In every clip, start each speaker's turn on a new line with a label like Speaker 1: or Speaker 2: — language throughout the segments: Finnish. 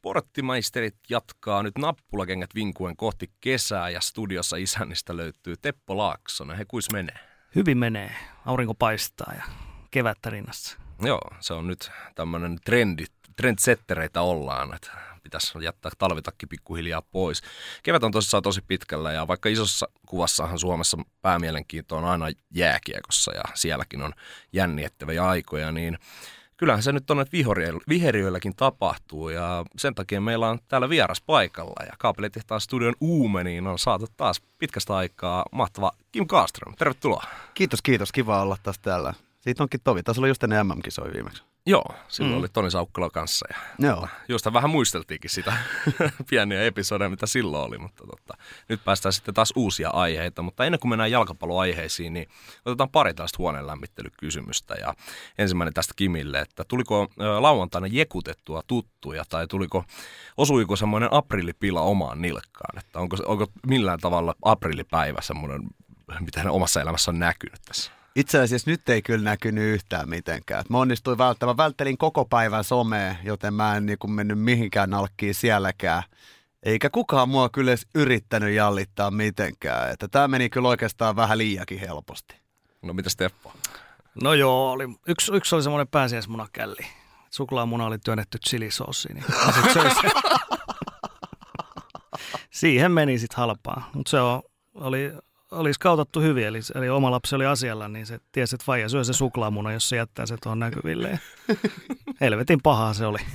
Speaker 1: Sporttimaisterit jatkaa nyt nappulakengät vinkuen kohti kesää ja studiossa isännistä löytyy Teppo Laaksonen. He kuis menee?
Speaker 2: Hyvin menee. Aurinko paistaa ja kevättä rinnassa.
Speaker 1: Joo, se on nyt tämmöinen trendsettereitä ollaan, että pitäisi jättää talvitakki pikkuhiljaa pois. Kevät on tosissaan tosi pitkällä ja vaikka isossa kuvassahan Suomessa päämielenkiinto on aina jääkiekossa ja sielläkin on jännittäviä aikoja, niin kyllähän se nyt on, että viheriöilläkin tapahtuu ja sen takia meillä on täällä vieras paikalla ja Kaapelitehtaan studion uumeniin on saatu taas pitkästä aikaa mahtava Kim Kaaström. Tervetuloa.
Speaker 3: Kiitos. Kiva olla taas täällä. Siitä onkin tovi. Taisi olla just ennen MM-kisoja viimeksi.
Speaker 1: Joo, silloin oli Toni Saukkala kanssa ja josta vähän muisteltiinkin sitä pieniä episodeja, mitä silloin oli, mutta nyt päästään sitten taas uusia aiheita, mutta ennen kuin mennään jalkapalloaiheisiin, niin otetaan pari tällaista huoneen lämmittelykysymystä ja ensimmäinen tästä Kimille, että tuliko lauantaina jekutettua tuttuja tai osuiko semmoinen aprillipila omaan nilkkaan, että onko millään tavalla aprillipäivä semmoinen, mitä hän omassa elämässä on näkynyt tässä?
Speaker 3: Itse asiassa nyt ei kyllä näkynyt yhtään mitenkään. Mä onnistuin välttämään. Välttelin koko päivän somea, joten mä en niin kuin mennyt mihinkään nalkkiin sielläkään. Eikä kukaan mua kyllä edes yrittänyt jallittaa mitenkään. Että tää meni kyllä oikeastaan vähän liiakin helposti.
Speaker 1: No mitäs Teppo?
Speaker 2: No joo, yksi oli semmoinen pääsiäismunakälli. Suklaamuna oli työnnetty chilisoosiin. Niin siihen meni sitten halpaa. Mutta se oli skautattu hyvin, eli oma lapsi oli asialla, niin se tiesi, että vaija syö se suklaamuna, jos se jättää se tuohon näkyville. Helvetin pahaa se oli.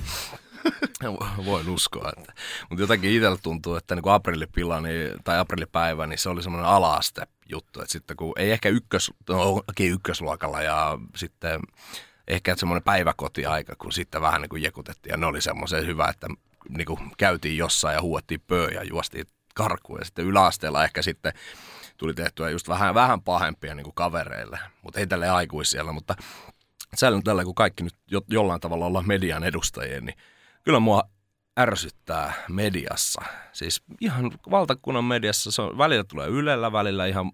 Speaker 1: Voin uskoa. Mutta jotenkin itsellä tuntuu, että niin aprillipila tai aprillipäivä, niin se oli semmoinen ala-aste juttu. Että sitten kun ei ehkä ykkösluokalla ja sitten ehkä semmoinen päiväkotiaika, kun sitten vähän niin kuin jekutettiin. Ja ne oli semmoisen hyvä, että niin kuin käytiin jossain ja huuettiin pöö ja juostiin karkuun. Ja sitten yläasteella ehkä sitten tuli tehtyä just vähän pahempia niin kuin kavereille, mutta ei tälleen aikuisilla, mutta tällä kun kaikki nyt jollain tavalla ollaan median edustajia, niin kyllä mua ärsyttää mediassa. Siis ihan valtakunnan mediassa, se on, välillä tulee Ylellä, välillä ihan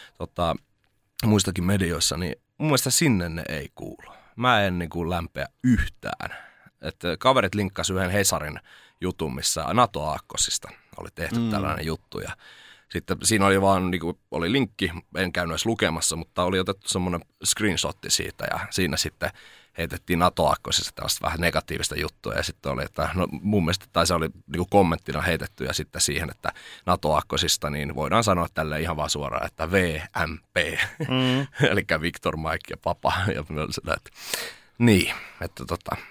Speaker 1: muistakin medioissa, niin mun mielestä sinne ne ei kuulu. Mä en niin kuin lämpeä yhtään. Että kaverit linkkasi yhden Hesarin jutun, missä NATO-aakkosista oli tehty tällainen juttu ja sitten siinä oli vaan, niin kuin, oli linkki, en käynyt edes lukemassa, mutta oli otettu semmoinen screenshotti siitä ja siinä sitten heitettiin NATO-aakkosista tällaista vähän negatiivista juttua ja sitten oli, että no mun mielestä, tai se oli niin kuin kommenttina heitetty ja sitten siihen, että NATO-aakkosista niin voidaan sanoa tälleen ihan vaan suoraan, että VMP, eli Victor, Mike ja Papa ja sitä, että niin, että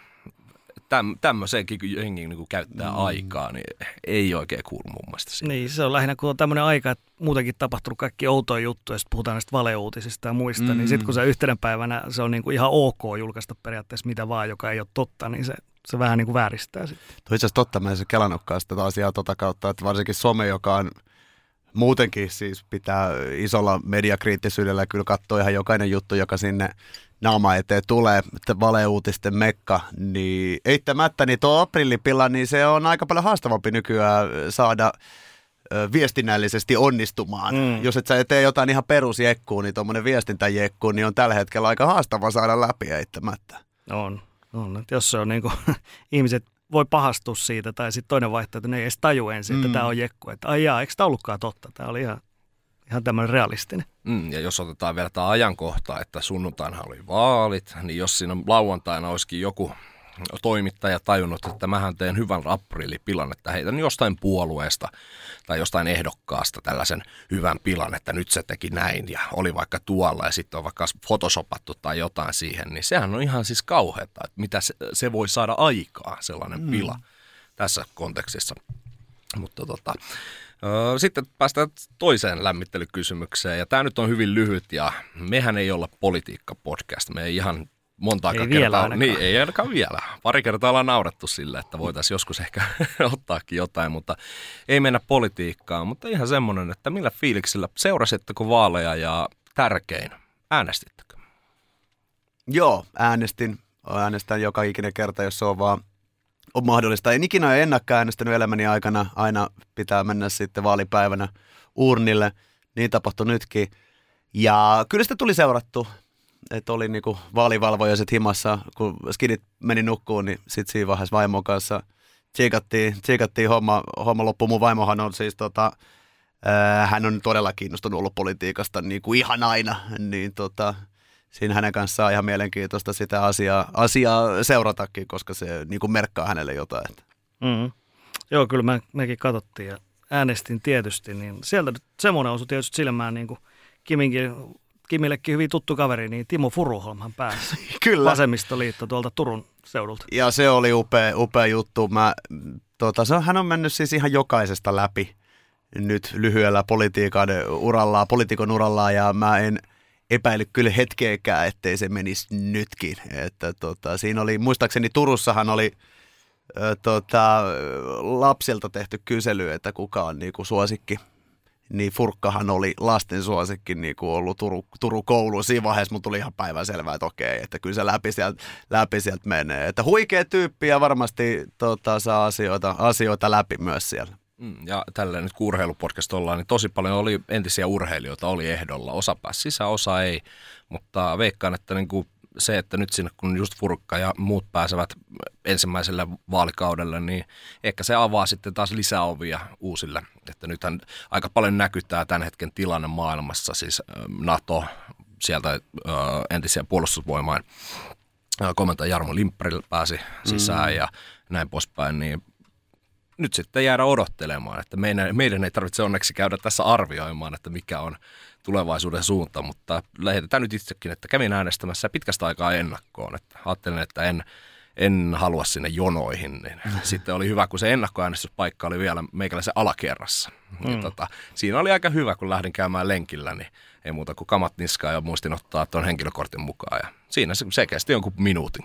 Speaker 1: tämmöiseenkin jengi niin käyttää aikaa, niin ei oikein kuulu mun mielestä siitä.
Speaker 2: Niin, se on lähinnä, kun on tämmöinen aika, että muutenkin tapahtunut kaikki outoja juttuja, ja sitten puhutaan näistä valeuutisista ja muista, niin sitten kun se yhtenä päivänä se on niin kuin ihan ok julkaista periaatteessa mitä vaan, joka ei ole totta, niin se vähän niin kuin vääristää sitten.
Speaker 3: Tuo itse asiassa totta, mä en se kelannutkaan sitä asiaa kautta, että varsinkin some, joka on muutenkin siis pitää isolla mediakriittisyydellä kyllä katsoa ihan jokainen juttu, joka sinne naama eteen tulee, että valeuutisten mekka, niin eittämättä niin tuo aprillipila, niin se on aika paljon haastavampi nykyään saada viestinnällisesti onnistumaan. Jos et sä tee jotain ihan perusjekkuun, niin tuommoinen viestintäjekku, niin on tällä hetkellä aika haastava saada läpi eittämättä.
Speaker 2: On. Että jos se on niin kuin, ihmiset voi pahastua siitä, tai sitten toinen vaihtoehto, että ne ei edes taju ensin, että tämä on jekku. Että ai jaa, eikö tämä ollutkaan totta? Tämä oli ihan tämmöinen realistinen.
Speaker 1: Ja jos otetaan vielä tämä ajankohta, että sunnuntaina oli vaalit, niin jos siinä lauantaina olisikin joku toimittaja tajunnut, että mähän teen hyvän aprillipilan, että heitän jostain puolueesta tai jostain ehdokkaasta tällaisen hyvän pilan, että nyt se teki näin ja oli vaikka tuolla ja sitten on vaikka photoshopattu tai jotain siihen, niin sehän on ihan siis kauheata, että mitä se voi saada aikaa sellainen pila tässä kontekstissa. Mutta sitten päästään toiseen lämmittelykysymykseen ja tämä nyt on hyvin lyhyt ja mehän ei olla politiikka-podcast, me ei ihan monta kertaa, niin ei ainakaan vielä. Pari kertaa ollaan naurettu sille, että voitaisiin joskus ehkä ottaakin jotain, mutta ei mennä politiikkaan. Mutta ihan semmoinen, että millä fiiliksillä seurasitteko vaaleja ja tärkein, äänestittekö?
Speaker 3: Joo, äänestän joka ikinen kerta, jos se on vaan on mahdollista. En ikinä ole ennakkoäänestänyt elämäni aikana, aina pitää mennä sitten vaalipäivänä urnille, niin tapahtui nytkin. Ja kyllä sitä tuli seurattu. Että oli niinku vaalivalvoja sit himassa, kun skidit meni nukkuun, niin sitten siinä vaiheessa vaimon kanssa tsiikattiin homma loppuun. Mun vaimohan on siis hän on todella kiinnostunut ollut politiikasta niin kuin ihan aina, niin siinä hänen kanssaan on ihan mielenkiintoista sitä asiaa seuratakin, koska se niin kuin merkkaa hänelle jotain.
Speaker 2: Joo, kyllä mekin katsottiin ja äänestin tietysti, niin sieltä semmoinen osui tietysti silmään niin kuin Kimillekin hyvin tuttu kaveri, niin Timo Furuholmhan pääsi.
Speaker 3: Kyllä.
Speaker 2: Vasemmistoliitto tuolta Turun seudulta.
Speaker 3: Ja se oli upea juttu. Hän on mennyt siis ihan jokaisesta läpi nyt lyhyellä poliitikon urallaan, ja mä en epäily kyllä hetkeäkään, ettei se menisi nytkin. Että siinä oli, muistaakseni Turussahan oli lapsilta tehty kysely, että kuka on niinku suosikki. Niin Furkkahan oli lasten suosikki niinku ollut Turun kouluun. Siinä vaiheessa mun tuli ihan päivänselvää, että okei, että kyllä se läpi sieltä menee. Että huikea tyyppi ja varmasti saa asioita läpi myös siellä.
Speaker 1: Ja tällä nyt kun urheilupodcast ollaan, niin tosi paljon oli entisiä urheilijoita oli ehdolla. Osa pääsi sisään, osa ei, mutta veikkaan, että niin kuin se, että nyt sinne kun just Furkka ja muut pääsevät ensimmäiselle vaalikaudelle, niin ehkä se avaa sitten taas lisää ovia uusille. Että nythän aika paljon näkytää tämän hetken tilanne maailmassa, siis NATO, sieltä entisiä puolustusvoimain komentaja Jarmo Limpperi pääsi sisään ja näin poispäin, niin nyt sitten jäädä odottelemaan, että meidän ei tarvitse onneksi käydä tässä arvioimaan, että mikä on tulevaisuuden suunta, mutta lähetetään nyt itsekin, että kävin äänestämässä pitkästä aikaa ennakkoon, että ajattelin, että en halua sinne jonoihin, niin sitten oli hyvä, kun se ennakkoäänestyspaikka oli vielä meikäläisen alakerrassa. Niin siinä oli aika hyvä, kun lähdin käymään lenkillä, niin ei muuta kuin kamat niskaan ja muistin ottaa tuon henkilökortin mukaan ja siinä se kesti jonkun minuutin.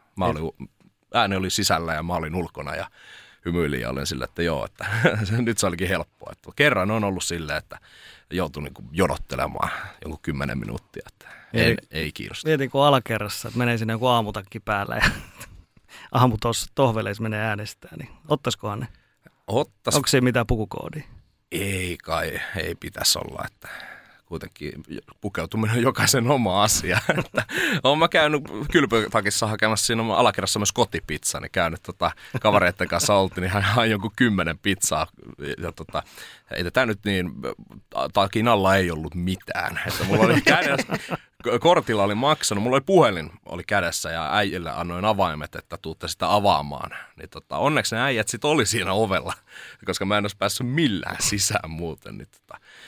Speaker 1: Ääni oli sisällä ja mä olin ulkona ja hymyilin ja olen sillä, että joo, että nyt se olikin helppoa. Että kerran on ollut silleen, että joutui niin kuin jonottelemaan jonkun 10 minuuttia, että ei kiinnosta.
Speaker 2: Mietin, kun alakerrassa, että menee sinne joku aamutakki päällä ja aamu tuossa tohveleissa menee äänestää, niin ottaisikohan ne? Onko se mitään pukukoodia?
Speaker 1: Ei kai, ei pitäisi olla, että kuitenkin pukeutuminen on jokaisen oma asia. Olen mä käynyt kylpytakissa hakemassa siinä alakerrassa myös kotipizza, niin käynyt kavereiden kanssa oltiin niin ihan jonkun 10 pizzaa. Ja heitetään nyt niin, takin alla ei ollut mitään. Että mulla oli kädessä, kortilla oli maksanut, mulla oli puhelin oli kädessä ja äijille annoin avaimet, että tuutte sitä avaamaan. Niin onneksi ne äijät sitten oli siinä ovella, koska mä en olisi päässyt millään sisään muuten. Niin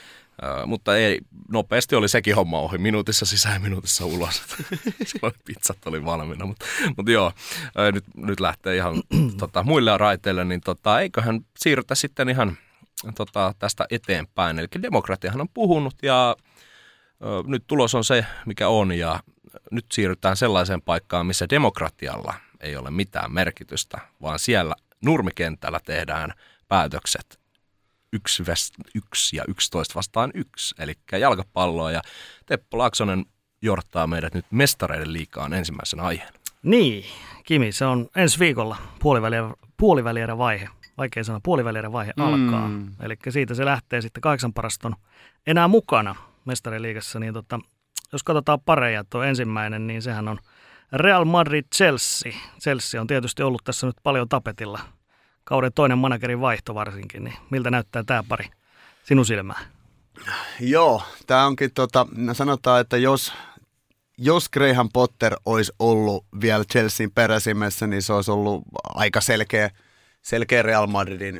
Speaker 1: mutta ei, nopeasti oli sekin homma ohi, minuutissa sisään ja minuutissa ulos. Silloin pizzat oli valmiina, mutta joo, nyt lähtee ihan muille raiteille, niin eiköhän siirrytä sitten ihan tästä eteenpäin. Eli demokratiahan on puhunut ja nyt tulos on se, mikä on ja nyt siirrytään sellaiseen paikkaan, missä demokratialla ei ole mitään merkitystä, vaan siellä nurmikentällä tehdään päätökset 1 ja 11 vastaan 1, eli jalkapalloa, ja Teppo Laaksonen johtaa meidät nyt Mestareiden liigaan ensimmäisenä aiheena.
Speaker 2: Niin, Kimi, se on ensi viikolla puolivälierä vaihe, vaikea sanoa, puolivälierä vaihe alkaa, eli siitä se lähtee sitten 8 parasta on enää mukana Mestareiden liigassa, niin jos katsotaan pareja, tuo ensimmäinen, niin sehän on Real Madrid-Chelsea. Chelsea on tietysti ollut tässä nyt paljon tapetilla. Kauden toinen managerin vaihto varsinkin, niin miltä näyttää tämä pari sinun silmään?
Speaker 3: Joo, tämä onkin sanotaan, että jos Graham Potter olisi ollut vielä Chelsean peräsimessä, niin se olisi ollut aika selkeä Real Madridin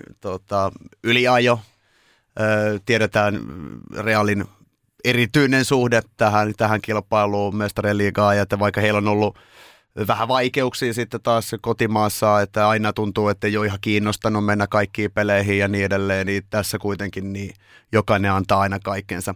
Speaker 3: yliajo. Tiedetään Realin erityinen suhde tähän kilpailuun Mestarien liigaan, ja että vaikka heillä on ollut vähän vaikeuksia sitten taas kotimaassa, että aina tuntuu, että ei ole ihan kiinnostanut mennä kaikkiin peleihin ja niin edelleen, niin tässä kuitenkin niin jokainen antaa aina kaikkensa.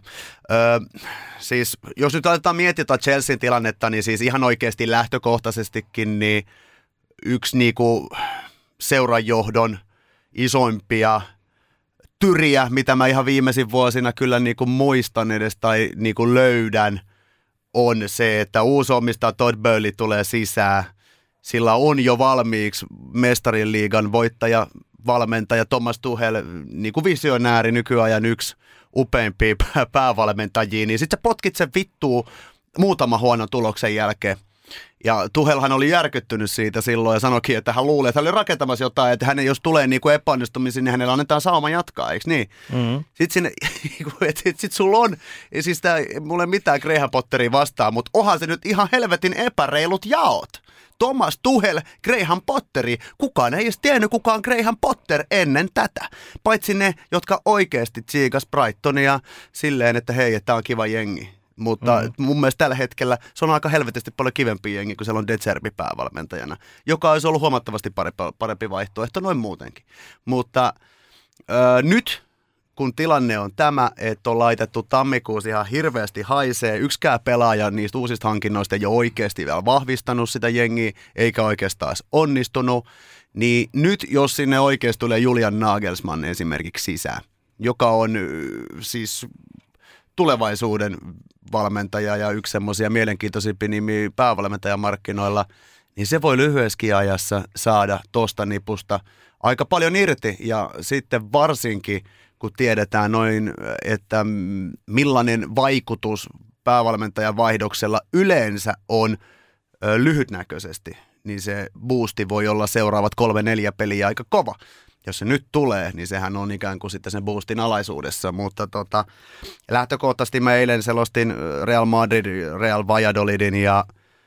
Speaker 3: Siis jos nyt aletaan miettiä Chelsean tilannetta, niin siis ihan oikeasti lähtökohtaisestikin niin yksi niinku seuranjohdon isoimpia tyriä, mitä mä ihan viimeisin vuosina kyllä niinku muistan edes tai niinku löydän, on se, että uusi omistaja Todd Boehly tulee sisään. Sillä on jo valmiiksi Mestarien liigan voittaja, valmentaja Thomas Tuchel, niin kuin visionääri nykyajan yksi upeimpia päävalmentajia, niin sitten sä potkit sen vittuun muutaman huonon tuloksen jälkeen. Ja Tuhelhan oli järkyttynyt siitä silloin ja sanoikin, että hän luulee, että hän oli rakentamassa jotain, että hänen jos tulee niin kuin epäonnistumisiin, niin hänellä annetaan sauma jatkaa, eikö niin? Mm-hmm. Sitten sulla on, siis mulla ei mitään Graham Potteria vastaan, mutta onhan se nyt ihan helvetin epäreilut jaot. Thomas Tuchel, Graham Potteri. Kukaan ei edes tiennyt, kuka on Graham Potter ennen tätä. Paitsi ne, jotka oikeasti tsiikas Brightonia silleen, että hei, tämä on kiva jengi. Mutta mun mielestä tällä hetkellä se on aika helvetisti paljon kivempi jengi, kun siellä on De Zerbi päävalmentajana, joka olisi ollut huomattavasti parempi vaihtoehto noin muutenkin. Mutta nyt, kun tilanne on tämä, että on laitettu tammikuussa ihan hirveästi haisee, yksikään pelaaja niistä uusista hankinnoista ei ole oikeasti vielä vahvistanut sitä jengiä, eikä oikeastaan onnistunut, niin nyt jos sinne oikeasti tulee Julian Nagelsmann esimerkiksi sisään, joka on siis tulevaisuuden valmentaja ja yksi semmoisia mielenkiintoisimpia nimiä päävalmentajamarkkinoilla, niin se voi lyhyessäkin ajassa saada tosta nipusta aika paljon irti. Ja sitten varsinkin, kun tiedetään noin, että millainen vaikutus päävalmentajan vaihdoksella yleensä on lyhytnäköisesti, niin se boosti voi olla seuraavat 3-4 peliä aika kova. Jos se nyt tulee, niin sehän on ikään kuin sitten sen boostin alaisuudessa, mutta lähtökohtaisesti mä eilen selostin Real Madrid, Real Valladolidin ja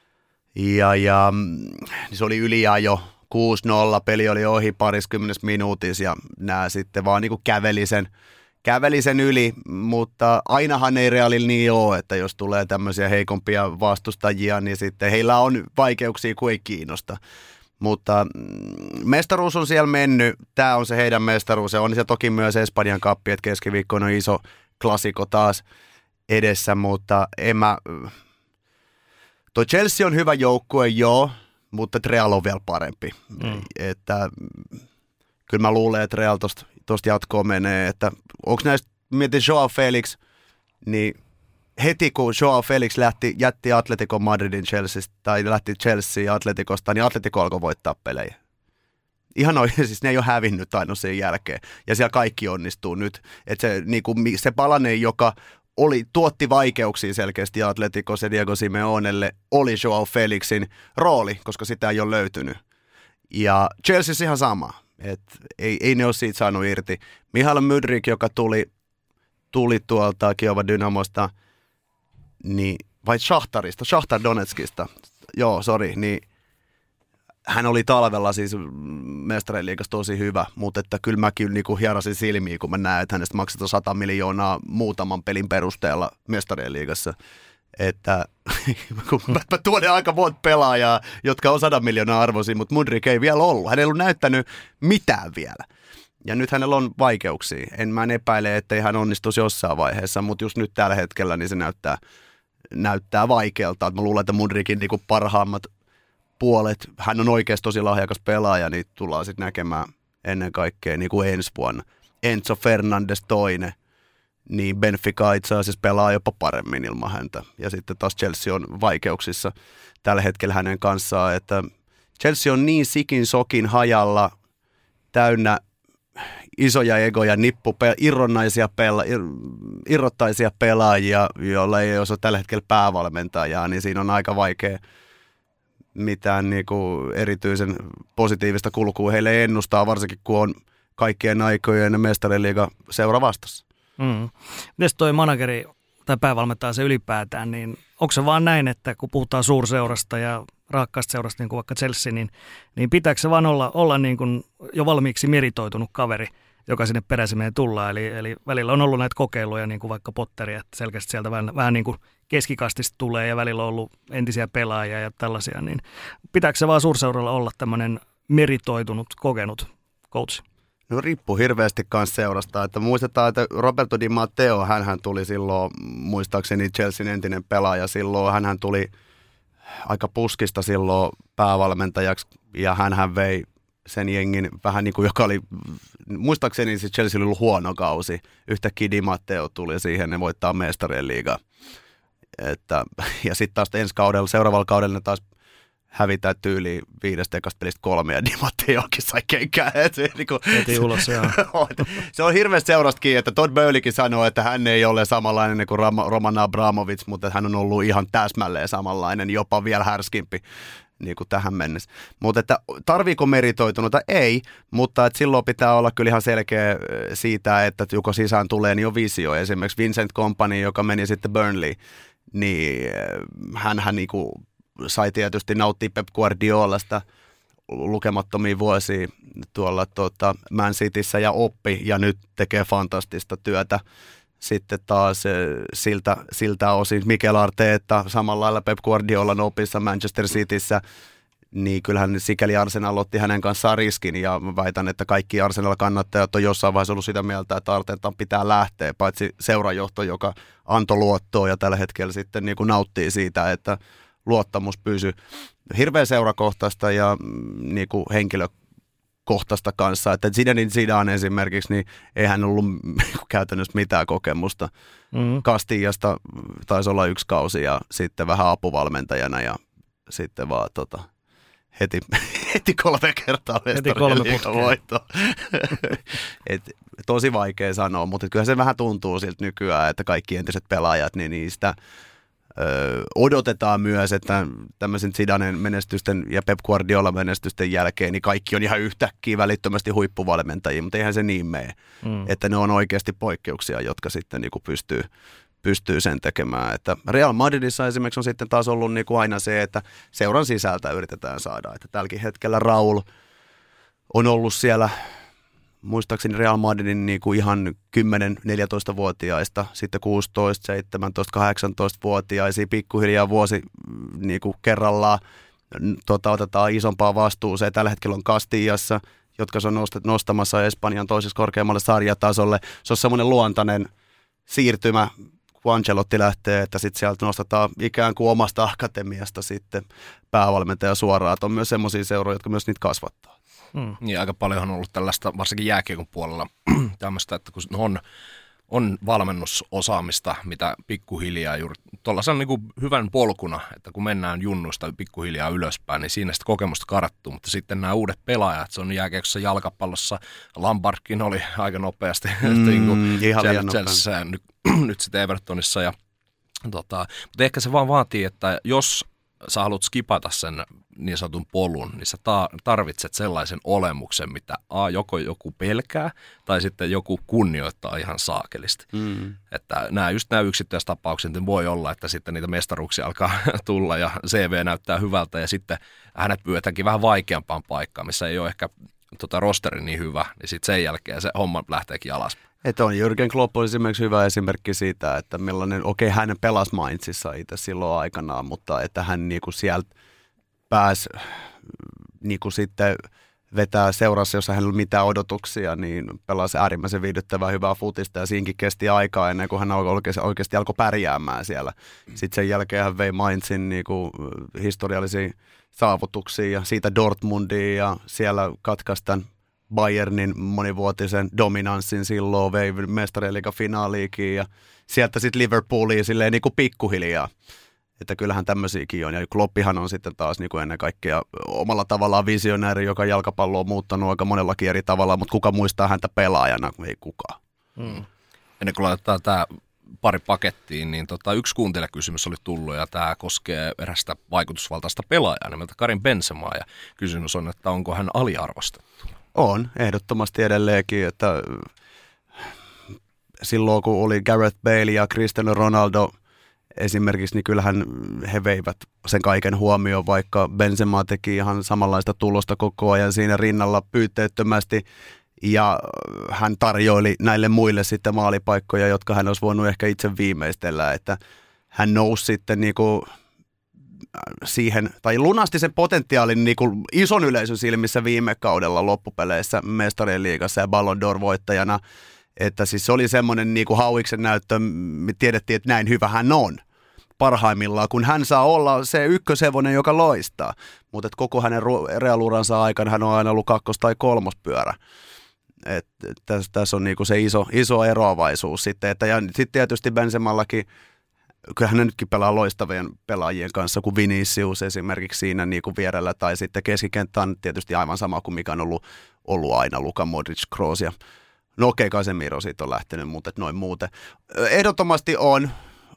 Speaker 3: niin se oli yliajo 6-0, peli oli ohi 20 minuutissa ja nämä sitten vaan niin kuin käveli sen yli, mutta ainahan ei Realilla niin ole, että jos tulee tämmöisiä heikompia vastustajia, niin sitten heillä on vaikeuksia, kun ei kiinnosta. Mutta mestaruus on siellä mennyt, tämä on se heidän mestaruus ja on se toki myös Espanjan kappi, että keskiviikkona on iso klassikko taas edessä, mutta toi Chelsea on hyvä joukkue, joo, mutta Real on vielä parempi. Että kyllä mä luulen, että Real tosta jatkoon menee, että onko näistä, mietin Joao Felix, niin heti kun Joao Felix jätti Atletico Madridin Chelseasta, tai lähti Chelsea Atleticosta, niin Atletico alkoi voittaa pelejä. Ihan oikein, siis ne ei ole hävinnyt aina sen jälkeen. Ja siellä kaikki onnistuu nyt. Että se palanen, joka tuotti vaikeuksia selkeästi Atleticossa ja Diego Simeonelle, oli Joao Felixin rooli, koska sitä ei ole löytynyt. Ja Chelsea ihan sama. Ei ne ole siitä saanut irti. Mihail Mudryk, joka tuli tuolta Kiova Dynamosta, niin, vai Shahtar Donetskista, joo, niin hän oli talvella siis Mestarien liigassa tosi hyvä, mutta että kyllä mäkin niin hierasin silmiä, kun mä näen, että hänestä maksetaan 100 miljoonaa muutaman pelin perusteella Mestarien liigassa. Että kun mä tuon aika monta pelaajaa, jotka on 100 miljoonaa arvoisia, mutta Mudryk ei vielä ollut. Hän ei ollut näyttänyt mitään vielä. Ja nyt hänellä on vaikeuksia. Mä en epäile, ettei hän onnistuisi jossain vaiheessa, mutta just nyt tällä hetkellä niin se näyttää vaikealta. Mä luulen, että Mudrykin niin parhaimmat puolet, hän on oikeasti tosi lahjakas pelaaja, niin tullaan sitten näkemään ennen kaikkea niin kuin ensi vuonna. Enzo Fernandes toinen, niin Benfica itse asiassa pelaa jopa paremmin ilman häntä. Ja sitten taas Chelsea on vaikeuksissa tällä hetkellä hänen kanssaan, että Chelsea on niin sikin sokin hajalla, täynnä isoja egoja, irrottaisia pelaajia, joilla ei ole tällä hetkellä päävalmentajaa, niin siinä on aika vaikea mitään niinku erityisen positiivista kulkua heille ennustaa, varsinkin kun on kaikkien aikojen Mestarien liiga seura vastassa.
Speaker 2: Mites toi manageri tai päävalmentaja se ylipäätään, niin onko se vaan näin, että kun puhutaan suurseurasta ja raakkaasta seurasta, niin kuin vaikka Chelsea, niin pitääkö se vaan olla niin kuin jo valmiiksi meritoitunut kaveri, joka sinne peräisimeen tullaan? Eli välillä on ollut näitä kokeiluja, niin kuin vaikka Potteria, että selkeästi sieltä vähän niin kuin keskikastista tulee ja välillä on ollut entisiä pelaajia ja tällaisia, niin pitääkö se vaan suurseuralla olla tämmöinen meritoitunut, kokenut coach?
Speaker 3: No riippuu hirveästi kanssa seurasta, että muistetaan, että Roberto Di Matteo, hänhän tuli silloin, muistaakseni Chelsean entinen pelaaja silloin, hänhän tuli aika puskista silloin päävalmentajaksi ja hänhän vei sen jengin vähän niin kuin, joka oli, muistaakseni se Chelsea oli ollut huono kausi, yhtäkkiä Di Matteo tuli siihen, ne voittaa Mestarien liigaa. Ja sitten taas seuraavalla kaudella ne taas hävitä tyyliin 5 ekasta pelistä 3 ja Dimattejokin sai kenkään.
Speaker 2: Heti ulos, joo.
Speaker 3: Se on hirveästi seurastakin, että Todd Bowleykin sanoo, että hän ei ole samanlainen kuin Roman Abramovich, mutta hän on ollut ihan täsmälleen samanlainen, jopa vielä härskimpi niin kuin tähän mennessä. Mutta että tarviiko meritoitunutta? Ei, mutta että silloin pitää olla kyllä ihan selkeä siitä, että joko sisään tulee, niin on visio. Esimerkiksi Vincent Kompany, joka meni sitten Burnley, niin hänhän niin kuin sai tietysti nauttia Pep Guardiolasta lukemattomia vuosia tuolla Man Cityssä ja oppi, ja nyt tekee fantastista työtä. Sitten taas siltä osin Mikel Arteta, samalla lailla Pep Guardiolan opissa Manchester Cityssä, niin kyllähän sikäli Arsenal otti hänen kanssaan riskin, ja väitän, että kaikki Arsenal-kannattajat on jossain vaiheessa ollut sitä mieltä, että Artetan pitää lähteä, paitsi seurajohto, joka antoi luottoa ja tällä hetkellä sitten niin kuin nauttii siitä, että luottamus pysyy hirveän seurakohtaista ja niin kuin henkilökohtaista kanssa. Että Zidane esimerkiksi, niin eihän ollut käytännössä mitään kokemusta. Castillasta taisi olla 1 kausi ja sitten vähän apuvalmentajana ja sitten vaan heti 3 kertaa voittoa. Tosi vaikea sanoa, mutta kyllä se vähän tuntuu siltä nykyään, että kaikki entiset pelaajat, niin niistä odotetaan myös, että tämmöisen Zidanen menestysten ja Pep Guardiola menestysten jälkeen, niin kaikki on ihan yhtäkkiä välittömästi huippuvalmentajia, mutta eihän se niin mene, että ne on oikeasti poikkeuksia, jotka sitten niin kuin pystyy sen tekemään. Että Real Madridissa esimerkiksi on sitten taas ollut niin kuin aina se, että seuran sisältä yritetään saada, että tälläkin hetkellä Raul on ollut siellä muistaakseni Real Madridin niin kuin ihan 10-14-vuotiaista, sitten 16, 17, 18-vuotiaisia pikkuhiljaa vuosi niin kuin kerrallaan otetaan isompaa vastuuseen. Tällä hetkellä on Castillassa, jotka se on nostamassa Espanjan toiseksi korkeammalle sarjatasolle. Se on semmoinen luontainen siirtymä, kun Ancelotti lähtee, että sitten sieltä nostetaan ikään kuin omasta akatemiasta sitten päävalmentaja suoraan. Että on myös semmoisia seuroja, jotka myös niitä kasvattaa.
Speaker 1: Niin, aika paljon on ollut tällaista, varsinkin jääkiekon puolella, tämmöistä, että kun on valmennusosaamista, mitä pikkuhiljaa juuri tuollaisen niin kuin hyvän polkuna, että kun mennään junnuista pikkuhiljaa ylöspäin, niin siinä sitä kokemusta karattuu, mutta sitten nämä uudet pelaajat, se on jääkiekossa, jalkapallossa, Lampardkin oli aika nopeasti, nyt sitten Evertonissa, mutta ehkä se vaan vaatii, että jos sä haluat skipata sen niin sanotun polun, niin sä tarvitset sellaisen olemuksen, mitä joko joku pelkää tai sitten joku kunnioittaa ihan saakelisti. Että nämä yksittäistapaukset voi olla, että sitten niitä mestaruuksia alkaa tulla ja CV näyttää hyvältä ja sitten hänet pyydätäänkin vähän vaikeampaan paikkaan, missä ei ole ehkä rosteri niin hyvä, niin sitten sen jälkeen se homma lähteekin alas.
Speaker 3: Että on Jürgen Klopp on esimerkiksi hyvä esimerkki siitä, että millainen, hän pelasi Mainzissa itse silloin aikanaan, mutta että hän niinku sieltä pääsi niinku sitten vetää seurassa, jossa hänellä ei ollut mitään odotuksia, niin pelasi äärimmäisen viihdyttävää hyvää futista ja siinkin kesti aikaa ennen kuin hän oikeasti alkoi pärjäämään siellä. Sitten sen jälkeen hän vei Mainzin niinku historiallisia saavutuksia ja siitä Dortmundiin ja siellä katkaistaan Bayernin monivuotisen dominanssin silloin, vei mestariliigan finaaliikin ja sieltä sitten Liverpooliin silleen niin kuin pikkuhiljaa. Että kyllähän tämmöisiäkin on. Ja Kloppihan on sitten taas niin kuin ennen kaikkea omalla tavallaan visionääri, joka jalkapallo on muuttanut aika monellakin eri tavalla, mutta kuka muistaa häntä pelaajana? Ei kukaan.
Speaker 1: Ennen kuin laitetaan tämä pari pakettiin, niin yksi kuuntelijakysymys oli tullut ja tämä koskee erästä vaikutusvaltaista pelaajaa nimeltä Karim Benzemaa ja kysymys on, että onko hän aliarvostettu?
Speaker 3: On, ehdottomasti edelleenkin, että silloin kun oli Gareth Bale ja Cristiano Ronaldo esimerkiksi, niin kyllähän he veivät sen kaiken huomioon, vaikka Benzema teki ihan samanlaista tulosta koko ajan siinä rinnalla pyyteettömästi ja hän tarjoili näille muille sitten maalipaikkoja, jotka hän olisi voinut ehkä itse viimeistellä, että hän nousi sitten niinku siihen, tai lunasti sen potentiaalin niin kuin ison yleisön silmissä viime kaudella loppupeleissä mestarien liigassa ja Ballon d'Or-voittajana, että siis se oli semmoinen niin kuin hauiksen näyttö, me tiedettiin, että näin hyvä hän on parhaimmillaan, kun hän saa olla se ykköshevonen, joka loistaa, mutta koko hänen realuransa aikana hän on aina ollut 2- tai 3-pyörä. Tässä on niin kuin se iso eroavaisuus sitten, ja sitten tietysti Benzemallakin kyllähän ne nytkin pelaa loistavien pelaajien kanssa, kuin Vinicius esimerkiksi siinä niin kuin vierellä, tai sitten keskikenttä on tietysti aivan sama kuin mikä on ollut aina, Luka Modric, Kroos ja no okei, Casemiro siitä on lähtenyt, mutta noin muuten. Ehdottomasti on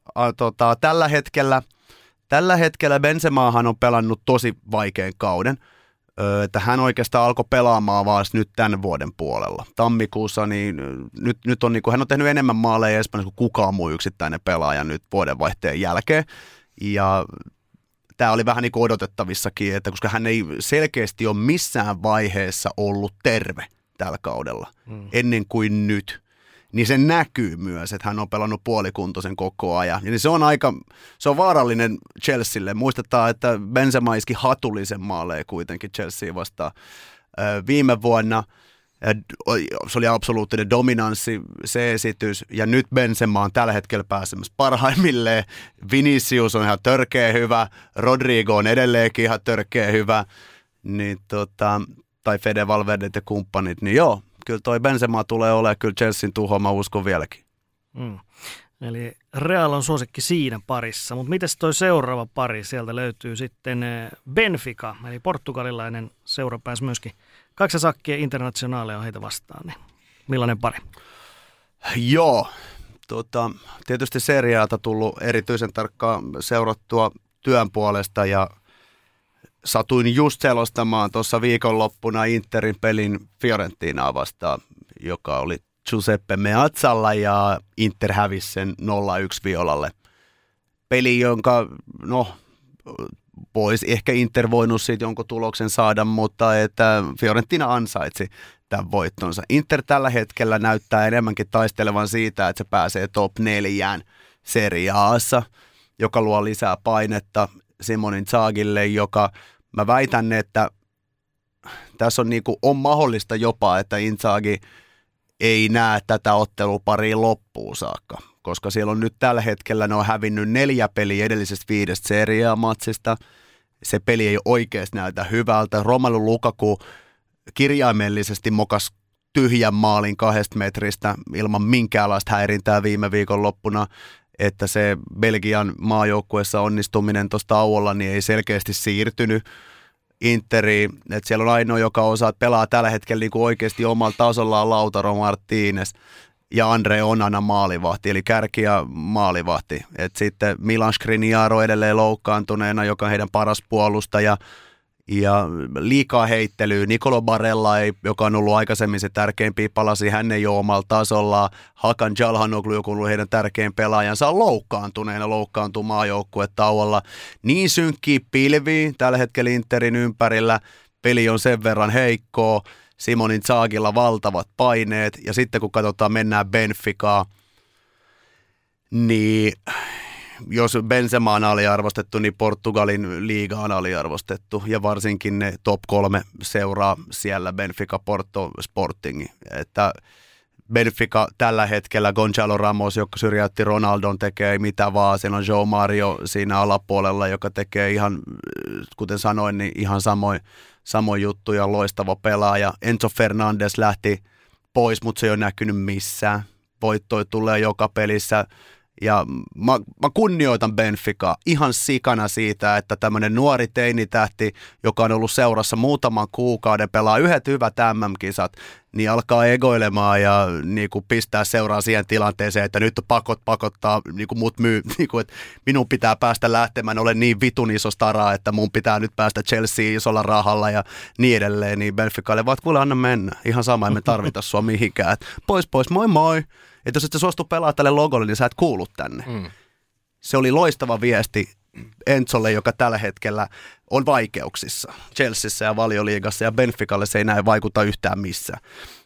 Speaker 3: tällä hetkellä Benzemahan on pelannut tosi vaikean kauden, että hän oikeastaan alkoi pelaamaan vaan nyt tämän vuoden puolella. Tammikuussa, niin nyt on, niin kuin, hän on tehnyt enemmän maaleja Espanjassa kuin kukaan muu yksittäinen pelaaja nyt vuodenvaihteen jälkeen. Ja tämä oli vähän niin kuin odotettavissakin, että koska hän ei selkeästi ole missään vaiheessa ollut terve tällä kaudella, ennen kuin nyt. Niin se näkyy myös, että hän on pelannut puolikuntoisen koko ajan. Niin se on vaarallinen Chelsealle. Muistetaan, että Benzema iski hatullisen maaleen kuitenkin Chelsea vastaan viime vuonna. Se oli absoluuttinen dominanssi, se esitys. Ja nyt Benzema on tällä hetkellä pääsemässä parhaimmilleen. Vinicius on ihan törkeä hyvä. Rodrigo on edelleenkin ihan törkeä hyvä. Niin tai Fede Valverde ja kumppanit, niin joo. Kyllä toi Benzema tulee olemaan kyllä Chelsean tuho, mä uskon vieläkin.
Speaker 2: Eli Real on suosikki siinä parissa, mutta mites toi seuraava pari? Sieltä löytyy sitten Benfica, eli portugalilainen seura pääsi myöskin 2 sakkia Internationale on heitä vastaan. Niin millainen pari?
Speaker 3: Joo, tietysti seriaalta tullut erityisen tarkkaan seurattua työn puolesta ja satuin just selostamaan tuossa viikonloppuna Interin pelin Fiorentinaa vastaan, joka oli Giuseppe Meazzalla ja Inter hävisi sen 0-1 Violalle. Peli, jonka, voisi ehkä Inter voinut siitä jonkun tuloksen saada, mutta että Fiorentina ansaitsi tämän voittonsa. Inter tällä hetkellä näyttää enemmänkin taistelevan siitä, että se pääsee top 4 Serie A:ssa, joka luo lisää painetta Simone Inzagille, joka mä väitän, että tässä on mahdollista jopa, että Inzaghi ei näe tätä otteluparia loppuun saakka, koska siellä on nyt tällä hetkellä ne on hävinnyt 4 peliä edellisestä 5 Serie A-matsista. Se peli ei oikeasti näytä hyvältä. Romelu Lukaku kirjaimellisesti mokas tyhjän maalin 2 metristä ilman minkäänlaista häirintää viime viikon loppuna, että se Belgian maajoukkueessa onnistuminen tuossa tauolla niin ei selkeästi siirtynyt Interiin, että siellä on ainoa, joka osaa pelaa tällä hetkellä niin kuin oikeasti omalla tasollaan Lautaro Martínez ja Andre Onana maalivahti, eli kärkiä maalivahti. Et sitten Milan Skriniar edelleen loukkaantuneena, joka on heidän paras puolustaja, ja liikaa heittelyä. Nicolo Barella, joka on ollut aikaisemmin se tärkeimpiä palasi, hän ei ole omalla tasollaan. Hakan Calhanoglu, joka on ollut heidän tärkein pelaajansa, on loukkaantuu maajoukkuetauolla. Niin synkkiä pilviä tällä hetkellä Interin ympärillä. Peli on sen verran heikkoa. Simone Inzagilla valtavat paineet. Ja sitten kun katsotaan, mennään Benficaa, niin jos Benzema on aliarvostettu, niin Portugalin liiga on aliarvostettu. Ja varsinkin ne top 3 seuraa siellä Benfica, Porto, Sporting. Että Benfica tällä hetkellä Gonzalo Ramos, joka syrjäytti Ronaldon, tekee mitä vaan. Siellä on João Mario siinä alapuolella, joka tekee ihan, kuten sanoin, niin ihan samoin juttuja, loistava pelaaja. Enzo Fernandes lähti pois, mutta se ei ole näkynyt missään. Voittoi tulee joka pelissä. Ja mä kunnioitan Benficaa ihan sikana siitä, että tämmöinen nuori teinitähti, joka on ollut seurassa muutaman kuukauden, pelaa yhdet hyvät MM-kisat, niin alkaa egoilemaan ja niin kuin pistää seuraa siihen tilanteeseen, että nyt pakottaa, niin kuin mut myy, niin kuin, että minun pitää päästä lähtemään, olen niin vitun iso stara, että mun pitää nyt päästä Chelsea isolla rahalla ja niin edelleen, niin Benficalle vaan, että kuule, anna mennä, ihan sama, emme tarvita sua mihinkään, pois, moi moi. Että jos et sä suostu pelaa tälle logolle, niin sä et kuulu tänne. Se oli loistava viesti Enzolle, joka tällä hetkellä on vaikeuksissa Chelseassa ja Valioliigassa, ja Benficalle se ei näin vaikuta yhtään missään.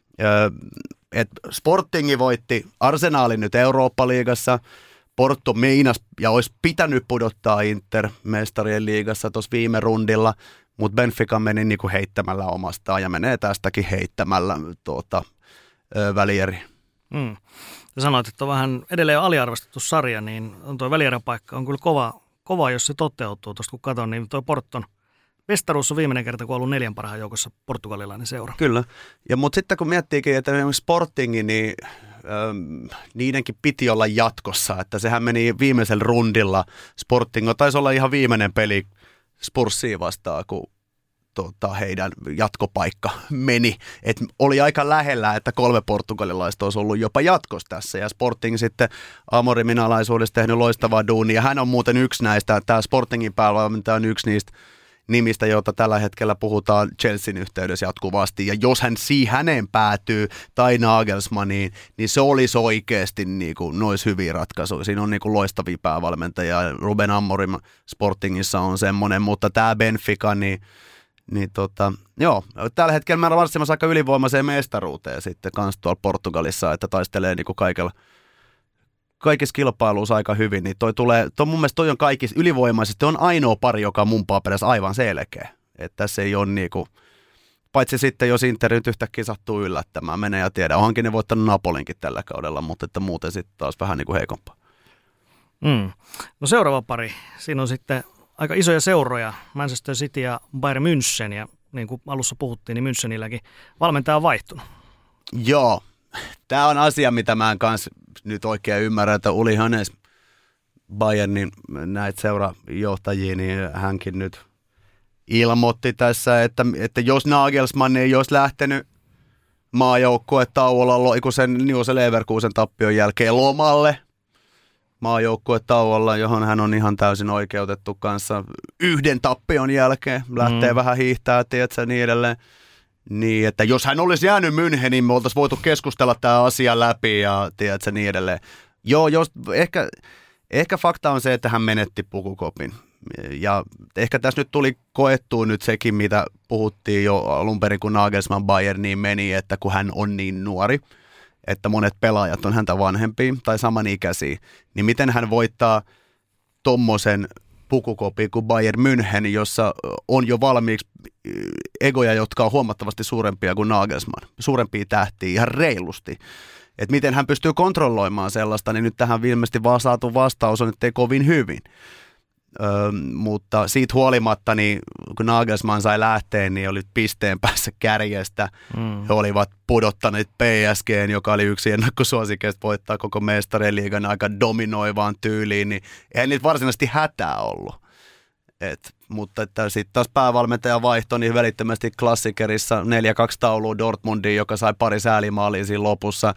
Speaker 3: Sportingi voitti Arsenalin nyt Eurooppa-liigassa. Porto meinas ja olisi pitänyt pudottaa Inter mestarien liigassa tuossa viime rundilla, mutta Benfica meni niinku heittämällä omastaan ja menee tästäkin heittämällä välieri.
Speaker 2: Sä sanoit, että on vähän edelleen aliarvostettu sarja, niin on tuo välieräpaikka on kyllä kova, jos se toteutuu. Tuosta kun katson, niin tuo Porton mestaruus on viimeinen kerta, kun on ollut 4 parhaan joukossa portugalilainen seura.
Speaker 3: Kyllä, mutta sitten kun miettiikin, että esimerkiksi Sportingi, niin niidenkin piti olla jatkossa, että sehän meni viimeisellä rundilla. Sportingo taisi olla ihan viimeinen peli Spursia vastaan, kun heidän jatkopaikka meni. Et oli aika lähellä, että 3 portugalilaista olisi ollut jopa jatkos tässä. Ja Sporting sitten Amorimin alaisuudessa tehnyt loistavaa duunia. Hän on muuten yksi näistä, tämä Sportingin päävalmentaja on yksi niistä nimistä, joita tällä hetkellä puhutaan Chelsean yhteydessä jatkuvasti. Ja jos häneen päätyy tai Nagelsmanniin, niin se olisi oikeasti nois hyviä ratkaisuja. Siinä on loistavia päävalmentajia. Ruben Amorim Sportingissa on semmoinen, mutta tämä Benfica, joo, tällä hetkellä mä olen varsinaisesti aika ylivoimaiseen mestaruuteen sitten kans tuolla Portugalissa, että taistelee kaikissa kilpailuissa aika hyvin, niin mun mielestä toi on kaikissa ylivoimaisesti, on ainoa pari, joka on mun paperissa aivan selkeä, että tässä ei ole paitsi sitten jos Inter nyt yhtäkkiä sattuu yllättämään, menee ja tiedä, onhankin ne voittanut Napolinkin tällä kaudella, mutta että muuten sitten taas vähän heikompaa.
Speaker 2: No seuraava pari, siinä on sitten aika isoja seuroja, Manchester City ja Bayern München, ja niin kuin alussa puhuttiin, niin Münchenilläkin valmentaja on vaihtunut.
Speaker 3: Joo, tämä on asia, mitä mä en kanssa nyt oikein ymmärrä, että Uli Hoeneß Bayernin näitä seurajohtajia, niin hänkin nyt ilmoitti tässä, että jos Nagelsmann ei olisi lähtenyt maajoukkuetauolla, kun se Leverkusen tappion jälkeen lomalle, maajoukkuetauolla, johon hän on ihan täysin oikeutettu kanssa yhden tappion jälkeen, lähtee vähän hiihtää, tiedätkö, niin edelleen. Niin, että jos hän olisi jäänyt Müncheniin, niin me oltaisiin voitu keskustella tämä asia läpi ja tiedätkö, niin edelleen. Joo, ehkä fakta on se, että hän menetti pukukopin. Ja ehkä tässä nyt tuli koettua nyt sekin, mitä puhuttiin jo alun perin, kun Nagelsmann Bayerniin meni, että kun hän on niin nuori, että monet pelaajat on häntä vanhempia tai samanikäisiä, niin miten hän voittaa tommosen pukukopin kuin Bayern München, jossa on jo valmiiksi egoja, jotka on huomattavasti suurempia kuin Nagelsmann, suurempia tähtiä ihan reilusti. Että miten hän pystyy kontrolloimaan sellaista, niin nyt tähän ilmeisesti vaan saatu vastaus on, että ei kovin hyvin. Mutta siitä huolimatta, niin kun Nagelsmann sai lähteä, niin oli pisteen päässä kärjestä. He olivat pudottaneet PSG:n, joka oli yksi ennakkosuosikeista voittaa koko mestarien liigan aika dominoivaan tyyliin, niin eihän niitä varsinaisesti hätää ollut. Mutta sitten taas päävalmentaja vaihtoi niin välittömästi klassikerissa 4-2 taulua Dortmundiin, joka sai pari säälimaalia siinä lopussa.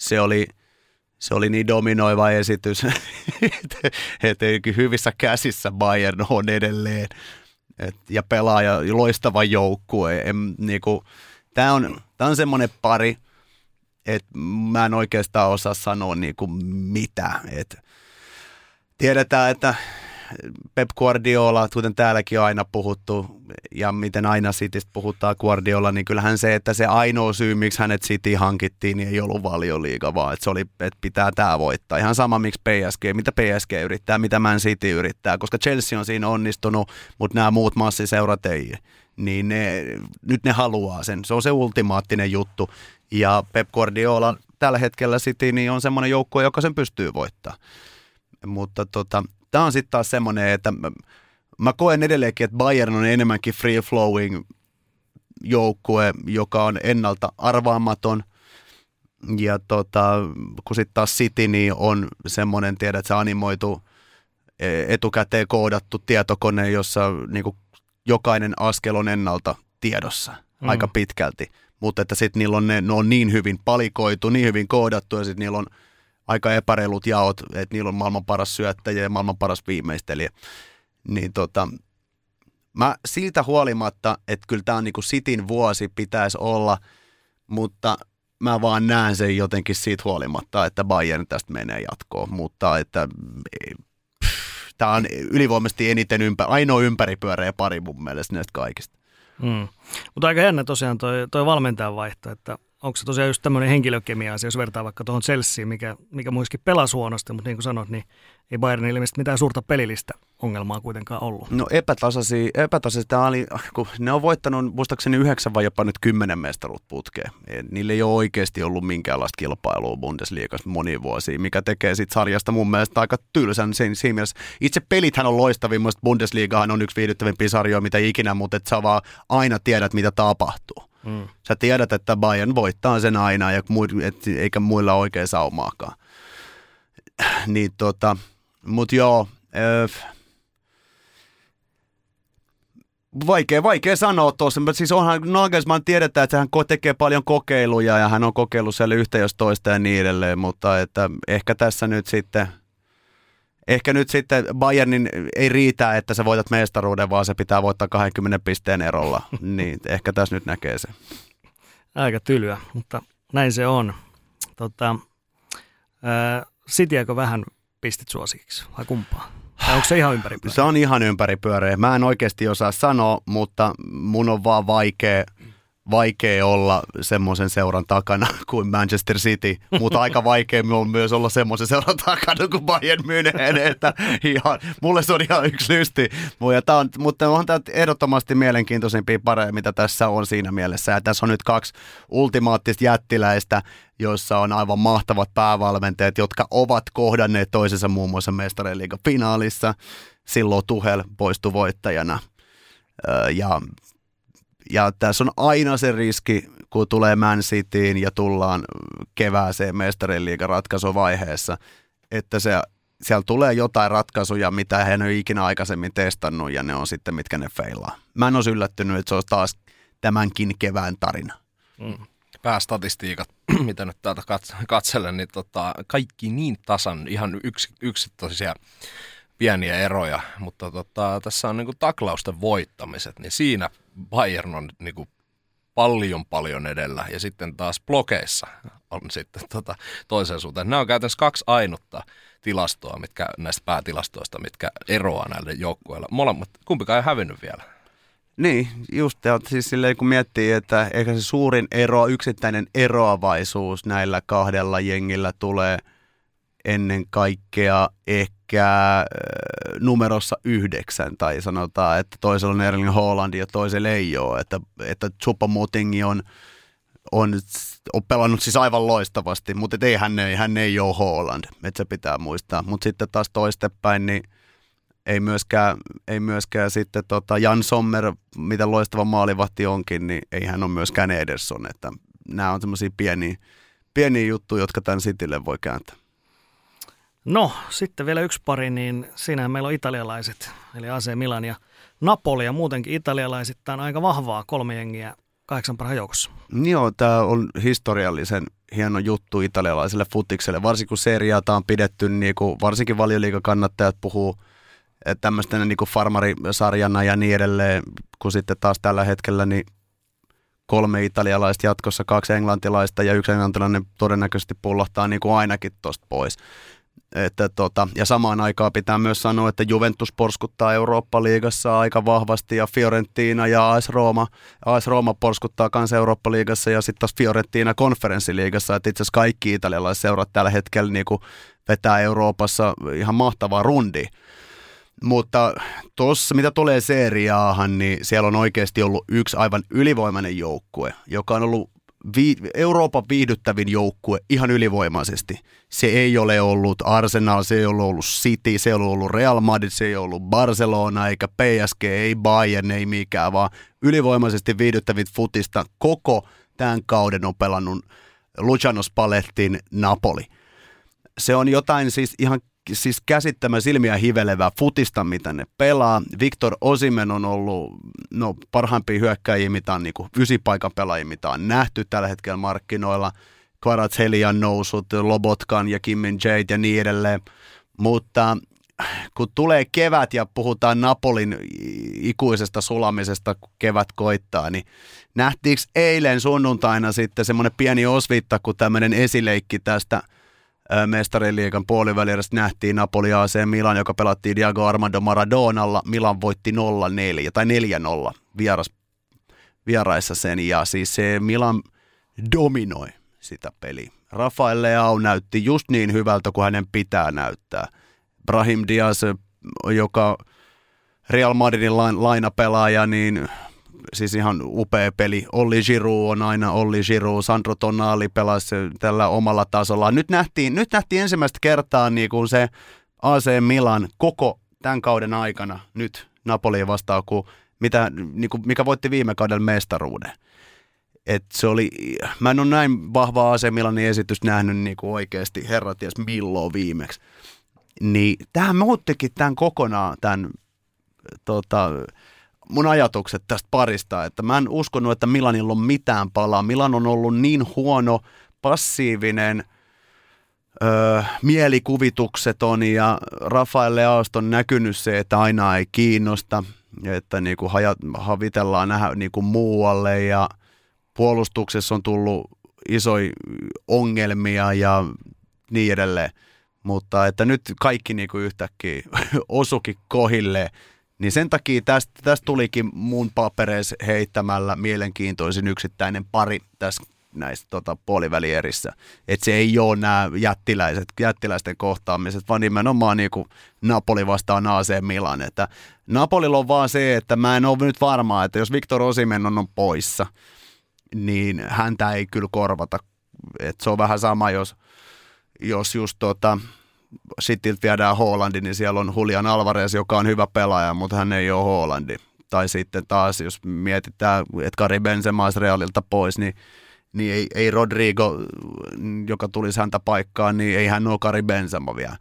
Speaker 3: Se oli niin dominoiva esitys, että hyvissä käsissä Bayern on edelleen. Ja pelaaja, loistava joukkue. Tämä on semmoinen pari, että mä en oikeastaan osaa sanoa mitä. Tiedetään, että Pep Guardiola, kuten täälläkin on aina puhuttu, ja miten aina Citystä puhutaan Guardiola, niin kyllähän se, että se ainoa syy, miksi hänet City hankittiin, niin ei ollut Valioliiga, vaan että se oli, että pitää tämä voittaa. Ihan sama, miksi mitä PSG yrittää, mitä Man City yrittää, koska Chelsea on siinä onnistunut, mutta nämä muut massiseurat ei. Niin nyt ne haluaa sen. Se on se ultimaattinen juttu. Ja Pep Guardiola tällä hetkellä City niin on semmoinen joukkue, joka sen pystyy voittamaan. Mutta tämä on sitten taas semmoinen, että mä koen edelleenkin, että Bayern on enemmänkin free-flowing joukkue, joka on ennalta arvaamaton. Ja kun sitten taas City niin on semmoinen, tiedät, että se animoitu etukäteen koodattu tietokone, jossa niinku jokainen askel on ennalta tiedossa aika pitkälti. Mutta että sitten niillä on ne on niin hyvin palikoitu, niin hyvin koodattu ja sitten niillä on aika epäreilut jaot, että niillä on maailman paras syöttäjä ja maailman paras viimeistelijä. Niin mä siltä huolimatta, että kyllä tämä on niinku Cityn vuosi pitäisi olla, mutta mä vaan näen sen jotenkin siitä huolimatta, että Bayern tästä menee jatkoon, mutta että tämä on ylivoimaisesti eniten ainoa ympäripyöreä pari mun mielestä näistä kaikista.
Speaker 2: Mutta aika jännä tosiaan toi valmentajan vaihto, että onko se tosiaan just tämmöinen henkilökemia-asia, jos vertaa vaikka tuohon Chelseaan, mikä muiskin pelasi huonosti, mutta niin kuin sanot, niin ei Bayernilla ilmeisesti mitään suurta pelillistä ongelmaa kuitenkaan ollut.
Speaker 3: No epätasaisia tämä oli, kun ne on voittanut muistaakseni 9 vai jopa nyt 10 mestaruutta putkeen. Niillä ei ole oikeasti ollut minkäänlaista kilpailua Bundesliigassa moniin vuosiin, mikä tekee siitä sarjasta mun mielestä aika tylsän siinä mielessä. Itse pelithän on loistavia, mun Bundesliigahan on yksi viihdyttävimpiä sarjoja mitä ikinä, mutta et sä vaan aina tiedät mitä tapahtuu. Sä tiedät, että Bayern voittaa sen aina, eikä muilla oikein saumaakaan. Niin mut joo, vaikea sanoa tuossa. Siis onhan Nagelsmann tiedetään, että hän tekee paljon kokeiluja ja hän on kokeillut siellä yhtä jos toista ja niin edelleen, mutta että ehkä nyt sitten Bayernin ei riitä, että sä voitat mestaruuden, vaan se pitää voittaa 20 pisteen erolla. Niin ehkä tässä nyt näkee se.
Speaker 2: Aika tylyä, mutta näin se on. Cityäkö vähän pistit suosikiksi vai kumpaa? Tai onko se ihan ympäripyöreä?
Speaker 3: Se on ihan ympäripyöreä. Mä en oikeasti osaa sanoa, mutta mun on vaan vaikea olla semmoisen seuran takana kuin Manchester City, mutta aika vaikea on myös olla semmoisen seuran takana kuin Bayern München, että mulle se on ihan yksi lysti. Mutta on tämä ehdottomasti mielenkiintoisimpia pareja, mitä tässä on siinä mielessä. Ja tässä on nyt 2 ultimaattista jättiläistä, joissa on aivan mahtavat päävalmentajat, jotka ovat kohdanneet toisensa muun muassa Mestarien liigan finaalissa. Silloin Tuchel poistui voittajana. Ja tässä on aina se riski, kun tulee Man Cityin ja tullaan kevääseen Mestarien liigan ratkaisuvaiheessa, että siellä tulee jotain ratkaisuja, mitä hän ei ole ikinä aikaisemmin testannut, ja ne on sitten, mitkä ne feilaa. Mä en olisi yllättynyt, että se olisi taas tämänkin kevään tarina.
Speaker 1: Päästatistiikat, mitä nyt täältä katselen, niin kaikki niin tasan, ihan yksittäisiä pieniä eroja, mutta tässä on niinku taklausten voittamiset, niin siinä Bayern on niinku paljon edellä, ja sitten taas blokeissa on sitten toiseen suuntaan. Nämä on käytännössä 2 ainutta tilastoa, näistä päätilastoista, mitkä eroaa näille joukkueilla. Molemmat, kumpikaan ei hävinnyt vielä.
Speaker 3: Niin, just siis silleen kun miettii, että ehkä se suurin yksittäinen eroavaisuus näillä 2 jengillä tulee ennen kaikkea ehkä numerossa 9, tai sanotaan, että toisella on Erling Haaland ja toisella ei ole, että Choupo-Moting on pelannut siis aivan loistavasti, mutta hän ei ole Haaland, että se pitää muistaa, mutta sitten taas toistepäin, niin ei myöskään sitten Jan Sommer, mitä loistava maalivahti onkin, niin ei hän ole myöskään Ederson, että nämä on semmoisia pieniä juttuja, jotka tämän Citylle voi kääntää.
Speaker 2: No, sitten vielä yksi pari, niin siinähän meillä on italialaiset, eli AC Milan ja Napoli, ja muutenkin italialaisittain aika vahvaa 3 jengiä 8 parhaan joukossa. Joo,
Speaker 3: tämä on historiallisen hieno juttu italialaiselle futikselle, varsinkin kun seriaata on pidetty, niin kuin, varsinkin Valioliigan-kannattajat puhuu tämmöisenä niin kuin farmarisarjana ja niin edelleen, kun sitten taas tällä hetkellä niin 3 italialaista jatkossa, 2 englantilaista ja 1 englantilainen todennäköisesti pullahtaa niin kuin ainakin tuosta pois. Ja samaan aikaan pitää myös sanoa, että Juventus porskuttaa Eurooppa-liigassa aika vahvasti ja Fiorentina ja AS Roma porskuttaa kanssa Eurooppa-liigassa ja sitten taas Fiorentina konferenssiliigassa. Että itse asiassa kaikki italialaiset seurat tällä hetkellä niin kuin vetää Euroopassa ihan mahtavaa rundia. Mutta tuossa, mitä tulee seriaahan, niin siellä on oikeasti ollut yksi aivan ylivoimainen joukkue, joka on ollut Euroopan viihdyttävin joukkue ihan ylivoimaisesti. Se ei ole ollut Arsenal, se ei ole ollut City, se ei ole ollut Real Madrid, se ei ole ollut Barcelona, eikä PSG, ei Bayern, ei mikään, vaan ylivoimaisesti viihdyttävin futista koko tämän kauden on pelannut Luciano Spallettin Napoli. Se on jotain siis käsittämään silmiä hivelevää futista, mitä ne pelaa. Victor Osimhen on ollut parhaimpia hyökkäjiä, mitä on 9 paikan pelaajia, mitä on nähty tällä hetkellä markkinoilla. Kvaratskhelia on noussut, Lobotkan ja Kim Min-jae ja niin edelleen. Mutta kun tulee kevät ja puhutaan Napolin ikuisesta sulamisesta, kun kevät koittaa, niin nähtiinkö eilen sunnuntaina sitten semmoinen pieni osviitta, kun tämmöinen esileikki tästä Mestarien liigan puolivälierästä nähtiin Napoli AC Milan, joka pelattiin Diego Armando Maradonalla. Milan voitti 0-4 tai 4-0 vieraissa sen, ja siis se Milan dominoi sitä peliä. Rafael Leao näytti just niin hyvältä kuin hänen pitää näyttää. Brahim Diaz, joka Real Madridin lainapelaaja, niin siis ihan upea peli. Olli Giroud on aina Olli Giroud. Sandro Tonali pelasi tällä omalla tasolla. Nyt nähtiin ensimmäistä kertaa niin kuin se AC Milan koko tämän kauden aikana nyt Napoliin vastaan, mikä voitti viime kauden mestaruuden. se oli, mä en ole näin vahvaa AC Milanin esitystä nähnyt niin kuin oikeasti herraties milloin viimeksi. Niin tämähän muuttikin tämän kokonaan, mun ajatukset tästä parista, että mä en uskonut, että Milanilla on mitään palaa. Milan on ollut niin huono, passiivinen, mielikuvitukseton ja Rafael Leaosta on näkynyt se, että aina ei kiinnosta, että niinku havitellaan nähdä niinku muualle ja puolustuksessa on tullut isoja ongelmia ja niin edelleen. Mutta että nyt kaikki niinku yhtäkkiä osukin kohille, niin sen takia tästä tulikin mun papereissa heittämällä mielenkiintoisin yksittäinen pari tässä näissä puolivälierissä. Että se ei ole nämä jättiläisten kohtaamiset, vaan nimenomaan niin kuin Napoli vastaan AC Milan. Että Napolilla on vaan se, että mä en ole nyt varma, että jos Victor Osimhen on poissa, niin häntä ei kyllä korvata. Että se on vähän sama, jos just Cityltä viedään Haalandi, niin siellä on Julian Alvarez, joka on hyvä pelaaja, mutta hän ei ole Haalandi. Tai sitten taas, jos mietitään, että Karim Benzema olisi Realilta pois, niin ei Rodrigo, joka tulisi häntä paikkaan, niin ei hän ole Karim Benzema vielä.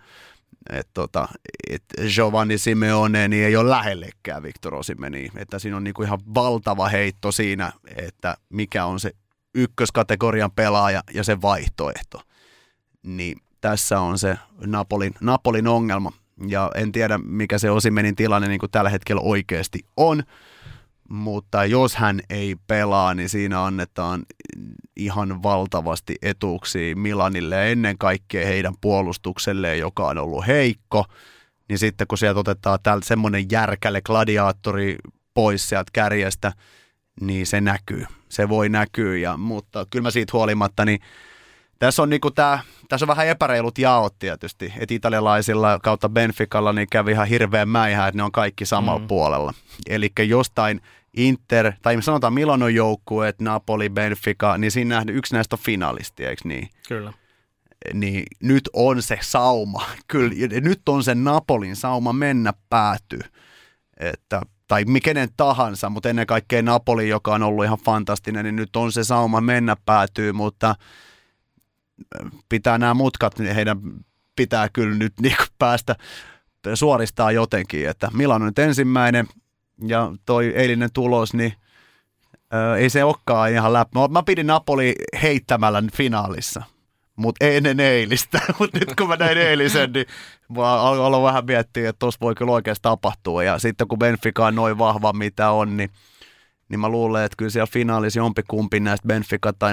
Speaker 3: Giovanni Simeone niin ei ole lähellekään Victor Osimhenia. Että siinä on niinku ihan valtava heitto siinä, että mikä on se ykköskategorian pelaaja ja se vaihtoehto. Niin tässä on se Napolin ongelma, ja en tiedä mikä se Osimhenin tilanne niin kuin tällä hetkellä oikeasti on, mutta jos hän ei pelaa, niin siinä annetaan ihan valtavasti etuuksia Milanille ja ennen kaikkea heidän puolustukselleen, joka on ollut heikko, niin sitten kun sieltä otetaan täältä semmoinen järkälle gladiaattori pois sieltä kärjestä, niin se näkyy, se voi näkyä, mutta kyllä mä siitä huolimatta, niin tässä on vähän epäreilut jaot tietysti, että italialaisilla kautta Benficalla niin kävi ihan hirveän mäihä, että ne on kaikki samalla puolella. Eli jostain Inter, tai sanotaan Milanon joukkueet, Napoli, Benfica, niin siinä yksi näistä on finalisti, eikö niin?
Speaker 2: Kyllä.
Speaker 3: Niin nyt on se sauma, kyllä, nyt on se Napolin sauma mennä päätyy, tai kenen tahansa, mutta ennen kaikkea Napoli, joka on ollut ihan fantastinen, niin nyt on se sauma mennä päätyy, mutta pitää nämä mutkat, niin heidän pitää kyllä nyt niin päästä suoristaa jotenkin, että Milan on nyt ensimmäinen ja toi eilinen tulos, niin ei se olekaan ihan läpi. Mä pidin Napoli heittämällä finaalissa, mutta ennen eilistä, mutta nyt kun mä näin eilisen, niin mä aloin vähän miettiä, että tuossa voi kyllä oikeasti tapahtua ja sitten kun Benfica on noin vahva mitä on, niin mä luulen, että kyllä siellä finaalissa jompikumpi näistä Benfica tai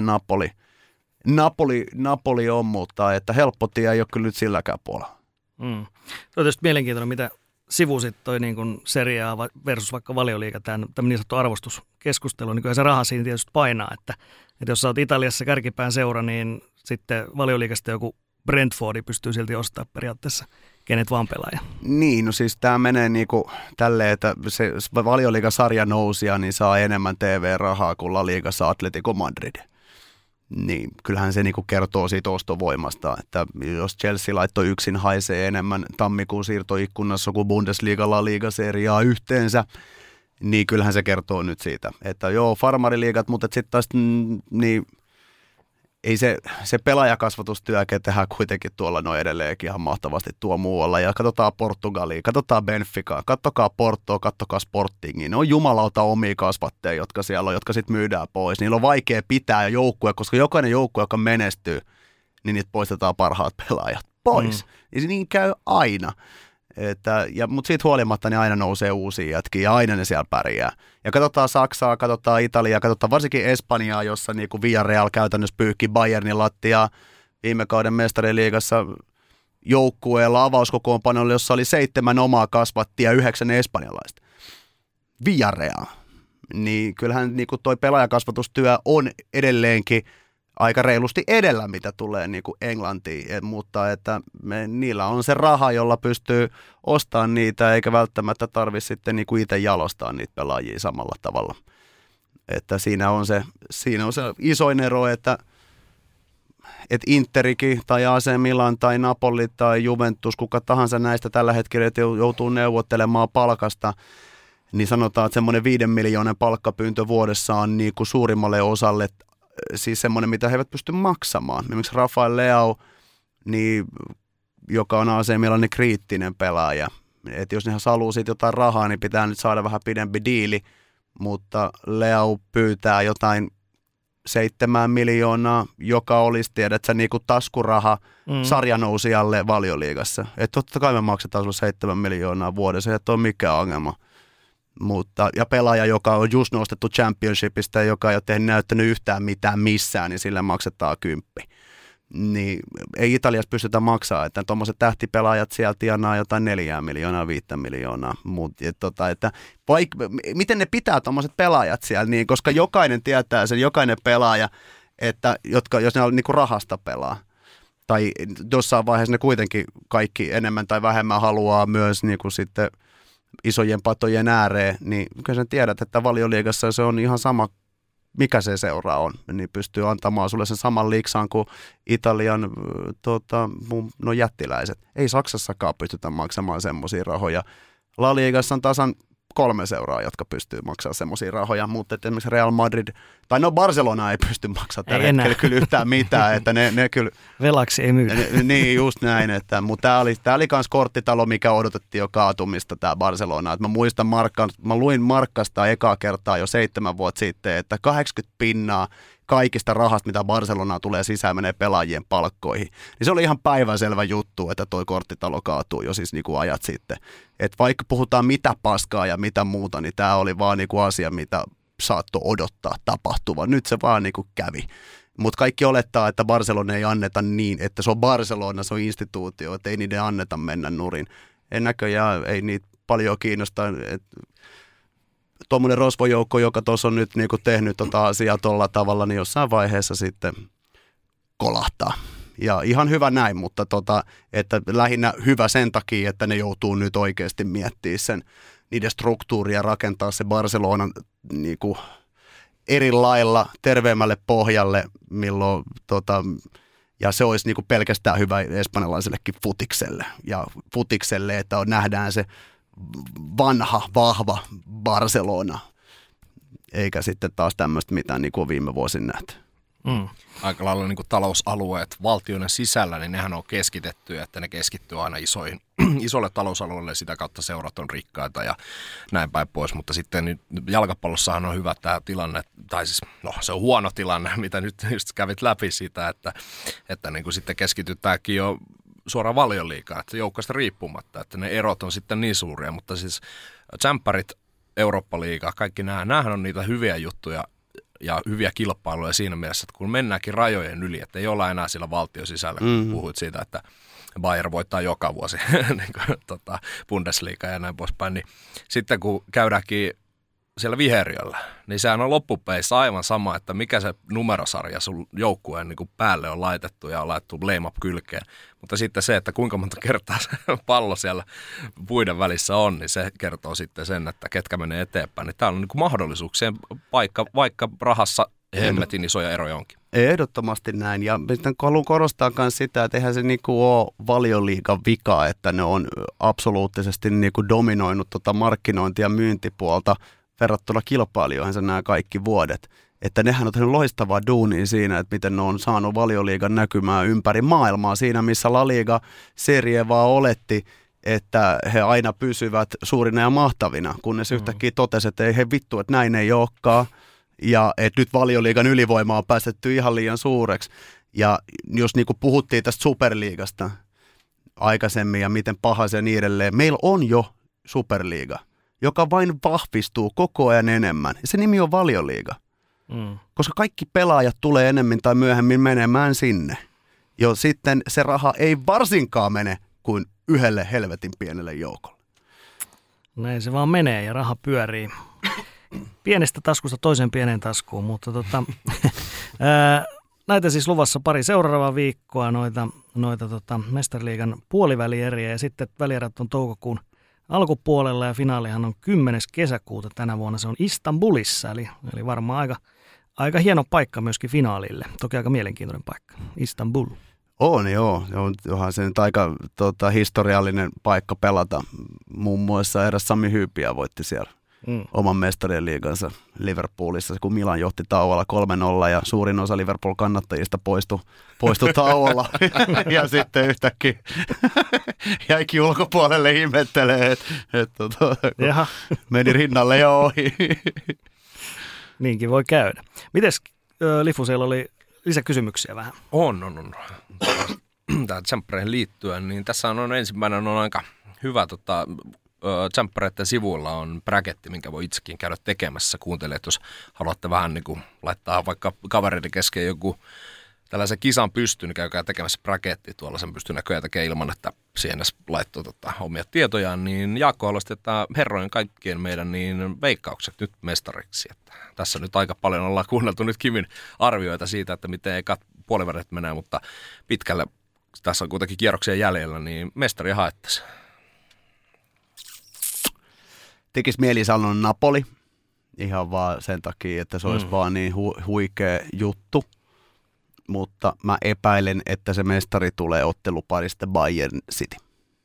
Speaker 3: Napoli on, mutta että helppo tie ei ole kyllä nyt silläkään puolella.
Speaker 2: Tuo on tietysti mielenkiintoinen, mitä sivusit toi niin kuin Serie A versus vaikka Valioliiga, tämä niin sanottu arvostuskeskustelu, niin kyllä se raha siinä tietysti painaa, että jos sä oot Italiassa kärkipään seura, niin sitten Valioliigasta joku Brentfordi pystyy silti ostamaan periaatteessa kenet vaan pelaaja. Niin,
Speaker 3: no siis tämä menee niinku tälleen, että se Valioliiga-sarja nousia, niin saa enemmän TV-rahaa kuin La Ligassa Atletico Madrid. Niin, kyllähän se niinku kertoo siitä ostovoimasta, että jos Chelsea laittoi yksin haisee enemmän tammikuun siirtoikkunassa kuin Bundesliga, La Liga, Serie A yhteensä, niin kyllähän se kertoo nyt siitä, että joo, farmariliigat, mutta sitten taas niin ei se pelaajakasvatustyökin tehdään kuitenkin tuolla noin edelleenkin ihan mahtavasti tuo muualla. Ja katsotaan Portugalia, katsotaan Benficaa, katsokaa Portoa, katsokaa Sportingia. Ne on jumalauta omia kasvatteja, jotka siellä on, jotka sitten myydään pois. Niillä on vaikea pitää joukkue, koska jokainen joukkue, joka menestyy, niin niitä poistetaan parhaat pelaajat pois. Ja se niin käy aina. Mutta siitä huolimatta niin aina nousee uusia jätkiä ja aina ne siellä pärjää. Ja katsotaan Saksaa, katsotaan Italiaa, katsotaan varsinkin Espanjaa, jossa niin kuin Villarreal käytännössä pyyhki Bayernin lattiaa viime kauden mestariliigassa joukkueella avauskokoonpanolla, jossa oli 7 omaa kasvattia ja 9 espanjalaista. Villarreal. Niin kyllähän niin kuin toi pelaajakasvatustyö on edelleenkin aika reilusti edellä, mitä tulee niin kuin Englantiin, mutta että niillä on se raha, jolla pystyy ostamaan niitä, eikä välttämättä tarvitse sitten niin kuin itse jalostaa niitä pelaajia samalla tavalla. Että siinä on se isoin ero, että Interikin tai AC Milan tai Napoli tai Juventus, kuka tahansa näistä tällä hetkellä joutuu neuvottelemaan palkasta, niin sanotaan, että semmoinen 5 miljoonan palkkapyyntö vuodessa on niin kuin suurimmalle osalle siis semmoinen, mitä he eivät pysty maksamaan. Esimerkiksi Rafael Leao, niin, joka on AC Milanin kriittinen pelaaja. Että jos ne haluaa siitä jotain rahaa, niin pitää nyt saada vähän pidempi diili, mutta Leao pyytää jotain 7 miljoonaa, joka olisi, tiedätkö, niin kuin taskuraha sarjanousijalle Valioliigassa. Että totta kai me maksetaan sulle 7 miljoonaa vuodessa, ei ole mikään ongelma. Mutta, ja pelaaja, joka on just nostettu championshipista, joka ei ole näyttänyt yhtään mitään missään, niin sille maksetaan 10. Niin ei Italiassa pystytä maksaa, että tuommoiset tähtipelaajat sieltä tienaa jotain 4 miljoonaa, 5 miljoonaa. Miten ne pitää tuommoiset pelaajat siellä, niin, koska jokainen tietää sen, jokainen pelaaja, että jos ne on niin kuin rahasta pelaa, tai jossain vaiheessa ne kuitenkin kaikki enemmän tai vähemmän haluaa myös niin kuin sitten isojen patojen ääreen, niin kyllä sen tiedät, että Valioliigassa se on ihan sama, mikä se seura on, niin pystyy antamaan sulle sen saman liiksaan kuin Italian jättiläiset. Ei Saksassakaan pystytä maksamaan semmoisia rahoja. La Ligassa on tasan 3 seuraa, jotka pystyy maksamaan semmoisia rahoja, mutta esimerkiksi Real Madrid, tai Barcelona ei pysty maksamaan tällä hetkellä kyllä yhtään mitään, että ne kyllä...
Speaker 2: Velaksi ei myydä.
Speaker 3: Niin, just näin, mutta tämä oli myös korttitalo, mikä odotettiin jo kaatumista, tämä Barcelona. Että mä muistan, mä luin Markkasta ekaa kertaa jo 7 vuotta sitten, että 80% kaikista rahasta, mitä Barcelonaa tulee sisään, menee pelaajien palkkoihin. Niin se oli ihan päivänselvä juttu, että toi korttitalo kaatuu jo siis niinku ajat sitten. Että vaikka puhutaan mitä paskaa ja mitä muuta, niin tämä oli vaan niinku asia, mitä saattoi odottaa tapahtuvan. Nyt se vaan niinku kävi. Mutta kaikki olettaa, että Barcelona ei anneta niin, että se on Barcelona, se on instituutio, että ei niiden anneta mennä nurin. En näköjään, ei niitä paljon kiinnosta. Tuommoinen rosvojoukko, joka tuossa on nyt niinku tehnyt asiaa tuolla tavalla, niin jossain vaiheessa sitten kolahtaa. Ja ihan hyvä näin, mutta että lähinnä hyvä sen takia, että ne joutuu nyt oikeasti miettimään sen niiden struktuuria, rakentaa se Barcelonan niinku eri lailla terveemmälle pohjalle, milloin ja se olisi niinku pelkästään hyvä espanjalaisellekin futikselle, että nähdään se vanha, vahva Barcelona, eikä sitten taas tämmöistä mitään niin kuin viime vuosin nähty.
Speaker 1: Aika lailla niin kuin talousalueet valtioiden sisällä, niin nehän on keskitetty, että ne keskittyy aina isolle talousalueelle ja sitä kautta seurat on rikkaita ja näin päin pois. Mutta sitten nyt jalkapallossahan on hyvä tämä tilanne, tai siis se on huono tilanne, mitä nyt just kävit läpi sitä, että niin kuin sitten keskitytäänkin jo suoraan Valioliigaan, että joukkoista riippumatta, että ne erot on sitten niin suuria, mutta siis tsemppärit, Eurooppa-liiga, kaikki näähän on niitä hyviä juttuja ja hyviä kilpailuja siinä mielessä, että kun mennäänkin rajojen yli, että ei olla enää sillä valtion sisällä, kun puhuit siitä, että Bayern voittaa joka vuosi Bundesliga ja näin poispäin, niin sitten kun käydäänkin siellä viheriöllä, niin sehän on loppupeissa aivan sama, että mikä se numerosarja sun joukkueen niin kuin päälle on laitettu ja on laitettu blame up kylkeen. Mutta sitten se, että kuinka monta kertaa se pallo siellä puiden välissä on, niin se kertoo sitten sen, että ketkä menee eteenpäin. Niin tämä on niin kuin mahdollisuuksien paikka, vaikka rahassa hemmetin isoja eroja onkin.
Speaker 3: Ehdottomasti näin. Ja haluan korostaa myös sitä, että eihän se niinku ole Valioliigan vika, että ne on absoluuttisesti niinku dominoinut markkinointia ja myyntipuolta verrattuna kilpailijoihin nämä kaikki vuodet. Että nehän on tehnyt loistavaa duunia siinä, että miten ne on saanut Valioliigan näkymään ympäri maailmaa. Siinä, missä La Liga Serie vaan oletti, että he aina pysyvät suurina ja mahtavina, kunnes yhtäkkiä totesi, että ei he vittu, että näin ei olekaan. Ja että nyt Valioliigan ylivoima on päästetty ihan liian suureksi. Ja jos niin kuin puhuttiin tästä Superliigasta aikaisemmin ja miten paha se niin edelleen, meillä on jo Superliiga, joka vain vahvistuu koko ajan enemmän. Se nimi on Valioliiga, koska kaikki pelaajat tulee enemmän tai myöhemmin menemään sinne. Jo sitten se raha ei varsinkaan mene kuin yhdelle helvetin pienelle joukolle.
Speaker 2: Näin se vaan menee ja raha pyörii pienestä taskusta toiseen pieneen taskuun, mutta näitä siis luvassa pari seuraavaa viikkoa, noita Mestariliigan puolivälieriä ja sitten välierät on toukokuun alkupuolella ja finaalihan on 10. kesäkuuta tänä vuonna. Se on Istanbulissa, eli varmaan aika hieno paikka myöskin finaalille. Toki aika mielenkiintoinen paikka, Istanbul.
Speaker 3: On joo, onhan se nyt aika historiallinen paikka pelata. Muun muassa eräs Sami Hyypiä voitti siellä oman mestarien liigansa Liverpoolissa, kun Milan johti tauolla 3-0 ja suurin osa Liverpool-kannattajista poistui tauolla ja sitten yhtäkkiä jäikin ulkopuolelle ihmettelee, että meni rinnalle ja ohi.
Speaker 2: Niinkin voi käydä. Mites Lifu, siellä oli lisäkysymyksiä vähän?
Speaker 1: On. Tähän tsemppäreihin liittyen, niin tässä on ensimmäinen on aika hyvä tsemppäreiden sivuilla on braketti, minkä voi itsekin käydä tekemässä. Kuuntele, että jos haluatte vähän niin kuin laittaa vaikka kavereiden kesken joku tällaisen kisan pystyyn, niin käykää tekemässä braketti. Tuolla sen pystyy näköjään tekemään ilman, että siihen laittoi omia tietojaan. Niin Jaakko haluaisi, että herrojen kaikkien meidän niin veikkaukset nyt mestariksi. Että tässä nyt aika paljon ollaan kuunneltu nyt Kimin arvioita siitä, että miten ekat puolivärit menee, mutta pitkälle tässä on kuitenkin kierroksia jäljellä, niin mestari haettaisiin.
Speaker 3: Tekisi mieli sanoa Napoli, ihan vaan sen takia, että se olisi vaan niin huikea juttu, mutta mä epäilen, että se mestari tulee otteluparista Bayern City.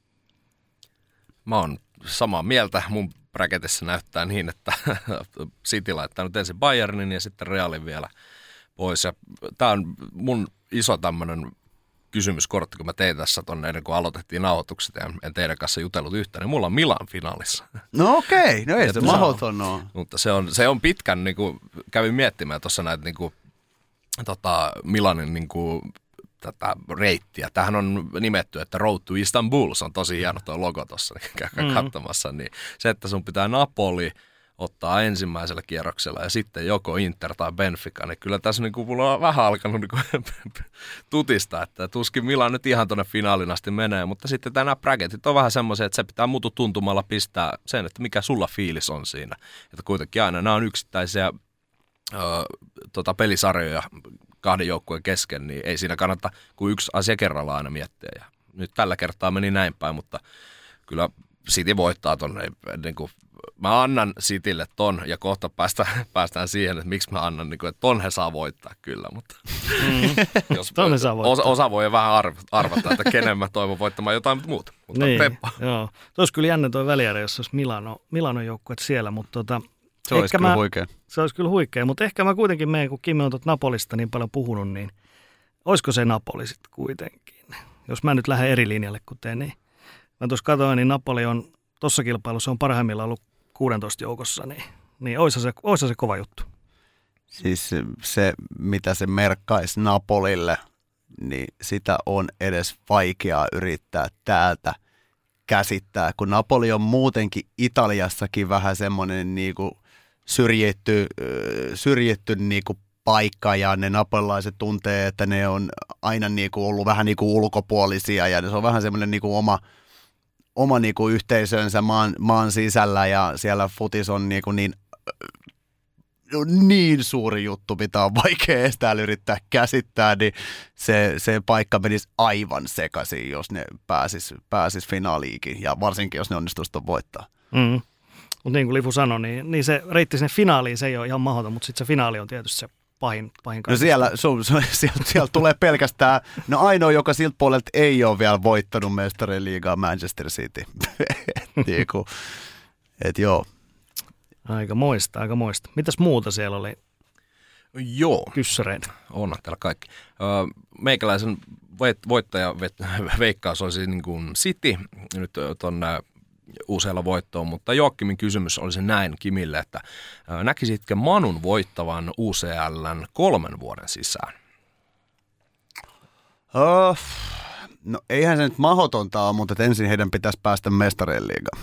Speaker 1: Mä oon samaa mieltä, mun bracketissa näyttää niin, että City laittaa nyt ensin Bayernin ja sitten Realin vielä pois. Ja tää on mun iso tämmönen kysymyskortti, kun mä tein tässä tonne ennen kuin aloitettiin nauhoitukset ja en teidän kanssa jutellut yhtään, niin mulla on Milan finaalissa.
Speaker 3: No okei, no ei se mahdoton ole.
Speaker 1: Mutta se on pitkän, niin kuin kävin miettimään tuossa näitä niin kuin, Milanin niin kuin, tätä reittiä. Tämähän on nimetty, että Road to Istanbul, se on tosi hieno tuo logo tuossa, niin käykää katsomassa. Niin se, että sun pitää Napoli ottaa ensimmäisellä kierroksella ja sitten joko Inter tai Benfica, niin kyllä tässä niin mulla on vähän alkanut niin tutista, että tuskin Milan nyt ihan tuonne finaalin asti menee, mutta sitten nämä bracketit on vähän semmoisia, että se pitää mutu tuntumalla pistää sen, että mikä sulla fiilis on siinä. Että kuitenkin aina nämä on yksittäisiä pelisarjoja kahden joukkueen kesken, niin ei siinä kannata kuin yksi asia kerralla aina miettiä. Ja nyt tällä kertaa meni näin päin, mutta kyllä City voittaa tuonne niin kuin mä annan Citylle ton ja kohta päästään siihen, että miksi mä annan, niin kuin, että ton he saa voittaa kyllä, mutta jos osa voi vähän arvata, että kenen mä toivon voittamaan jotain muuta. Mutta
Speaker 2: niin, joo. Tuo olisi kyllä jännä toi väliäri, jos olisi Milanon joukkueet siellä, mutta
Speaker 3: se olisi kyllä huikea.
Speaker 2: Se olisi kyllä huikea, mutta ehkä mä kuitenkin menen, kun Kimi on tuota Napolista niin paljon puhunut, niin olisiko se Napoli sitten kuitenkin? Jos mä nyt lähden eri linjalle kuin te, niin mä tuossa katsoin, niin Napoli on tuossa kilpailussa on parhaimmillaan ollut 16 joukossa, niin olisi se kova juttu.
Speaker 3: Siis se, mitä se merkkaisi Napolille, niin sitä on edes vaikeaa yrittää täältä käsittää, kun Napoli on muutenkin Italiassakin vähän semmoinen niinku syrjitty niinku paikka, ja ne napolilaiset tuntee, että ne on aina niinku ollut vähän niinku ulkopuolisia, ja se on vähän semmoinen niinku oma niinku yhteisönsä maan sisällä, ja siellä futis on niinku niin suuri juttu, mitä on vaikea edes täällä yrittää käsittää, niin se paikka menisi aivan sekaisin, jos ne pääsis finaaliikin, ja varsinkin, jos ne onnistuisi voittaa.
Speaker 2: Mutta niin kuin Lifu sanoi, niin se reitti sinne finaaliin, se ei ole ihan mahdoton, mutta sitten se finaali on tietysti se pahin
Speaker 3: no siellä tulee pelkästään, no ainoa, joka siltä puolelta ei ole vielä voittanut mestarien liigaa, Manchester City. Et joo.
Speaker 2: Aika moista. Mitäs muuta siellä oli?
Speaker 1: Joo.
Speaker 2: Kyssäreitä.
Speaker 1: Onhan täällä kaikki. Meikäläisen voittaja veikkaus olisi niin kuin City nyt tuonne useilla voittoon, mutta Joakimin kysymys olisi näin Kimille, että näkisitkö Manun voittavan UCL:n 3 vuoden sisään?
Speaker 3: No eihän se nyt mahdotonta ole, mutta ensin heidän pitäisi päästä mestarien liigaan.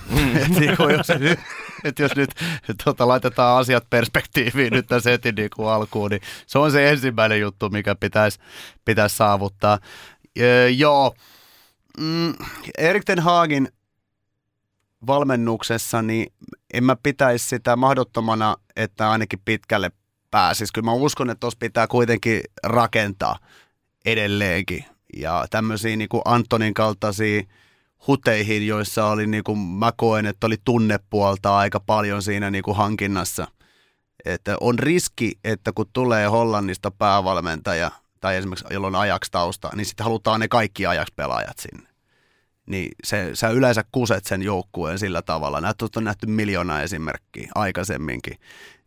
Speaker 3: Jos nyt laitetaan asiat perspektiiviin nyt tässä heti niin kuin alkuun, niin se on se ensimmäinen juttu, mikä pitäisi saavuttaa. Joo, Erik ten Hagin valmennuksessa, niin en mä pitäisi sitä mahdottomana, että ainakin pitkälle pääsisi. Kyllä mä uskon, että tuossa pitää kuitenkin rakentaa edelleenkin. Ja tämmöisiä niin kuin Antonin kaltaisia huteihin, joissa oli, niin kuin mä koen, että oli tunnepuolta aika paljon siinä niin kuin hankinnassa. Että on riski, että kun tulee Hollannista päävalmentaja, tai esimerkiksi jolla on Ajax-tausta, niin sitten halutaan ne kaikki Ajax-pelaajat sinne. niin sä yleensä kuset sen joukkueen sillä tavalla. Näitä on nähty miljoona esimerkkiä aikaisemminkin.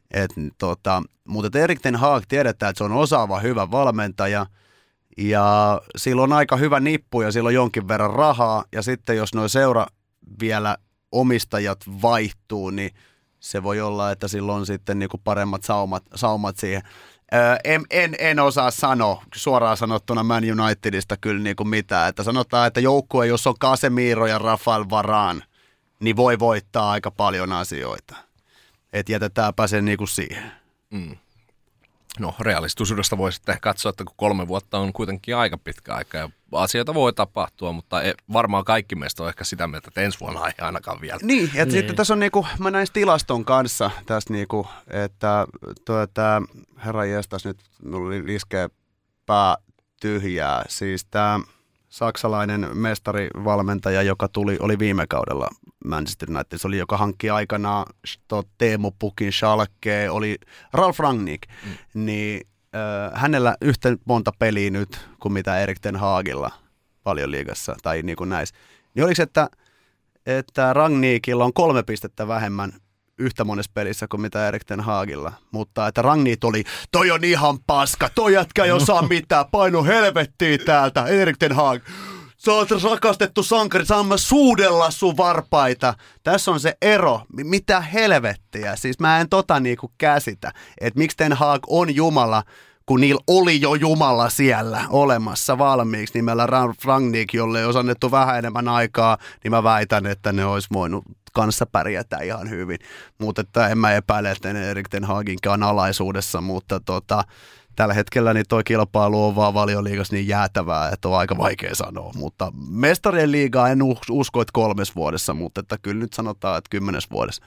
Speaker 3: Mutta Erik ten Hag tiedetään, että se on osaava, hyvä valmentaja ja sillä on aika hyvä nippu ja sillä on jonkin verran rahaa ja sitten jos nuo seura vielä omistajat vaihtuu, niin se voi olla, että sillä on sitten niinku paremmat saumat siihen. En osaa sanoa suoraan sanottuna Man Unitedista kyllä niinku mitään, että sanotaan, että joukkue, jos on Casemiro ja Rafael Varane, niin voi voittaa aika paljon asioita. Että jätetäänpä sen niinku siihen.
Speaker 1: No realistisuudesta voi sitten katsoa, että kun 3 vuotta on kuitenkin aika pitkä aika ja asioita voi tapahtua, mutta varmaan kaikki meistä on ehkä sitä mieltä, että ensi vuonna ei ainakaan vielä.
Speaker 3: Niin, että sitten tässä on niinku, mä näin tilaston kanssa tässä niinku, että herra jestas nyt mulla iskee pää tyhjää, siis tämä saksalainen mestarivalmentaja, joka oli viime kaudella Manchester United, se oli joka hankki aikanaan Teemu Pukin Schalke, oli Ralf Rangnick, niin hänellä yhtä monta peliä nyt kuin mitä Erik ten Hagilla Valioliigassa tai niin kuin näissä. Niin oliko että Rangnickilla on 3 pistettä vähemmän yhtä monessa pelissä kuin mitä Erik ten Hagilla, mutta että Rangnick oli, toi on ihan paska, toi jätkä ei osaa mitään, painu helvettiin täältä, Erik ten Hag. Sä oot rakastettu sankari, saamme suudella sun varpaita. Tässä on se ero, mitä helvettiä. Siis mä en niinku käsitä, että miksi ten Hag on Jumala, kun niillä oli jo Jumala siellä olemassa valmiiksi nimellä Rangnick, jolle ei olisi annettu vähän enemmän aikaa, niin mä väitän, että ne olisi voinut kanssa pärjätä ihan hyvin. Mutta että en mä epäile, että Erik ten Haginkaan alaisuudessa, mutta tällä hetkellä niin toi kilpailu on vaan Valioliigassa niin jäätävää, että on aika vaikea sanoa. Mutta mestarien liigaa en usko, että 3 vuodessa, mutta että kyllä nyt sanotaan, että 10 vuodessa.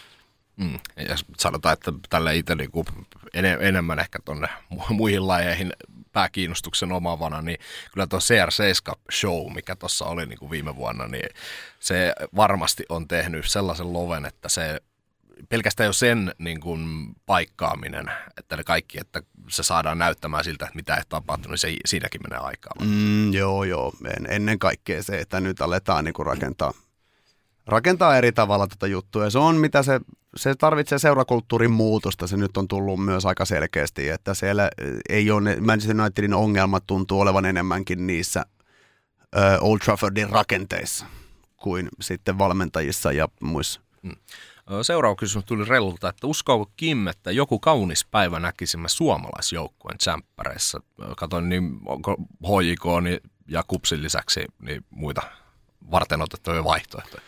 Speaker 1: Ja sanotaan, että tällä itse niinku enemmän ehkä tuonne muihin lajeihin pääkiinnostuksen omaavana, niin kyllä tuo CR7-show, mikä tuossa oli niinku viime vuonna, niin se varmasti on tehnyt sellaisen loven, että se pelkästään jo sen niin kuin paikkaaminen, että ne kaikki, että se saadaan näyttämään siltä, että mitä ei tapahtunut, niin siinäkin menee aikaa.
Speaker 3: Joo. Ennen kaikkea se, että nyt aletaan niin kuin rakentaa eri tavalla tätä juttua. Ja se on, mitä se tarvitsee seurakulttuurin muutosta. Se nyt on tullut myös aika selkeästi, että siellä ei ole, Manchester Unitedin ongelmat tuntuu olevan enemmänkin niissä Old Traffordin rakenteissa kuin sitten valmentajissa ja muissa.
Speaker 1: Seuraava kysymys tuli Rellulta, että uskoako Kim, että joku kaunis päivä näkisimme suomalaisjoukkueen tsemppäreissä? Katoin, niin onko HJK ja KuPSin lisäksi niin muita varten otettuja vaihtoehtoja?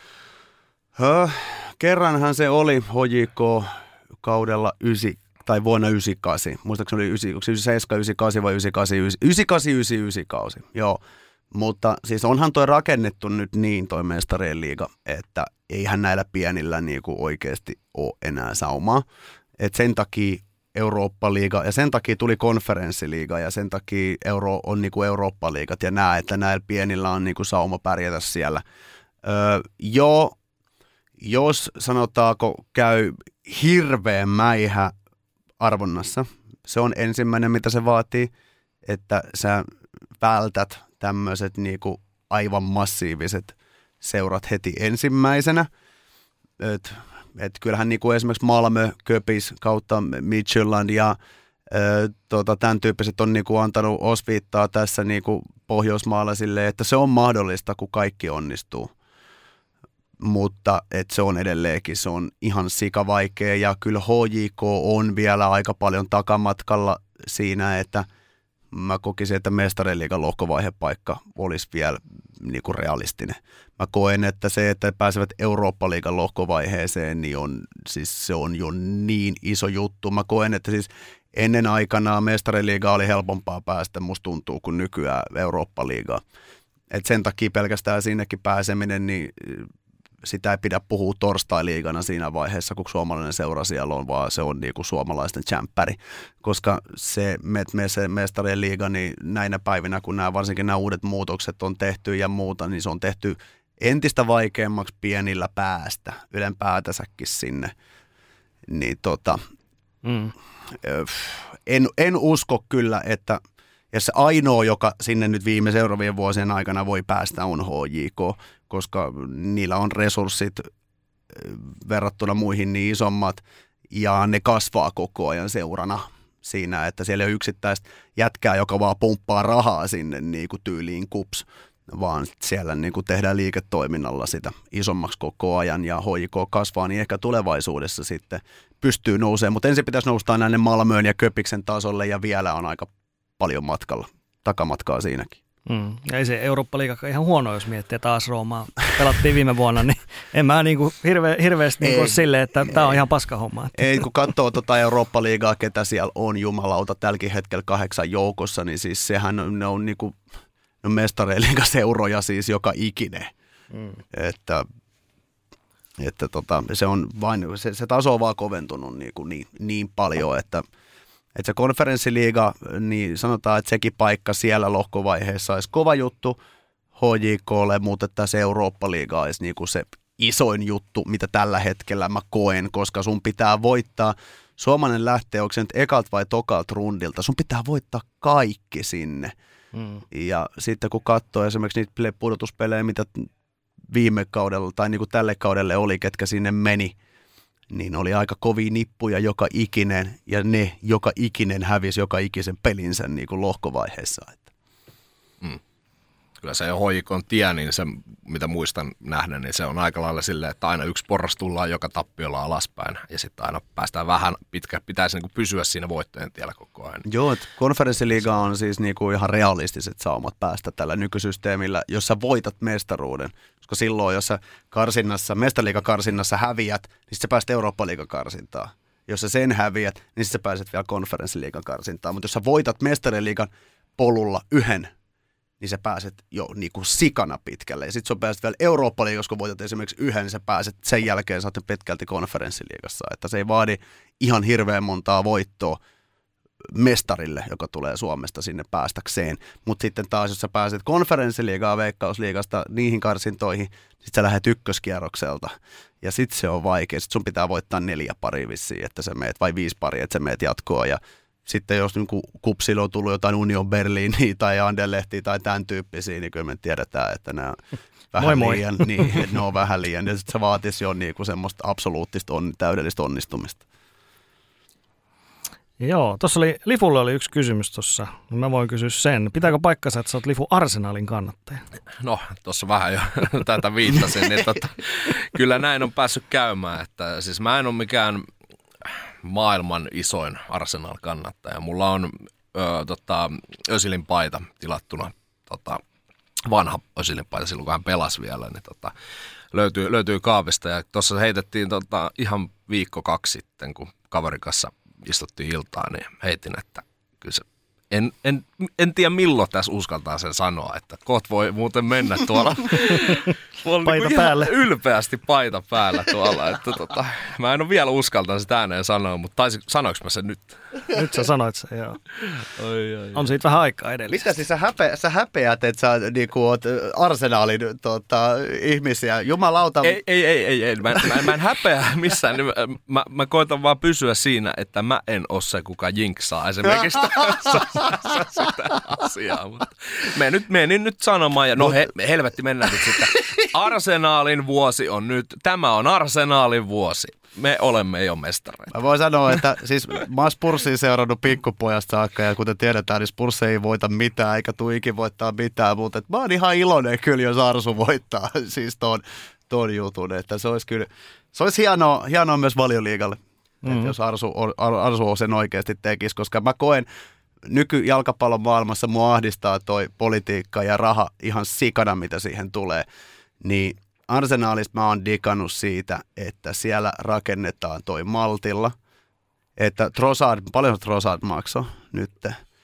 Speaker 3: Kerranhan se oli HJK kaudella vuonna 98. Muistaakseni oli 97, 98 vai 98 kausi. Joo. Mutta siis onhan toi rakennettu nyt niin toi mestarien liiga, että eihän näillä pienillä niinku oikeasti ole enää saumaa. Et sen takia Eurooppa-liiga ja sen takia tuli konferenssiliiga ja sen takia on niinku Eurooppa-liigat ja että näillä pienillä on niinku sauma pärjätä siellä. Jos sanotaanko käy hirveän mäihä arvonnassa, se on ensimmäinen mitä se vaatii, että sä vältät tämmöiset niinku aivan massiiviset seurat heti ensimmäisenä. Et kyllähän niinku esimerkiksi Malmö, Köpis kautta Midtjylland ja tämän tyyppiset on niinku antanut osviittaa tässä niinku pohjoismaalaisille, että se on mahdollista, kun kaikki onnistuu. Mutta se on edelleenkin, se on ihan sikavaikea ja kyllä HJK on vielä aika paljon takamatkalla siinä, että mä kokisin, että mestarien liigan lohkovaihepaikka olisi vielä niin kuin realistinen. Mä koen, että se, että pääsevät Eurooppa-liigan lohkovaiheeseen, niin se on jo niin iso juttu. Mä koen, että siis ennen aikanaan mestarien liiga oli helpompaa päästä, musta tuntuu, kuin nykyään Eurooppa-liigaa. Et sen takia pelkästään sinnekin pääseminen, niin sitä ei pidä puhua torstai-liigana siinä vaiheessa, kun suomalainen seura siellä on, vaan se on niinku suomalaisten tsemppäri. Koska se mestarien liiga, niin näinä päivinä, kun varsinkin nämä uudet muutokset on tehty ja muuta, niin se on tehty entistä vaikeammaksi pienillä päästä, ylempäätänsäkin sinne. Niin en usko kyllä, että Ja se ainoa, joka sinne nyt seuraavien vuosien aikana voi päästä, on HJK, koska niillä on resurssit verrattuna muihin niin isommat, ja ne kasvaa koko ajan seurana siinä, että siellä ei ole yksittäistä jätkää, joka vaan pumppaa rahaa sinne niin kuin tyyliin KuPS, vaan siellä niin kuin tehdään liiketoiminnalla sitä isommaksi koko ajan, ja HJK kasvaa, niin ehkä tulevaisuudessa sitten pystyy nousemaan, mutta ensin pitäisi nousta näille Malmöön ja Köpiksen tasolle, ja vielä on aika paljon takamatkaa siinäkin.
Speaker 2: Ei se Eurooppa-liiga ihan huono, jos miettii, että AS Roomaa pelattiin viime vuonna, niin en mä niinku hirveästi niinku silleen, että tämä on ihan paska homma.
Speaker 3: Ei, kun katsoo Eurooppa-liigaa, ketä siellä on jumalauta tälläkin hetkellä 8 joukossa, niin siis sehän ne on niinku mestareiliiga seuroja siis joka ikinen. Että se on vain, se taso on vaan koventunut niin paljon, että se konferenssiliiga, niin sanotaan, että sekin paikka siellä lohkovaiheessa olisi kova juttu HJK:lle, mutta tässä Eurooppa-liiga olisi niin kuin se isoin juttu, mitä tällä hetkellä mä koen, koska sun pitää voittaa, Suomalainen lähtee, onko se nyt ekalta vai tokalta rundilta, sun pitää voittaa kaikki sinne. Ja sitten kun katsoo esimerkiksi niitä pudotuspelejä, mitä viime kaudella tai niin kuin tälle kaudelle oli, ketkä sinne meni, niin oli aika kovia nippuja joka ikinen, ja ne joka ikinen hävisi joka ikisen pelinsä niin kuin lohkovaiheessa.
Speaker 1: Kyllä se HJK:n tie, niin se, mitä muistan nähdä, niin se on aika lailla silleen, että aina yksi porras tullaan joka tappiolla alaspäin, ja sitten aina päästään vähän pitäisi niin kuin pysyä siinä voittojen tiellä koko ajan.
Speaker 3: Joo, että konferenssiliiga on siis niin kuin ihan realistiset saumat päästä tällä nykysysteemillä, jos sä voitat mestaruuden. Koska silloin, jos sä mestariliigakarsinnassa häviät, niin sä pääset Eurooppa-liigakarsintaan. Jos sä sen häviät, niin sä pääset vielä konferenssiliigakarsintaan. Mutta jos sä voitat mestariliigan polulla yhden, niin sä pääset jo niin kuin sikana pitkälle. Ja sit sä pääset vielä Eurooppa-liigassa, kun voitat esimerkiksi yhden, niin sä pääset sen jälkeen saatte pitkälti konferenssiliigassa. Että se ei vaadi ihan hirveän montaa voittoa mestarille, joka tulee Suomesta sinne päästäkseen. Mutta sitten taas, jos sä pääset konferenssiliigaa Veikkausliigasta niihin karsintoihin, sit sä lähdet ykköskierrokselta. Ja sit se on vaikea. Sit sun pitää voittaa 4 paria vissiin, että sä meet, vai 5 paria, että sä meet jatkoa. Ja sitten jos niin KuPSilla on tullut jotain Union Berliiniä tai Anderlehtiä tai tämän tyyppisiä, niin kyllä me tiedetään, että nämä vähän liian, niin, ne on vähän liian. Ja sitten se vaatisi jo niin kuin semmoista absoluuttista täydellistä onnistumista.
Speaker 2: Joo, tuossa Lifulle oli yksi kysymys tuossa. Mä voin kysyä sen. Pitääkö paikkansa, että sä oot Lifu Arsenalin kannattaja?
Speaker 1: No, tuossa vähän jo tätä viittasin. Niin kyllä näin on päässyt käymään. Että, siis mä en ole mikään maailman isoin Arsenal-kannattaja. Mulla on Özilin paita tilattuna, vanha Özilin paita silloin, kun hän pelasi vielä, niin löytyy kaapista. Ja tuossa heitettiin ihan 1-2 sitten, kun kaverin kanssa istuttiin iltaan, niin heitin, että kyllä se, en tiedä milloin tässä uskaltaa sen sanoa, että kohta voi muuten mennä tuolla
Speaker 2: paita niin päällä.
Speaker 1: Ylpeästi paita päällä tuolla, että mä en ole vielä uskaltanut sitä ääneen sanoa, mutta sanoinko mä sen nyt?
Speaker 2: Nyt sä sanoit sen, joo. On siitä vähän aikaa edelleen.
Speaker 3: Mitä siis sä häpeät, että sä niinku oot Arsenalin ihmisiä? Jumalauta.
Speaker 1: Ei. Mä en häpeä missään. Mä koitan vaan pysyä siinä, että mä en ole se, kuka jinksaa esimerkiksi sitä asiaa. Mutta menin nyt sanomaan, ja helvetti mennään nyt sitten. Arsenalin vuosi on nyt, tämä on Arsenalin vuosi. Me olemme jo mestareita.
Speaker 3: Mä voin sanoa, että siis mä oon Spursia seurannut pikkupojasta saakka, ja kuten tiedetään, niin Spurs ei voita mitään, eikä tule ikin voittaa mitään, mutta mä oon ihan iloinen kyllä, jos Arsu voittaa siis ton jutun, että se olisi hienoa myös Valioliigalle, että jos Arsu sen oikeasti tekisi, koska mä koen nykyjalkapallon maailmassa mua ahdistaa toi politiikka ja raha ihan sikana, mitä siihen tulee, niin Arsenalista mä oon digannut siitä, että siellä rakennetaan toi maltilla, että paljon Trossard maksoi nyt.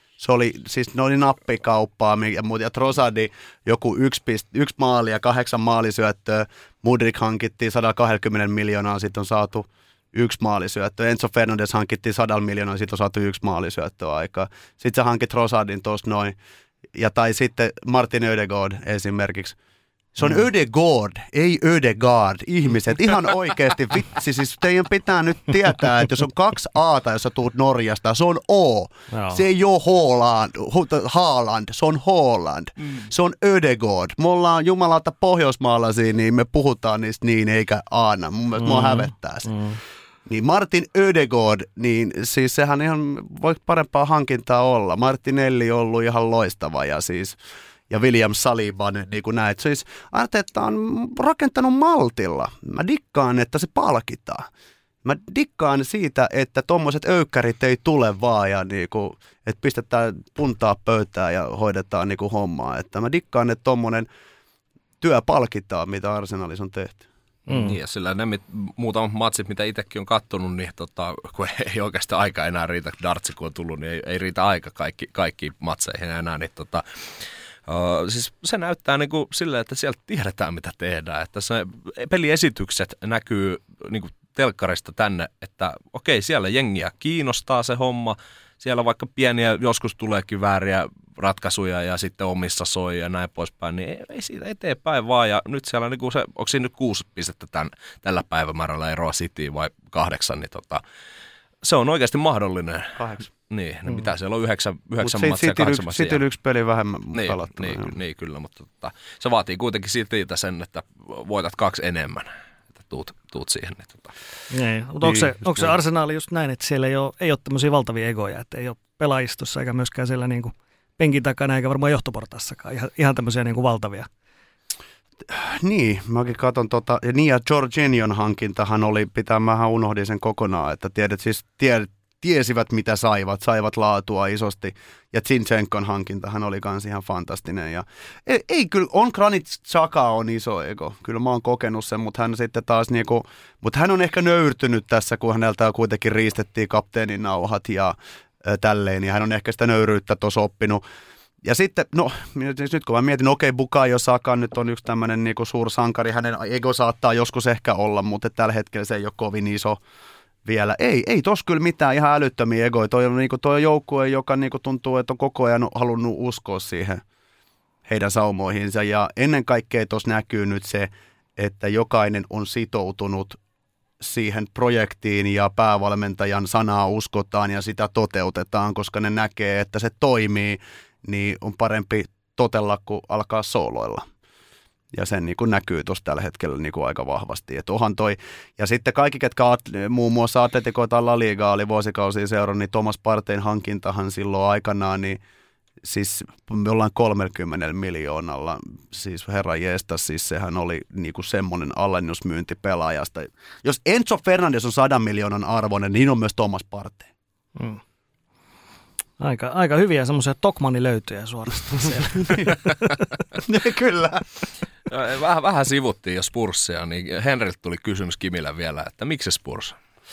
Speaker 3: Ne oli nappikauppaa ja Trossardin joku 1 maali ja 8 maalisyöttöä. Mudryk hankittiin 120 miljoonaa, sitten on saatu 1 maalisyöttö. Enzo Fernandes hankittiin 100 miljoonaa, sitten on saatu 1 maalisyöttöä aikaa. Sitten sä hankit Trossardin tuossa noin. Tai sitten Martin Ödegaard esimerkiksi. Se on Ödegaard, ei Ödegaard. Ihmiset, ihan oikeasti vitsi. Siis teidän pitää nyt tietää, että jos on 2 A:ta, jos sä tuut Norjasta, se on O.
Speaker 2: Joo.
Speaker 3: Se ei ole Haaland, se on Haaland. Se on Ödegaard. Me ollaan jumalauta pohjoismaalaisia, niin me puhutaan niistä niin eikä aana. Mun mielestä mua hävettää se. Niin Martin Ödegaard, niin siis sehän ihan voi parempaa hankintaa olla. Martinelli on ollut ihan loistava ja William Saliba, niin kuin näet. Siis Arteta on rakentanut maltilla. Mä dikkaan, että se palkitaan. Mä dikkaan siitä, että tommoset öykkärit ei tule vaan ja niinku, että pistetään puntaa pöytään ja hoidetaan niinku hommaa. Että mä dikkaan, että tommonen työ palkitaan, mitä Arsenalissa on tehty.
Speaker 1: Niin, ja sillä ne muutamat matsit, mitä itsekin on kattonut, niin kun ei oikeastaan aika enää riitä, dartsi kun on tullut, niin ei riitä aika kaikkiin matseihin enää, niin siis se näyttää niin kuin silleen, että sieltä tiedetään, mitä tehdään, että se peliesitykset näkyy niin kuin telkkarista tänne, että okei, siellä jengiä kiinnostaa se homma, siellä vaikka pieniä, joskus tuleekin vääriä ratkaisuja ja sitten omissa soi ja näin poispäin, niin ei siitä eteenpäin vaan. Ja nyt siellä niin kuin se, onko siinä nyt 6 pistettä tällä päivämäärällä eroa Cityin vai 8, niin se on oikeasti mahdollinen.
Speaker 3: 8.
Speaker 1: Niin, mitä siellä on 9 matsia, 8 matsia.
Speaker 3: Sitten 1 peli vähemmän
Speaker 1: pelattuna. Niin, kyllä, mutta se vaatii kuitenkin siltä sen, että voitat 2 enemmän, että tuut siihen.
Speaker 2: Niin, mutta onko se Arsenali just näin, että siellä ei ole tämmöisiä valtavia egoja, että ei ole pelaajistossa eikä myöskään siellä niinku penkin takana eikä varmaan johtoportassakaan ihan tämmöisiä niinku valtavia.
Speaker 3: Niin, mäkin katson ja Jorginhon hankintahan oli, mähän unohdin sen kokonaan, että tiesivät mitä saivat laatua isosti, ja Zinchenko'n hankintahan oli kans ihan fantastinen, ja ei kyllä, Granit Xhaka on iso ego, kyllä mä oon kokenut sen, mutta hän sitten taas niinku, mutta hän on ehkä nöyrtynyt tässä, kun häneltä kuitenkin riistettiin kapteenin nauhat ja tälleen, ja hän on ehkä sitä nöyryyttä tuossa oppinut. Ja sitten, nyt kun mä mietin, Bukayo Saka nyt on yksi tämmöinen niinku suursankari, hänen ego saattaa joskus ehkä olla, mutta tällä hetkellä se ei ole kovin iso vielä. Ei tossa kyllä mitään ihan älyttömiä egoja. Toi on joukkue, joka niinku tuntuu, että on koko ajan halunnut uskoa siihen heidän saumoihinsa. Ja ennen kaikkea tuossa näkyy nyt se, että jokainen on sitoutunut siihen projektiin ja päävalmentajan sanaa uskotaan ja sitä toteutetaan, koska ne näkee, että se toimii, niin on parempi totella kuin alkaa sooloilla. Ja sen niin kuin näkyy tuossa tällä hetkellä niin kuin aika vahvasti. Et onhan toi, ja sitten kaikki, ketkä muun muassa Atletico tai La Liga oli vuosikausia seurannut, niin Thomas Partein hankintahan silloin aikanaan, niin siis me ollaan 30 miljoonalla, siis herra jestas, siis sehän oli niin kuin semmoinen alennusmyynti pelaajasta. Jos Enzo Fernandes on 100 miljoonan arvoinen, niin on myös Thomas Partey.
Speaker 2: Mm. Aika hyviä semmoisia Tokmanni-löytöjä suorastaan siellä.
Speaker 3: Kyllä.
Speaker 1: Vähän sivuttiin jo Spursia, niin Henriltä tuli kysymys Kimille vielä, että miksi Spurs?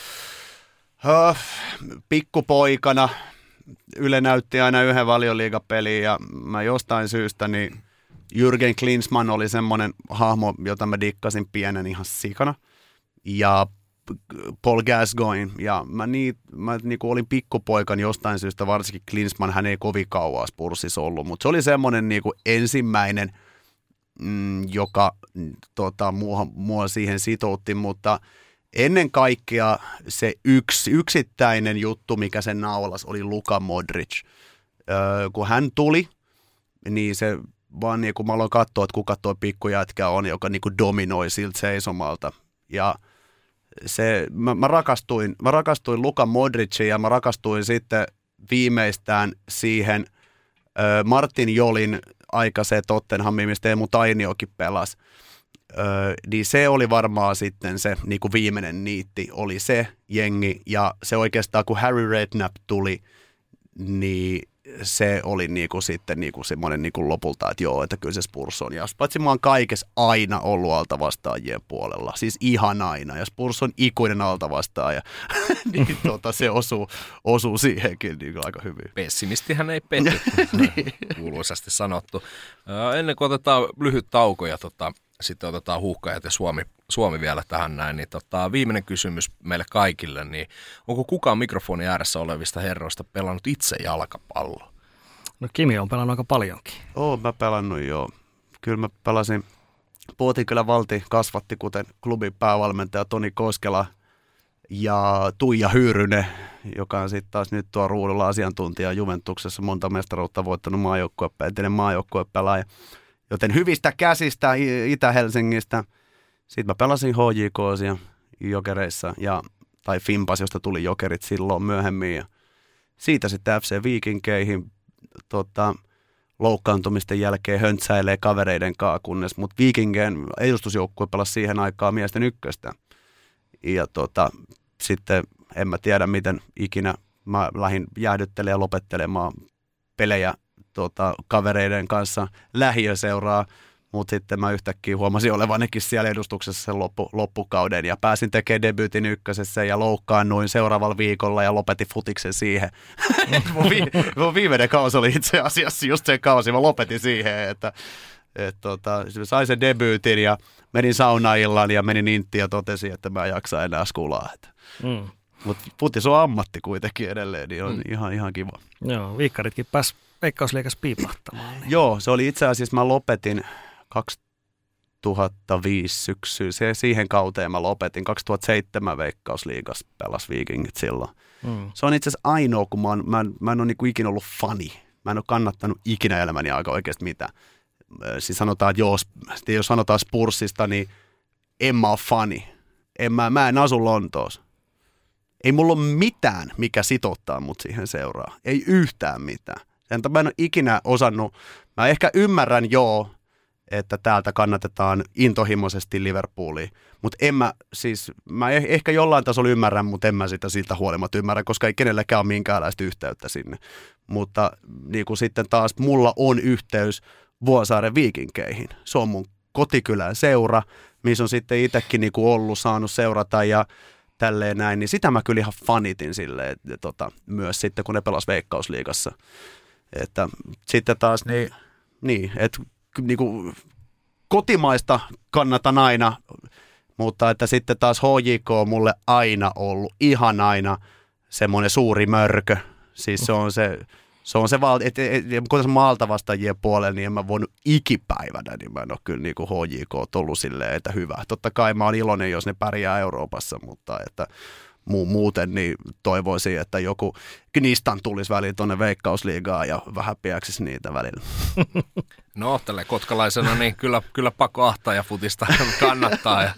Speaker 3: Pikkupoikana Yle näytti aina yhden Valioliigapeliin ja mä jostain syystä, niin Jürgen Klinsmann oli semmoinen hahmo, jota mä dikkasin pienen ihan sikana. Ja Paul Gascoigne, ja mä niinku olin pikkupoikan jostain syystä, varsinkin Klinsmann, hän ei kovin kauan Spursissa ollut, mutta se oli semmoinen niinku ensimmäinen, joka mua siihen sitoutti, mutta ennen kaikkea se yksittäinen juttu, mikä sen naulas, oli Luka Modric. Kun hän tuli, niin se vaan niinku mä aloin katsoa, että kuka tuo pikkujätkä on, joka niinku dominoi siltä seisomalta, ja mä rakastuin Luka Modriciin ja mä rakastuin sitten viimeistään siihen Martin Jolin aikaiseen Tottenhamiin, mistä Teemu Tainiokin pelasi. Niin se oli varmaan sitten se niin kuin viimeinen niitti, oli se jengi. Ja se oikeastaan, kun Harry Redknapp tuli, niin se oli niinku sitten niinku semmoinen niinku lopulta, että joo, että kyllä se Spurs on. Ja paitsi mä oon kaikessa aina ollut altavastaajien puolella. Siis ihan aina. Ja Spurs on ikuinen altavastaaja. Niin se osuu siihenkin niin aika hyvin.
Speaker 1: Pessimistihän ei petty, niin. Kuuluisasti sanottu. Ennen kuin otetaan lyhyt tauko ja sitten otetaan Huuhkajat ja Suomi vielä tähän näin, niin viimeinen kysymys meille kaikille, niin onko kukaan mikrofonin ääressä olevista herroista pelannut itse jalkapalloa?
Speaker 2: No Kimi on pelannut aika paljonkin.
Speaker 3: Mä pelannut joo. Kyllä mä pelasin Puotinkylän Valti kasvatti, kuten klubin päävalmentaja Toni Koskela ja Tuija Hyyrynen, joka on sitten taas nyt tuo ruudulla asiantuntija Juventuksessa, monta mestaruutta voittanut entinen maajoukkuepelaaja. Joten hyvistä käsistä Itä-Helsingistä. Sitten mä pelasin HJK:ssa Jokereissa tai Fimpas, josta tuli Jokerit silloin myöhemmin. Ja siitä sitten FC Viikinkeihin loukkaantumisten jälkeen höntsäilee kavereiden kanssa, kunnes mut Viikingeen edustusjoukkue pelasi siihen aikaan miesten ykköstä. Ja sitten en mä tiedä, miten ikinä mä lähdin jäädyttelemään ja lopettelemaan pelejä kavereiden kanssa lähiöseuraa, mutta sitten mä yhtäkkiä huomasin olevanikin siellä edustuksessa sen loppukauden ja pääsin tekemään debyytin ykkösessä ja loukkaannuin seuraavalla viikolla ja lopetin futiksen siihen. Mun viimeinen kausi oli itse asiassa just se kausi, mä lopetin siihen, että sain sen debyytin ja menin saunaillan ja menin inttiin ja totesin, että mä en jaksa enää skulaa. Mutta futis on ammatti kuitenkin edelleen, niin on ihan kiva.
Speaker 2: Joo, viikkaritkin pääsi Veikkausliigassa piipahtamaan. Niin.
Speaker 3: Joo, se oli itse asiassa, mä lopetin 2005 syksyyn, siihen kauteen mä lopetin. 2007 Veikkausliigassa pelas Vikingit silloin. Se on itse asiassa ainoa, kun mä en ole niinku ikinä ollut fani. Mä en ole kannattanut ikinä elämäni aika oikeasti mitään. Siis sanotaan, että jos sanotaan Spursista, niin en mä ole fani. Mä en asu Lontoossa. Ei mulla ole mitään, mikä sitouttaa mut siihen seuraan. Ei yhtään mitään. Mä en ole ikinä osannut, mä ehkä ymmärrän että täältä kannatetaan intohimoisesti Liverpoolia, mutta mä ehkä jollain tasolla ymmärrän, mutta en mä sitä siltä huolimatta ymmärrä, koska ei kenelläkään ole minkäänlaista yhteyttä sinne. Mutta niin kuin sitten taas mulla on yhteys Vuosaaren Viikinkeihin. Se on mun kotikylän seura, missä on sitten itsekin niin kuin ollut, saanut seurata ja tälleen näin, niin sitä mä kyllä ihan fanitin silleen, myös sitten, kun ne pelas Veikkausliigassa. Että sitten taas että niinku kotimaista kannatan aina, mutta että sitten taas HJK on mulle aina ollut, ihan aina semmoinen suuri mörkö. Siis se on se kun tässä maalta vastaajien puolella, niin en mä voinut ikipäivänä, niin mä en ole kyllä niinku HJK ollut silleen, että hyvä. Totta kai mä oon iloinen, jos ne pärjää Euroopassa, mutta että muuten niin toivoisin, että joku Knistan tulisi väliin tuonne Veikkausliigaan ja vähän piäksisi niitä välillä.
Speaker 1: No, tälle kotkalaisena niin kyllä pakko ahtaa ja futista kannattaa. Ja,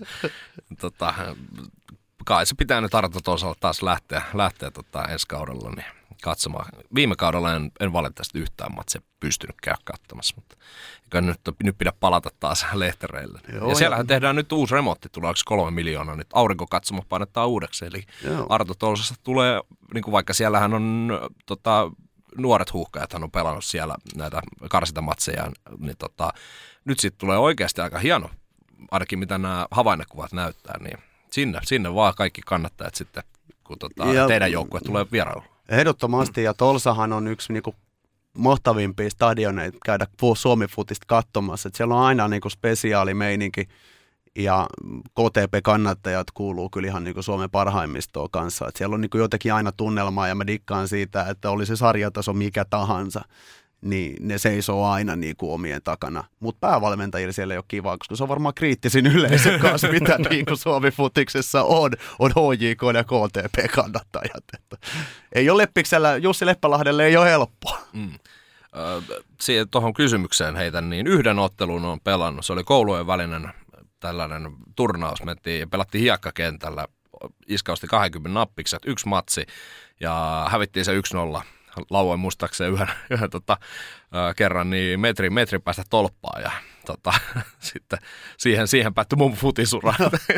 Speaker 1: kai se pitää nyt Arto toisaalta taas lähteä ensi kaudella niin katsomaan. Viime kaudella en valitettavasti yhtään matsia pystynyt käydä katsomassa, mutta nyt pidä palata taas lehtereille. Joo, ja siellähän tehdään nyt uusi remontti, tulee 3 miljoonaa nyt. Aurinkokatsomo painetaan uudeksi, eli Arto Tolsasta tulee, niin kuin vaikka siellähän on nuoret huuhkajathan on pelannut siellä näitä karsintamatseja, niin nyt sitten tulee oikeasti aika hieno, ainakin mitä nämä havainnekuvat näyttää, niin sinne vaan kaikki kannattajat sitten, kun teidän joukkue tulee vierailuun.
Speaker 3: Ehdottomasti, ja Tolsahan on yksi niinku mahtavimpia stadioneita käydä Suomi-futista katsomassa. Siellä on aina niinku spesiaali meininki, ja KTP-kannattajat kuuluu kyllä ihan niinku Suomen parhaimmistoon kanssa. Et siellä on niinku jotenkin aina tunnelmaa, ja mä dikkaan siitä, että oli se sarjataso mikä tahansa, niin ne seisoo aina niinku omien takana. Mutta päävalmentajille siellä ei ole kivaa, koska se on varmaan kriittisin yleisön kanssa, mitä niinku Suomi-futiksessa on HJK ja KTP-kannattajat. Että ei ole Leppiksellä, Jussi Leppälahdelle ei ole helppoa.
Speaker 1: Tuohon kysymykseen heitän, niin yhden ottelun on pelannut. Se oli koulujen välinen tällainen turnaus. Pelattiin hiekkakentällä, iskausti 20 nappikset, 1 matsi ja hävittiin se 1-0. Lauoin muistaakseni yhden kerran niin metrin päästä tolppaa ja sitten siihen päättyi mun futisura.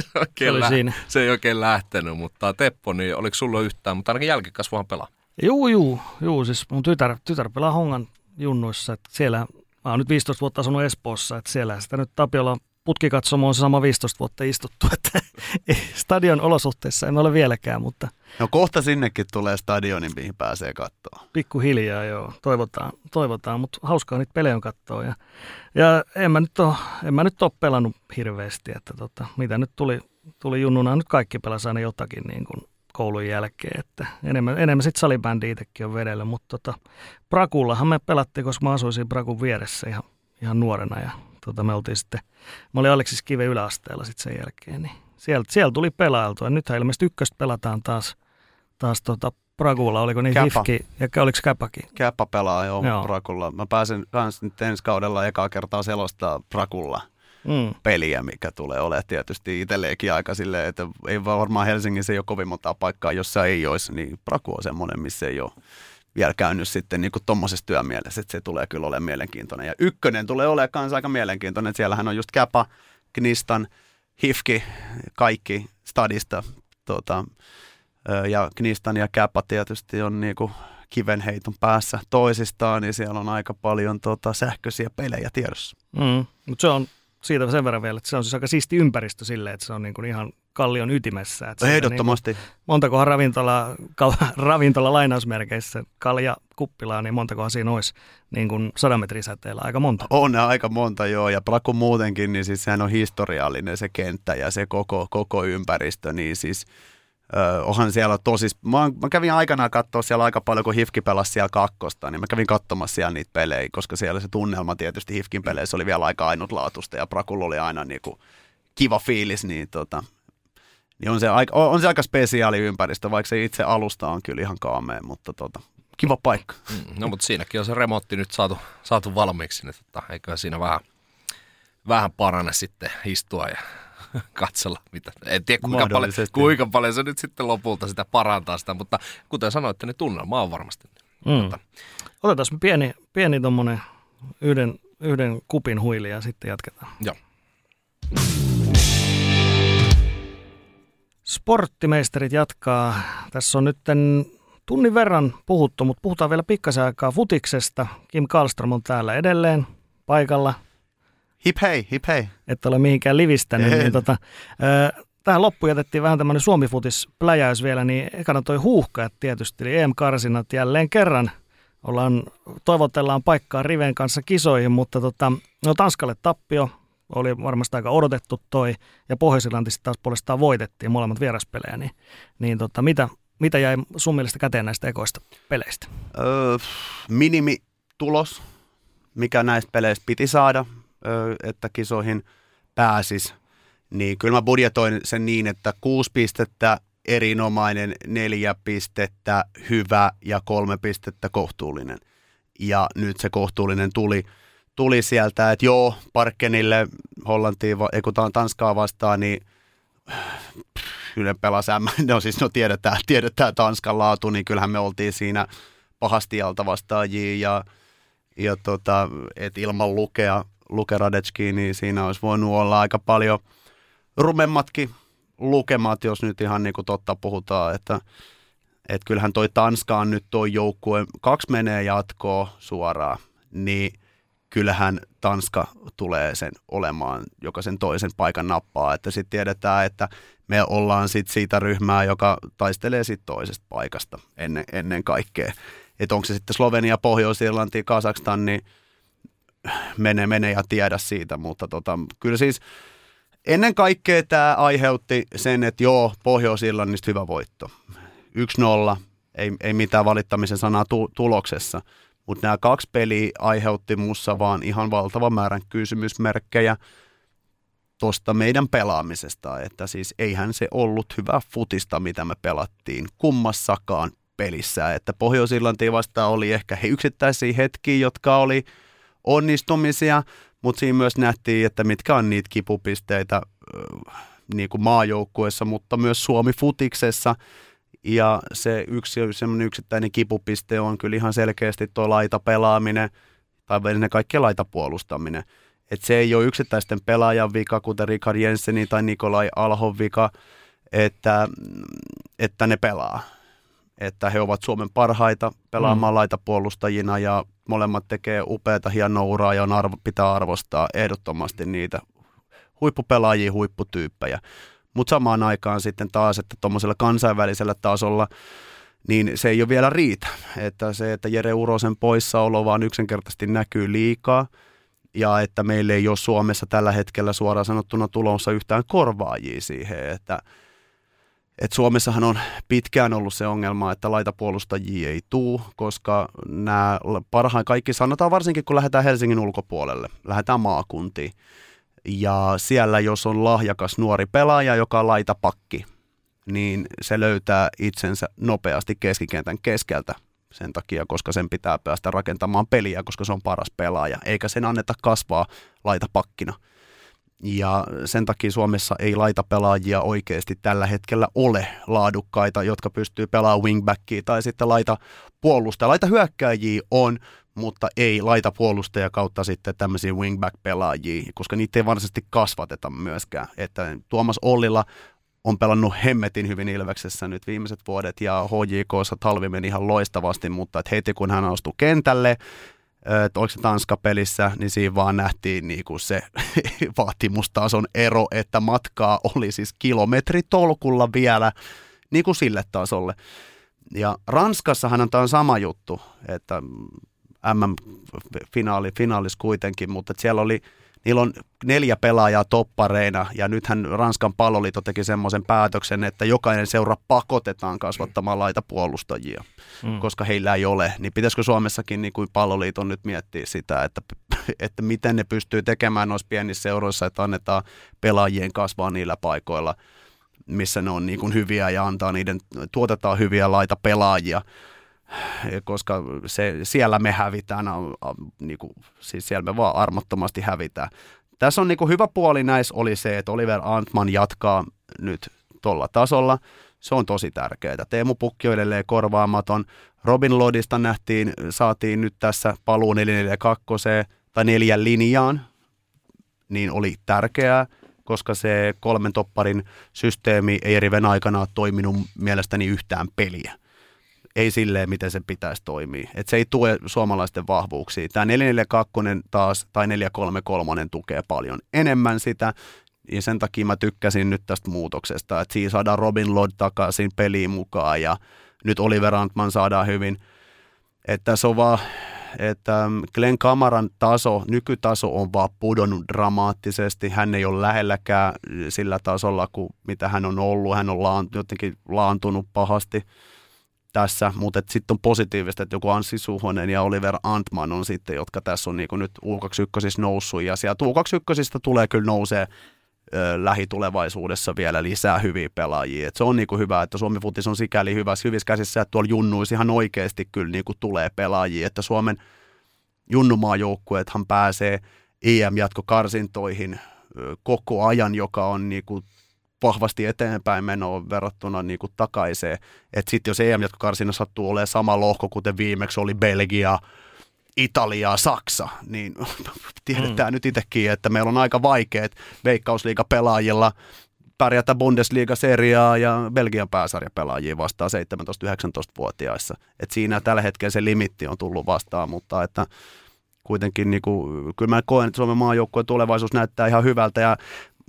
Speaker 1: Se ei oikein lähtenyt, mutta Teppo, niin oliko sulla yhtään, mutta ainakin jälkikasvuhan pelaa?
Speaker 2: Juu, siis mun tytär pelaa Hongan junnuissa, että siellä, mä oon nyt 15 vuotta asunut Espoossa, että siellä sitä nyt Tapiola putkikatsomo on se sama 15 vuotta istuttu, että stadion olosuhteissa emme ole vieläkään, mutta...
Speaker 3: No kohta sinnekin tulee stadionin, mihin pääsee katsoa.
Speaker 2: Pikkuhiljaa, joo. Toivotaan, mutta hauskaa niitä pelejä on katsoa. Ja en mä nyt ole pelannut hirveästi, että mitä nyt tuli junnuna, nyt kaikki pelasi aina jotakin niin kuin koulun jälkeen, että enemmän sitten salibändi itsekin on vedellä, mutta Brakullahan me pelattiin, koska mä asuin siinä Brakun vieressä ihan nuorena ja me olin Aleksis Kiven yläasteella sitten sen jälkeen, niin sieltä tuli pelailtua. Nythän ilmeisesti ykköstä pelataan taas Pragulla, oliko niin Hifki, ja oliko Käpäkin?
Speaker 3: Käppä pelaa joo. Pragulla. Mä pääsen kans nyt ensi kaudella ekaa kertaa selostaa Pragulla peliä, mikä tulee olemaan tietysti itselleenkin aika silleen, että ei varmaan Helsingissä ei ole kovin montaa paikkaa, jossa ei olisi, niin Pragu on semmoinen, missä ei ole vielä käynyt sitten niin kuin tommosessa työmielessä, että se tulee kyllä olemaan mielenkiintoinen. Ja ykkönen tulee olemaan kanssa aika mielenkiintoinen, että siellähän on just Käpä, Knistan, Hifki, kaikki stadista, ja Knistan ja Käpä tietysti on niinku kivenheiton päässä toisistaan, niin siellä on aika paljon sähköisiä pelejä tiedossa.
Speaker 2: Mutta se on siitä sen verran vielä, että se on siis aika siisti ympäristö silleen, että se on niinku ihan kallion ytimessä. Että
Speaker 3: ehdottomasti.
Speaker 2: Niinku, montakohan ravintola lainausmerkeissä kalja kuppilaa, niin montakohan siinä olisi niin kuin 100 metrin säteellä aika monta.
Speaker 3: On aika monta joo, ja Pragu muutenkin, niin siis sehän on historiallinen se kenttä ja se koko ympäristö, niin siis onhan siellä mä kävin aikanaan katsoa siellä aika paljon, kun Hifki pelasi siellä kakkosta, niin mä kävin katsomassa siellä niitä pelejä, koska siellä se tunnelma tietysti Hifkin peleissä oli vielä aika ainutlaatuista ja Pragulla oli aina niinku kiva fiilis, niin on se aika spesiaali ympäristö, vaikka se itse alusta on kyllä ihan kaamea, mutta kiva paikka.
Speaker 1: No mutta siinäkin on se remontti nyt saatu valmiiksi, niin eiköhän siinä vähän parane sitten istua ja katsella, mitä. En tiedä kuinka paljon se nyt sitten lopulta sitä parantaa sitä, mutta kuten sanoitte, niin tunnelma on varmasti.
Speaker 2: Otetaan pieni tommonen yhden kupin huili ja sitten jatketaan.
Speaker 1: Joo.
Speaker 2: Sporttimeisterit jatkaa. Tässä on nyt tunnin verran puhuttu, mutta puhutaan vielä pikkasen aikaa futiksesta. Kim Karlström on täällä edelleen paikalla.
Speaker 3: Hip hei.
Speaker 2: Et ole mihinkään livistänyt. Niin tähän loppuun jätettiin vähän tämmöinen Suomi-futis-pläjäys vielä, niin ekana toi huuhkajat tietysti, eli EM-karsinat jälleen kerran. Toivotellaan paikkaa Riven kanssa kisoihin, mutta Tanskalle tappio. Oli varmasti aika odotettu toi, ja Pohjois-Irlanti taas puolestaan voitettiin molemmat vieraspelejä, niin mitä jäi sun mielestä käteen näistä ekoista peleistä?
Speaker 3: Minimitulos, mikä näistä peleistä piti saada, että kisoihin pääsis, niin kyllä mä budjetoin sen niin, että 6 pistettä erinomainen, 4 pistettä hyvä ja 3 pistettä kohtuullinen. Ja nyt se kohtuullinen tuli sieltä, että joo, Parkenille Hollantiin, Tanskaa vastaan, niin Yle pelasi tiedetään Tanskan laatu, niin kyllähän me oltiin siinä pahasti altavastaajia ja et ilman Luke Radecki, niin siinä olisi voinut olla aika paljon rumemmatkin lukemat, jos nyt ihan niin kuin totta puhutaan, että kyllähän toi Tanska on nyt toi joukkue, 2 menee jatkoon suoraan, niin kyllähän Tanska tulee sen olemaan, joka sen toisen paikan nappaa, että sitten tiedetään, että me ollaan sitten siitä ryhmää, joka taistelee sitten toisesta paikasta ennen kaikkea. Että onko se sitten Slovenia, Pohjois-Irlanti, Kazakstan, niin mene ja tiedä siitä, mutta kyllä siis ennen kaikkea tämä aiheutti sen, että joo, Pohjois-Irlannista hyvä voitto. 1-0, ei mitään valittamisen sanaa tuloksessa. Mutta nämä 2 peliä aiheutti mussa vaan ihan valtavan määrän kysymysmerkkejä tuosta meidän pelaamisesta. Että siis eihän se ollut hyvä futista, mitä me pelattiin kummassakaan pelissä. Että Pohjois-Irlantia vastaan oli ehkä yksittäisiä hetkiä, jotka oli onnistumisia, mutta siinä myös nähtiin, että mitkä on niitä kipupisteitä niin kuin maajoukkueessa, mutta myös Suomi-futiksessa. Ja se semmoinen yksittäinen kipupiste on kyllä ihan selkeästi tuo laitapelaaminen tai ennen kaikkea laitapuolustaminen. Että se ei ole yksittäisten pelaajan vika, kuten Richard Jensenin tai Nikolai Alhon vika, että ne pelaa. Että he ovat Suomen parhaita pelaamaan laitapuolustajina ja molemmat tekee upeata hienoa uraa ja pitää arvostaa ehdottomasti niitä huippupelaajia, huipputyyppejä. Mutta samaan aikaan sitten taas, että tuommoisella kansainvälisellä tasolla, niin se ei ole vielä riitä. Että se, että Jere Urosen poissaolo vaan yksinkertaisesti näkyy liikaa ja että meillä ei ole Suomessa tällä hetkellä suoraan sanottuna tulossa yhtään korvaajia siihen, Et Suomessahan on pitkään ollut se ongelma, että laitapuolustajia ei tule, koska nämä kaikki sanotaan varsinkin, kun lähdetään Helsingin ulkopuolelle, lähdetään maakuntiin. Ja siellä, jos on lahjakas nuori pelaaja, joka on laitapakki, niin se löytää itsensä nopeasti keskikentän keskeltä sen takia, koska sen pitää päästä rakentamaan peliä, koska se on paras pelaaja, eikä sen anneta kasvaa laitapakkina. Ja sen takia Suomessa ei laitapelaajia oikeasti tällä hetkellä ole laadukkaita, jotka pystyy pelaamaan wingbackia tai sitten laitapuolustajia. Laitahyökkääjiä on, mutta ei laitapuolustajia kautta sitten tämmöisiä wingback-pelaajia, koska niitä ei varsinaisesti kasvateta myöskään. Että Tuomas Ollila on pelannut hemmetin hyvin Ilveksessä nyt viimeiset vuodet ja HJK:ssa talvi meni ihan loistavasti, mutta että heti kun hän astui kentälle, oliko se Tanska-pelissä, niin siinä vaan nähtiin niinku se vaatimustason ero, että matkaa oli siis kilometritolkulla vielä niinku sille tasolle. Ja Ranskassahan tämä on sama juttu, että MM-finaalis kuitenkin, mutta siellä niillä on 4 pelaajaa toppareina, ja nythän Ranskan palloliitto teki semmoisen päätöksen, että jokainen seura pakotetaan kasvattamaan laitapuolustajia, koska heillä ei ole. Niin pitäisikö Suomessakin niin kuin palloliiton nyt miettiä sitä, että miten ne pystyy tekemään noissa pienissä seuroissa, että annetaan pelaajien kasvaa niillä paikoilla, missä ne on niin kuin hyviä ja tuotetaan hyviä laitapelaajia. Koska siellä me hävitään, siis siellä me vaan armottomasti hävitään. Tässä on hyvä puoli näissä oli se, että Oliver Antman jatkaa nyt tuolla tasolla. Se on tosi tärkeää. Teemu Pukki on edelleen korvaamaton. Robin Lodista saatiin nyt tässä paluu 4-4-2 tai 4 linjaan, niin oli tärkeää, koska se 3 topparin systeemi ei Riven aikana ole toiminut mielestäni yhtään peliä. Ei silleen, miten se pitäisi toimia. Että se ei tue suomalaisten vahvuuksia. Tämä 4-4-2 taas tai 4-3-3 tukee paljon enemmän sitä. Ja sen takia mä tykkäsin nyt tästä muutoksesta. Että siinä saadaan Robin Lod takaisin peliin mukaan ja nyt Oliver Antman saadaan hyvin. Että se on vaan, että Glenn Kamaran nykytaso on vaan pudonnut dramaattisesti. Hän ei ole lähelläkään sillä tasolla kuin mitä hän on ollut. Hän on jotenkin laantunut pahasti tässä, mutta sitten on positiivista, että joku Anssi Suhonen ja Oliver Antman on sitten, jotka tässä on niin kuin nyt U21 noussut, ja sieltä U21 tulee kyllä nousee lähitulevaisuudessa vielä lisää hyviä pelaajia. Et se on niin kuin hyvä, että Suomi futis on sikäli hyvissä käsissä, että tuolla junnuissa ihan oikeasti kyllä niin kuin tulee pelaajia, että Suomen junnumaajoukkueethan pääsee EM-jatkokarsintoihin koko ajan, joka on niin kuin vahvasti eteenpäin menoa verrattuna niin kuin takaiseen. Että sitten jos EM-jatkokarsinna sattuu olemaan sama lohko, kuten viimeksi oli Belgia, Italia, Saksa, niin tiedetään nyt itsekin, että meillä on aika vaikeat veikkausliigapelaajilla pärjätä Bundesliga-seriaa ja Belgian pääsarjapelaajia vastaan 17-19-vuotiaissa. Et siinä tällä hetkellä se limitti on tullut vastaan, mutta että kuitenkin niin kuin, kyllä mä koen, että Suomen maajoukkueen tulevaisuus näyttää ihan hyvältä ja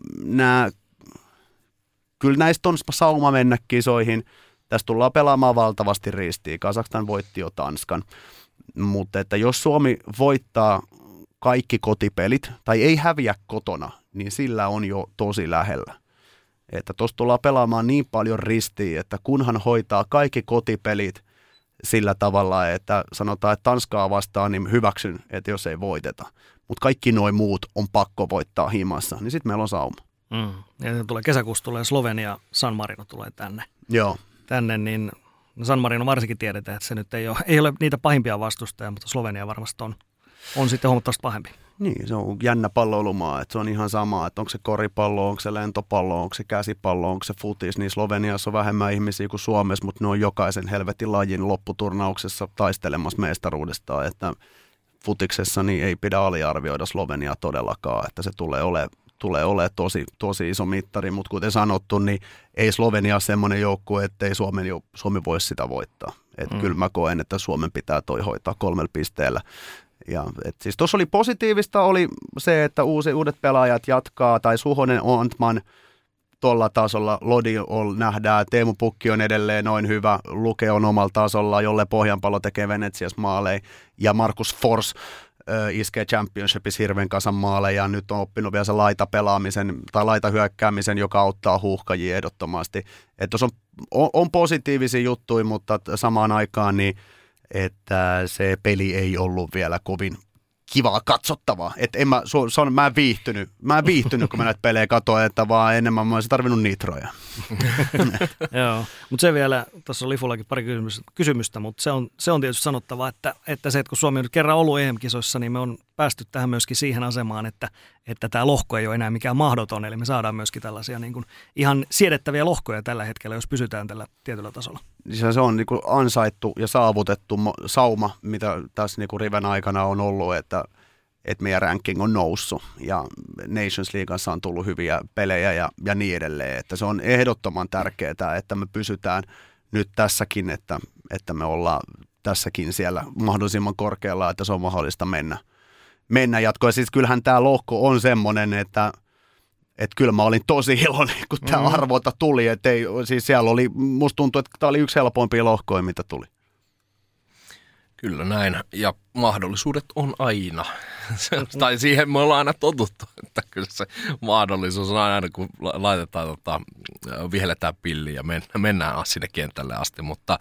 Speaker 3: kyllä näistä on sauma mennä kisoihin. Tässä tullaan pelaamaan valtavasti ristiin. Kazakstan voitti jo Tanskan. Mutta että jos Suomi voittaa kaikki kotipelit tai ei häviä kotona, niin sillä on jo tosi lähellä. Että tuossa tullaan pelaamaan niin paljon ristiin, että kunhan hoitaa kaikki kotipelit sillä tavalla, että sanotaan, että Tanskaa vastaan, niin hyväksyn, että jos ei voiteta. Mutta kaikki nuo muut on pakko voittaa himassa, niin sitten meillä on sauma.
Speaker 2: Ja kesäkuussa tulee Slovenia, San Marino tulee tänne.
Speaker 3: Joo.
Speaker 2: Tänne, niin San Marino varsinkin tiedetään, että se nyt ei ole niitä pahimpia vastustajia, mutta Slovenia varmasti on sitten huomattavasti pahempi.
Speaker 3: Niin, se on jännä palloilumaa, että se on ihan sama, että onko se koripallo, onko se lentopallo, onko se käsipallo, onko se futis, niin Sloveniassa on vähemmän ihmisiä kuin Suomessa, mutta ne on jokaisen helvetin lajin lopputurnauksessa taistelemassa mestaruudestaan, että futiksessa niin ei pidä aliarvioida Sloveniaa todellakaan, että se tulee olemaan tosi iso mittari, mutta kuten sanottu, niin ei Slovenia ole semmoinen joukkue, että ei Suomi voisi sitä voittaa. Kyllä mä koen, että Suomen pitää toi hoitaa 3 pisteellä. Ja, siis tuossa oli positiivista, oli se, että uudet pelaajat jatkaa, tai Suhonen, Antman tuolla tasolla, Lodi nähdään, Teemu Pukki on edelleen noin hyvä, Luke on omalla tasolla, jolle Pohjanpallo tekee Venetsiassa maaleja, ja Markus Fors iskee Championshipissa hirveän kasan maaleja, nyt on oppinut vielä se laitapelaamisen tai laitahyökkäämisen, joka auttaa huuhkajia ehdottomasti. Että on positiivisia juttuja, mutta samaan aikaan niin, että se peli ei ollut vielä kovin kivaa katsottavaa. Että mä en viihtynyt, kun mä näitä pelejä katsoin, että vaan enemmän mä olisin tarvinnut nitroja.
Speaker 2: Joo, mutta se vielä, tässä on Lifullakin pari kysymystä, mutta se on tietysti sanottava, että kun Suomi on nyt kerran ollut EM-kisoissa, niin me on päästy tähän myöskin siihen asemaan, että tämä lohko ei ole enää mikään mahdoton, eli me saadaan myöskin tällaisia niin kuin ihan siedettäviä lohkoja tällä hetkellä, jos pysytään tällä tietyllä tasolla.
Speaker 3: Se on niin kuin ansaittu ja saavutettu sauma, mitä tässä niin kuin riven aikana on ollut, että meidän ranking on noussut ja Nations Leagueassa on tullut hyviä pelejä ja niin edelleen. Että se on ehdottoman tärkeää, että me pysytään nyt tässäkin, että me ollaan tässäkin siellä mahdollisimman korkealla, että se on mahdollista mennä jatkoon. Ja siis kyllähän tämä lohko on semmoinen, että kyllä mä olin tosi iloinen, kun tämä arvota tuli. Siis siellä oli, musta tuntuu, että tämä oli yksi helpoimpia lohkoja, mitä tuli.
Speaker 1: Kyllä näin, ja mahdollisuudet on aina. Tai siihen me ollaan aina totuttu, että kyllä se mahdollisuus on aina, kun laitetaan, vihelletään pilliin ja mennään sinne kentälle asti. Mutta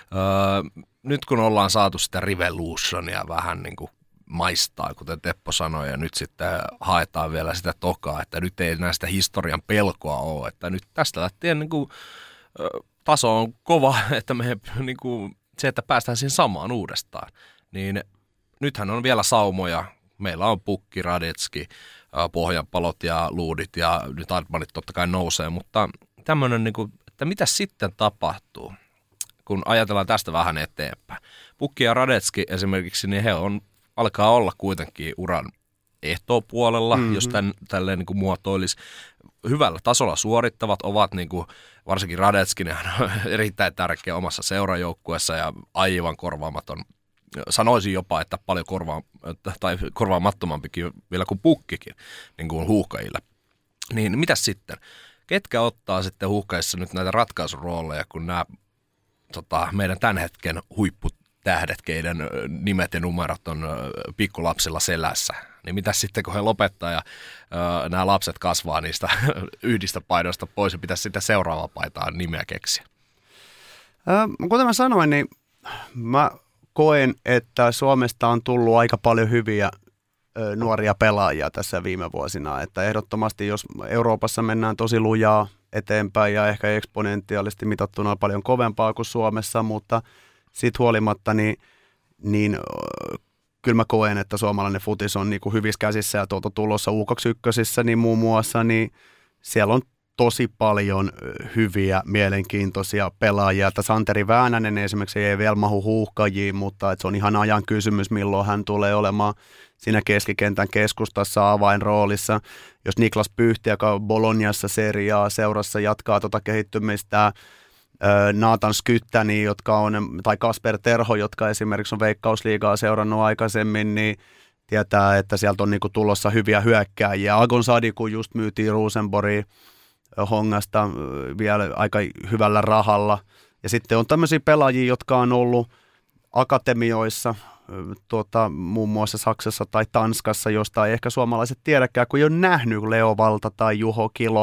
Speaker 1: nyt kun ollaan saatu sitä Revolutionia vähän niin kuin maistaa, kuten Teppo sanoi, ja nyt sitten haetaan vielä sitä tokaa, että nyt ei näistä historian pelkoa ole, että nyt tästä lähtien niin kuin, taso on kova, että me niin kuin, se, että päästään siihen samaan uudestaan, niin nythän on vielä saumoja. Meillä on Pukki, Radetski, Pohjanpalot ja Luudit ja nyt Admanit totta kai nousee, mutta tämmöinen, niin kuin, että mitä sitten tapahtuu, kun ajatellaan tästä vähän eteenpäin. Pukki ja Radetski esimerkiksi, niin he alkaa olla kuitenkin uran ehtoopuolella, jos tälleen niin kuin muotoilisi. Hyvällä tasolla suorittavat ovat niin kuin, varsinkin Radetskin on erittäin tärkeä omassa seurajoukkueessa ja aivan korvaamaton. Sanoisin jopa, että paljon korvaamattomampikin vielä kuin Pukkikin niin kuin huuhkajille. Niin mitäs sitten? Ketkä ottaa sitten huuhkajissa nyt näitä ratkaisurooleja, kun nämä meidän tämän hetken huipputähdet, keiden nimet ja numerot on pikkulapsilla selässä? Niin mitäs sitten, kun he lopettaa ja nämä lapset kasvaa niistä yhdistä paidoista pois ja pitäisi sitten seuraava paitaan nimeä keksiä?
Speaker 3: Kuten mä sanoin, niin mä koen, että Suomesta on tullut aika paljon hyviä nuoria pelaajia tässä viime vuosina. Että ehdottomasti, jos Euroopassa mennään tosi lujaa eteenpäin ja ehkä eksponentiaalisesti mitattuna paljon kovempaa kuin Suomessa, mutta siitä huolimatta, niin kyllä mä koen, että suomalainen futis on niin kuin hyvissä käsissä ja tulossa U21, niin muun muassa, niin siellä on tosi paljon hyviä, mielenkiintoisia pelaajia. Että Santeri Väänänen esimerkiksi ei vielä mahu huuhkajiin, mutta että se on ihan ajan kysymys, milloin hän tulee olemaan siinä keskikentän keskustassa avainroolissa. Jos Niklas Pyhti, joka on Bolognassa seriaa seurassa, jatkaa kehittymistä, Nathan Skyttäni, tai Kasper Terho, jotka esimerkiksi on Veikkausliigaa seurannut aikaisemmin, niin tietää, että sieltä on niinku tulossa hyviä hyökkääjiä. Agon Sadiku just myytiin Rosenborgin Hongasta vielä aika hyvällä rahalla. Ja sitten on tämmöisiä pelaajia, jotka on ollut akatemioissa, muun muassa Saksassa tai Tanskassa, josta ei ehkä suomalaiset tiedäkään, kun ei ole nähnyt Leo Valta tai Juho Kilo,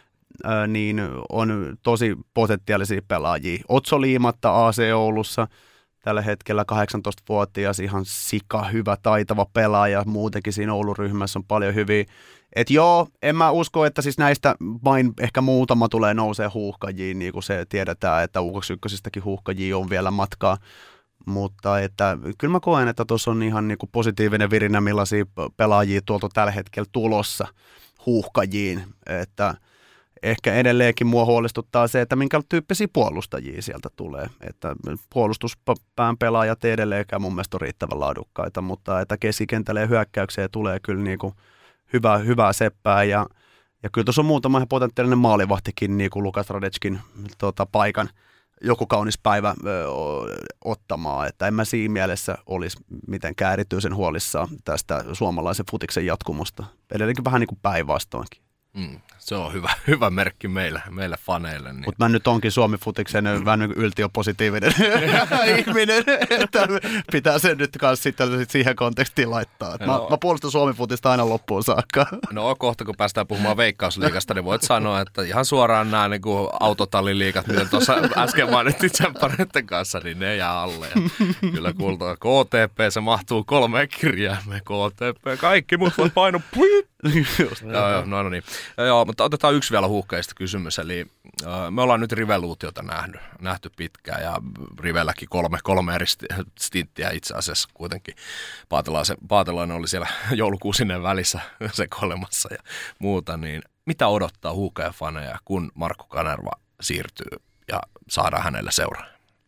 Speaker 3: niin on tosi potentiaalisia pelaajia. Otso Liimatta AC Oulussa tällä hetkellä 18-vuotias, ihan sika hyvä, taitava pelaaja. Muutenkin siinä Oulun ryhmässä on paljon hyviä. Et joo, en mä usko, että siis näistä vain ehkä muutama tulee nousee huuhkajiin, niin kuin se tiedetään, että U21:stäkin huuhkajia on vielä matkaa. Mutta että, kyllä mä koen, että tuossa on ihan niin kuin positiivinen virinä, millaisia pelaajia tuolta tällä hetkellä tulossa huuhkajiin, että ehkä edelleenkin mua huolestuttaa se, että minkä tyyppisiä puolustajia sieltä tulee. Että puolustuspään pelaajat edelleenkään mun mielestä on riittävän laadukkaita, mutta että keskikentälle ja hyökkäykseen tulee kyllä niin kuin hyvää seppää. Ja kyllä tuossa on muutama ihan potentiaalinen maalivahtikin, niin kuin Lukas Radetskin paikan joku kaunis päivä ottamaan. Että en mä siinä mielessä olisi mitenkään erityisen huolissaan tästä suomalaisen futiksen jatkumusta. Edelleenkin vähän niin kuin päinvastoinkin.
Speaker 1: Se on hyvä merkki meille faneille. Niin.
Speaker 3: Mutta mä nyt onkin Suomi-futiksen vähän yltiöpositiivinen ihminen, että pitää sen nyt kanssa sitten siihen kontekstiin laittaa. Mä puolustan Suomi-futista aina loppuun saakka.
Speaker 1: No kohta kun päästään puhumaan Veikkausliigasta, niin voit sanoa, että ihan suoraan nämä niin kuin autotalliliigat, mitä tuossa äsken mainittiin tsemppareiden kanssa, niin ne jää alle. Ja kyllä kuultaa, KTP, se mahtuu 3 kirjaimeen, KTP, kaikki muut voi paino. No niin. Joo, mutta otetaan yksi vielä huuhkajista kysymys. Eli me ollaan nyt Riveluutiota nähty pitkään ja Rivelläkin kolme eri stinttiä itse asiassa kuitenkin. Paatelainen oli siellä joulukuusinen välissä sekoilemassa ja muuta. Niin mitä odottaa huuhkajafaneja, kun Markku Kanerva siirtyy ja saadaan hänelle seuraa?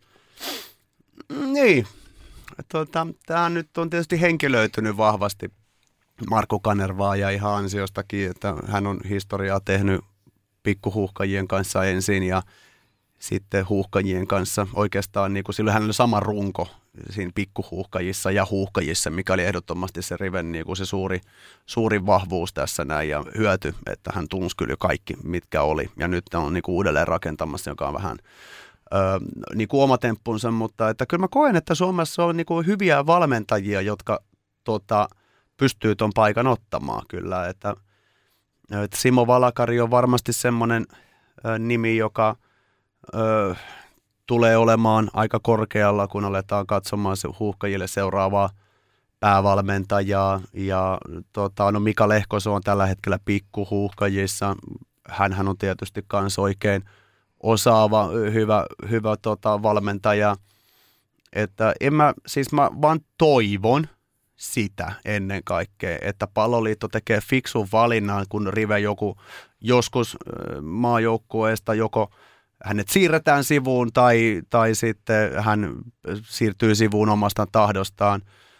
Speaker 3: Niin. Tämä nyt on tietysti henkilöitynyt vahvasti Markku Kanervaa ja ihan ansiostakin, että hän on historiaa tehnyt pikkuhuuhkajien kanssa ensin ja sitten huuhkajien kanssa. Oikeastaan niin kuin silloin hänellä oli sama runko siinä pikkuhuuhkajissa ja huuhkajissa, mikä oli ehdottomasti se Riven niin kuin se suuri vahvuus tässä näin ja hyöty, että hän tunsi kyllä kaikki, mitkä oli. Ja nyt on niin kuin uudelleen rakentamassa, joka on vähän niin kuin oma temppunsa, mutta että kyllä mä koen, että Suomessa on niin kuin hyviä valmentajia, jotka pystyy ton paikan ottamaan kyllä, että Simo Valakari on varmasti semmoinen nimi, joka tulee olemaan aika korkealla, kun aletaan katsomaan se huuhkajille seuraavaa päävalmentajaa ja Mika Lehkoso on tällä hetkellä pikkuhuuhkajissa, hänhän on tietysti kans oikein osaava, hyvä valmentaja, että mä vaan toivon sitä ennen kaikkea, että Palloliitto tekee fiksun valinnan, kun Rive joskus maajoukkueesta joko hänet siirretään sivuun tai sitten hän siirtyy sivuun omasta tahdostaan,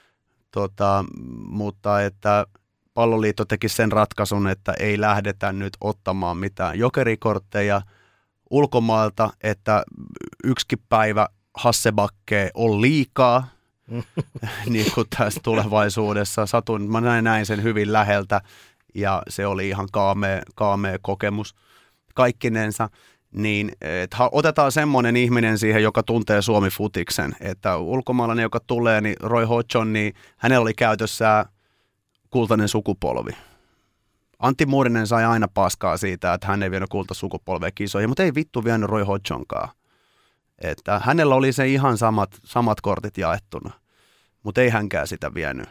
Speaker 3: mutta että Palloliitto teki sen ratkaisun, että ei lähdetä nyt ottamaan mitään jokerikortteja ulkomailta, että yksikin päivä Hassebakke on liikaa, niin kuin tässä tulevaisuudessa. Mä näin sen hyvin läheltä ja se oli ihan kaamea kokemus kaikkinensa. Niin, otetaan semmoinen ihminen siihen, joka tuntee Suomi-futiksen, että ulkomaalainen, joka tulee, niin Roy Hodgson, niin hänellä oli käytössä kultainen sukupolvi. Antti Muurinen sai aina paskaa siitä, että hän ei vienyt kultasukupolvea kisoihin, mutta ei vittu vienyt Roy Hodgsonkaan. Että hänellä oli se ihan samat kortit jaettuna, mutta ei hänkään sitä vienyt.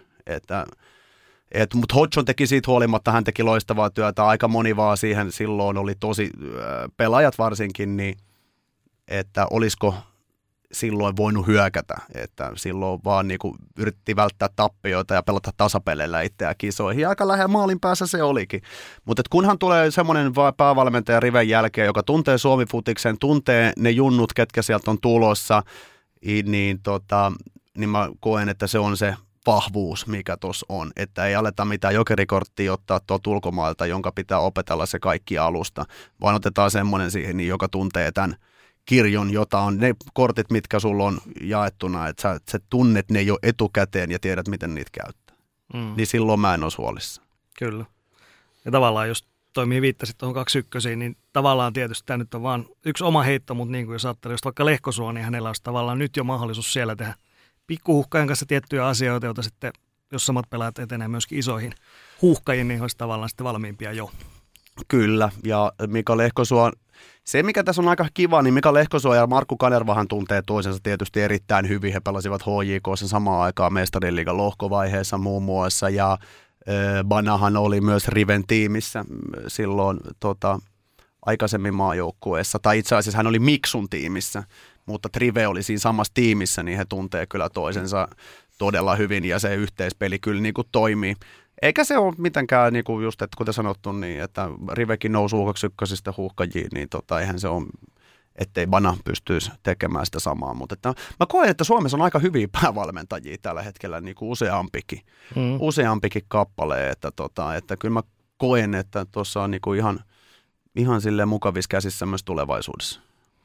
Speaker 3: Mutta Hodgson teki siitä huolimatta, hän teki loistavaa työtä, aika moni vaan siihen silloin oli tosi, pelaajat varsinkin, niin että olisiko silloin voinut hyökätä, että silloin vaan niinku yritti välttää tappioita ja pelata tasapeleillä itseään kisoihin. Ja aika lähellä maalin päässä se olikin. Mutta kunhan tulee semmoinen päävalmentaja Riven jälkeen, joka tuntee Suomi-futiksen, tuntee ne junnut, ketkä sieltä on tulossa, niin mä koen, että se on se vahvuus, mikä tuossa on. Että ei aleta mitään jokerikorttia ottaa tuolta ulkomailta, jonka pitää opetella se kaikki alusta, vaan otetaan semmoinen siihen, niin joka tuntee tämän kirjon, jota on ne kortit, mitkä sulla on jaettuna, että sä tunnet ne jo etukäteen ja tiedät, miten niitä käyttää. Niin silloin mä en ole huolissa.
Speaker 2: Kyllä. Ja tavallaan jos toimii viittasit tuohon 21, niin tavallaan tietysti tämä nyt on vaan yksi oma heitto, mutta niin kuin jos ajattelee just vaikka Lehkosuo, niin hänellä olisi tavallaan nyt jo mahdollisuus siellä tehdä pikkuhuhkajan kanssa tiettyjä asioita, joita sitten, jos samat pelaajat etenee myöskin isoihin huuhkajiin, niin olisi tavallaan sitten valmiimpia jo.
Speaker 3: Kyllä, ja Mika Lehkosuo, se mikä tässä on aika kiva, niin Mika Lehkosuo ja Markku Kanervahan tuntee toisensa tietysti erittäin hyvin. He pelasivat HJK:ssa samaan aikaan Mestariliigan lohkovaiheessa muun muassa, ja Banahan oli myös Riven tiimissä silloin aikaisemmin maajoukkueessa, tai itse asiassa hän oli Miksun tiimissä, mutta Rive oli siinä samassa tiimissä, niin he tuntee kyllä toisensa todella hyvin, ja se yhteispeli kyllä niin kuin toimii. Eikä se ole mitenkään, niin kuin just, että kuten sanottu, niin, että Rivekin nousi U21 huuhkajiin, niin eihän se ole, ettei Bana pystyisi tekemään sitä samaa. Mutta että, mä koen, että Suomessa on aika hyviä päävalmentajia tällä hetkellä, niin kuin useampikin kappale, että kyllä mä koen, että tuossa on niin kuin ihan silleen mukavissa käsissä myös tulevaisuudessa.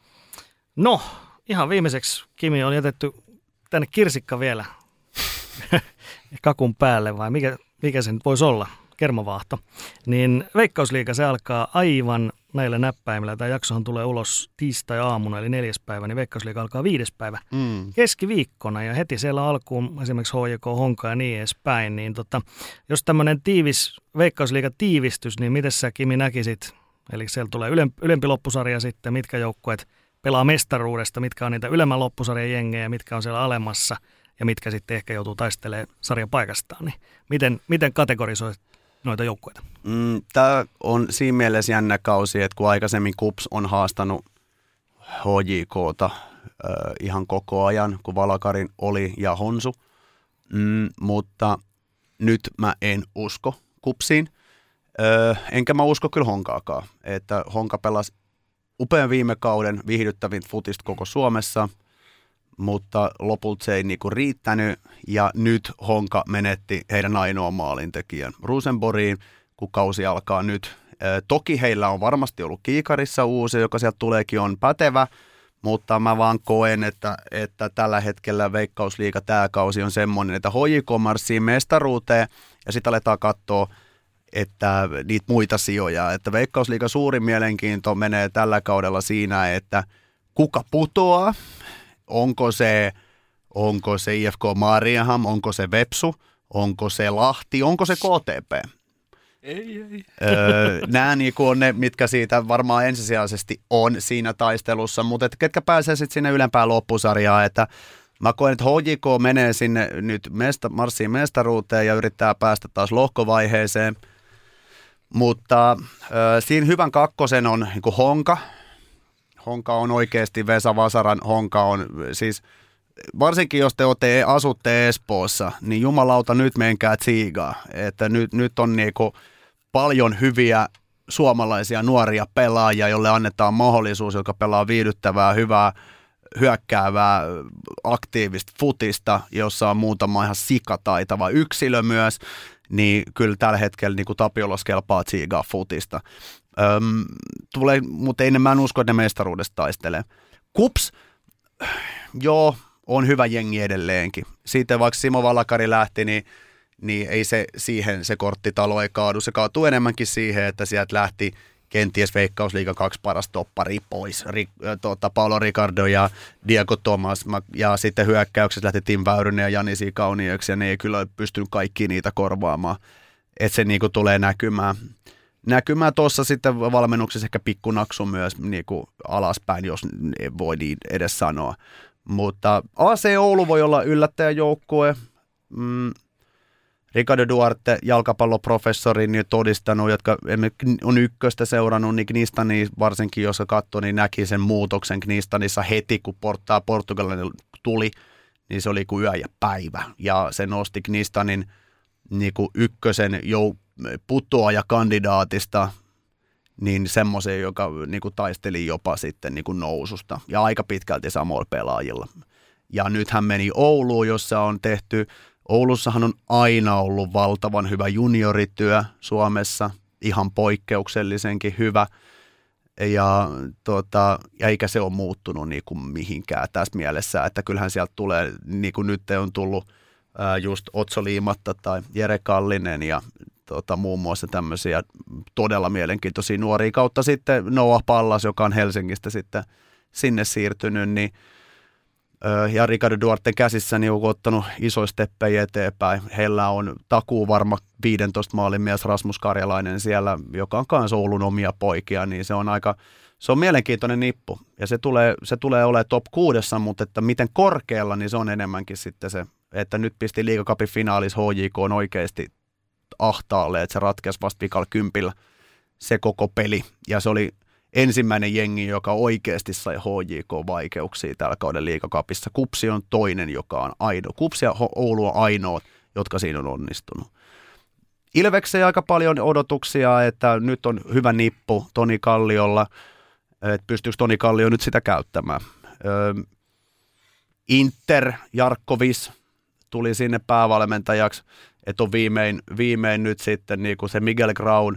Speaker 2: No, ihan viimeiseksi Kimi on jätetty tänne kirsikka vielä kakun päälle, vai mikä se nyt voisi olla? kermavaahto. Niin Veikkausliiga se alkaa aivan näillä näppäimillä. Tämä jaksohan tulee ulos tiistai-aamuna, eli 4. päivä, niin Veikkausliiga alkaa 5. päivä keskiviikkona. Ja heti siellä alkuun esimerkiksi HJK, Honka ja niin edespäin. Niin jos tämmöinen tiivis Veikkausliiga-tiivistys, niin miten sä, Kimi, näkisit? Eli siellä tulee ylempi loppusarja sitten, mitkä joukkueet pelaa mestaruudesta, mitkä on niitä ylemmän loppusarjan jengejä, mitkä on siellä alemmassa ja mitkä sitten ehkä joutuu taistelemaan sarjan paikastaan. Niin miten kategorisoit noita joukkueita?
Speaker 3: Tämä on siinä mielessä jännä kausi, että kun aikaisemmin KuPS on haastanut HJK:ta ihan koko ajan, kun Valakarin oli ja Honsu, mutta nyt mä en usko KuPSiin. Enkä mä usko kyllä Honkaakaan, että Honka pelasi upean viime kauden viihdyttävin futista koko Suomessa, mutta lopulta se ei niinku riittänyt ja nyt Honka menetti heidän ainoan maalintekijän Rosenborgiin, kun kausi alkaa nyt. Toki heillä on varmasti ollut kiikarissa uusi, joka sieltä tuleekin on pätevä, mutta mä vaan koen, että tällä hetkellä Veikkausliiga tämä kausi on semmoinen, että HJK marssii mestaruuteen ja sitten aletaan katsoa, että niitä muita sijoja, että Veikkausliigan suurin mielenkiinto menee tällä kaudella siinä, että kuka putoaa, onko se IFK Mariehamn, onko se Vepsu, onko se Lahti, onko se KTP.
Speaker 1: Ei.
Speaker 3: Nämä niinku on ne, mitkä siitä varmaan ensisijaisesti on siinä taistelussa, mutta että ketkä pääsee sitten sinne ylempään loppusarjaan, että mä koen, että HJK menee sinne nyt marssiin mestaruuteen ja yrittää päästä taas lohkovaiheeseen, mutta siinä hyvän kakkosen on niin kuin Honka. Honka on oikeasti Vesa Vasaran Honka on siis, varsinkin jos te asutte Espoossa, niin jumalauta nyt menkää tsiigaa, että nyt on niin kuin paljon hyviä suomalaisia nuoria pelaajia, joille annetaan mahdollisuus, jotka pelaa viihdyttävää, hyvää, hyökkäävää, aktiivista futista, jossa on muutama ihan sikataitava yksilö myös, niin kyllä tällä hetkellä niin kuin Tapiolos kelpaa tsiigaa futista. Mutta mä en usko, että ne mestaruudesta taistelee. KuPS, joo, on hyvä jengi edelleenkin. Siitä vaikka Simo Valakari lähti, niin ei se korttitalo ei kaadu. Se kaatuu enemmänkin siihen, että sieltä lähti kenties Veikkausliigan 2 parasta toppari pois. Paolo Ricardo ja Diego Tomas. Ja sitten hyökkäyksessä lähti Tim Väyrynen ja Jani Kauniöksi, ja ne ei kyllä pystynyt kaikki niitä korvaamaan. Että se niinku tulee näkymään tuossa sitten valmennuksessa ehkä pikkunaksu myös niinku alaspäin, jos voi niin edes sanoa. Mutta AC Oulu voi olla yllättäjäjoukkue. Ricardo Duarte, jalkapalloprofessori, niin todistanut, jotka on ykköstä seurannut, niin Knistani varsinkin, jos katsoi, niin näki sen muutoksen Knistanissa heti, kun Portugalin tuli, niin se oli kuin yö ja päivä. Ja se nosti Knistanin niin kuin ykkösen putoajakandidaatista niin semmoisen, joka niin kuin taisteli jopa sitten niin kuin noususta. Ja aika pitkälti samoilla pelaajilla. Ja nyt hän meni Ouluun, jossa on tehty, Oulussahan on aina ollut valtavan hyvä juniorityö Suomessa, ihan poikkeuksellisenkin hyvä. Ja eikä se ole muuttunut niin kuin mihinkään tässä mielessä, että kyllähän sieltä tulee, niin kuin nyt on tullut just Otso Liimatta tai Jere Kallinen ja muun muassa tämmöisiä todella mielenkiintoisia nuoria kautta sitten Noah Pallas, joka on Helsingistä sitten sinne siirtynyt, niin ja Ricardo Duarten käsissä niin on ottanut isoja steppejä eteenpäin. Heillä on takuu varma 15 maalin mies Rasmus Karjalainen siellä, joka on kanssa Oulun omia poikia, niin se on mielenkiintoinen nippu. Ja se tulee olemaan top 6, mutta että miten korkealla, niin se on enemmänkin sitten se, että nyt pisti Liigacupin finaalissa HJK on oikeasti ahtaalle, että se ratkesi vasta vikalla 10 se koko peli. Ja se oli ensimmäinen jengi, joka oikeasti sai HJK-vaikeuksia tällä kauden Liigacupissa. KuPS on toinen, joka on ainoa. KuPS ja Oulu on ainoa, jotka siinä on onnistunut. Ilvekseen aika paljon odotuksia, että nyt on hyvä nippu Toni Kalliolla, että pystyykö Toni Kallio nyt sitä käyttämään. Inter, Jarkkovis tuli sinne päävalmentajaksi, että on viimein nyt sitten niin kuin se Miguel Graun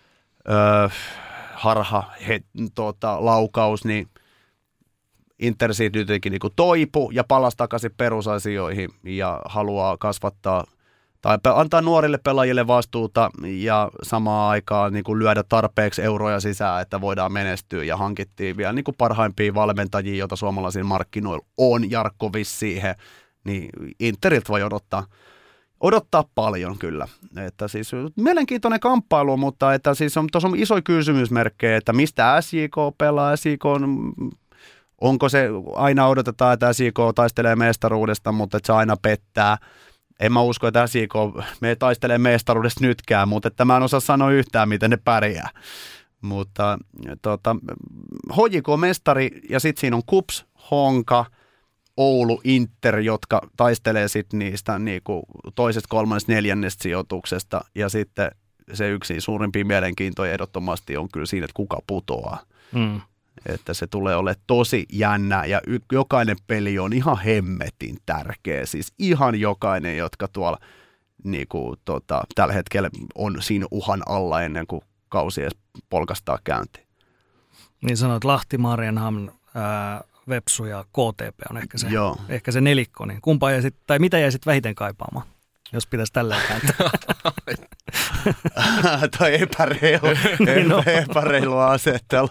Speaker 3: laukaus, niin Inter siitä jotenkin niin toipu ja palasi takaisin perusasioihin ja haluaa kasvattaa tai antaa nuorille pelaajille vastuuta ja samaan aikaan niin kuin lyödä tarpeeksi euroja sisään, että voidaan menestyä ja hankittiin vielä niin kuin parhaimpia valmentajia, joita suomalaisilla markkinoilla on, Jarkko Vissiihe, niin Interiltä voi odottaa paljon kyllä. Että siis mielenkiintoinen kamppailu, mutta että siis tuossa on iso kysymysmerkkejä, että mistä SJK pelaa, onko se, aina odotetaan, että SJK taistelee mestaruudesta, mutta että se aina pettää. En mä usko, että SJK me taistelee mestaruudesta nytkään, mutta että mä en osaa sanoa yhtään, miten ne pärjää. Mutta HJK mestari ja sitten siinä on KuPS, Honka, Oulu, Inter, jotka taistelee sitten niistä niinku toisesta, kolmannesta, neljännestä sijoituksesta. Ja sitten se yksi suurimpia mielenkiintoja ehdottomasti on kyllä siinä, että kuka putoaa. Että se tulee olemaan tosi jännä ja jokainen peli on ihan hemmetin tärkeä. Siis ihan jokainen, jotka tuolla niinku, tällä hetkellä on siinä uhan alla ennen kuin kausi edes polkastaa käyntiin.
Speaker 2: Niin sanoit, Lahti, Marienhamn, Vepsu ja KTP on ehkä se nelikko. Niin kumpaa jäisit, tai mitä jäisit vähiten kaipaamaan, jos pitäisi tälleen kääntää?
Speaker 3: Toi epäreilu asettelu.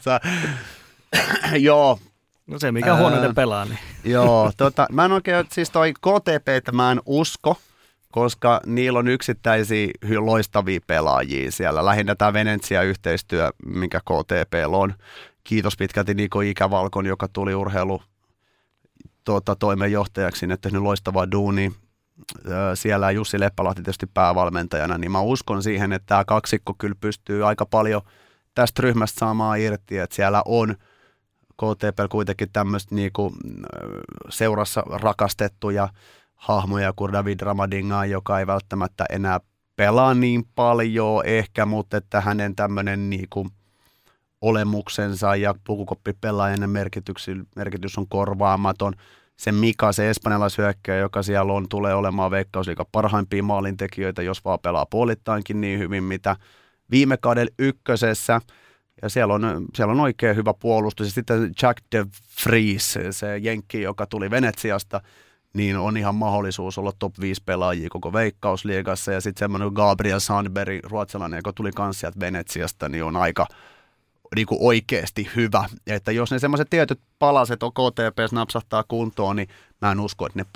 Speaker 3: Joo.
Speaker 2: No se, mikä huonoiten pelaa. Niin.
Speaker 3: Joo, mä en oikein, siis toi KTP, mä en usko, koska niillä on yksittäisiä loistavia pelaajia siellä. Lähinnä tämä Venetsia-yhteistyö, mikä KTP:llä on. Kiitos pitkälti Niko Ikävalkon, joka tuli toimenjohtajaksi, että tehnyt loistavaa duunia. Siellä Jussi Leppälahti tietysti päävalmentajana, niin mä uskon siihen, että tämä kaksikko kyllä pystyy aika paljon tästä ryhmästä saamaan irti, että siellä on KTP kuitenkin tämmöistä niinku seurassa rakastettuja hahmoja kuin David Ramadinga, joka ei välttämättä enää pelaa niin paljon ehkä, mutta että hänen tämmöinen niinku olemuksensa ja pukukoppipelaajan merkitys on korvaamaton. Se Mika, se espanjalaishyökkäjä, joka siellä on, tulee olemaan Veikkausliigan parhaimpia maalintekijöitä, jos vaan pelaa puolittainkin niin hyvin, mitä viime kaudella ykkösessä. Ja siellä on oikein hyvä puolustus. Ja sitten Jack de Vries, se jenkki, joka tuli Venetsiasta, niin on ihan mahdollisuus olla top 5 pelaajia koko Veikkausliigassa. Ja sitten semmoinen Gabriel Sandberg, ruotsalainen, joka tuli kans sieltä Venetsiasta, niin on aika niin kuin oikeasti hyvä. Että jos ne semmoiset tietyt palaset on KTP:ssä napsahtaa kuntoon, niin mä en usko, että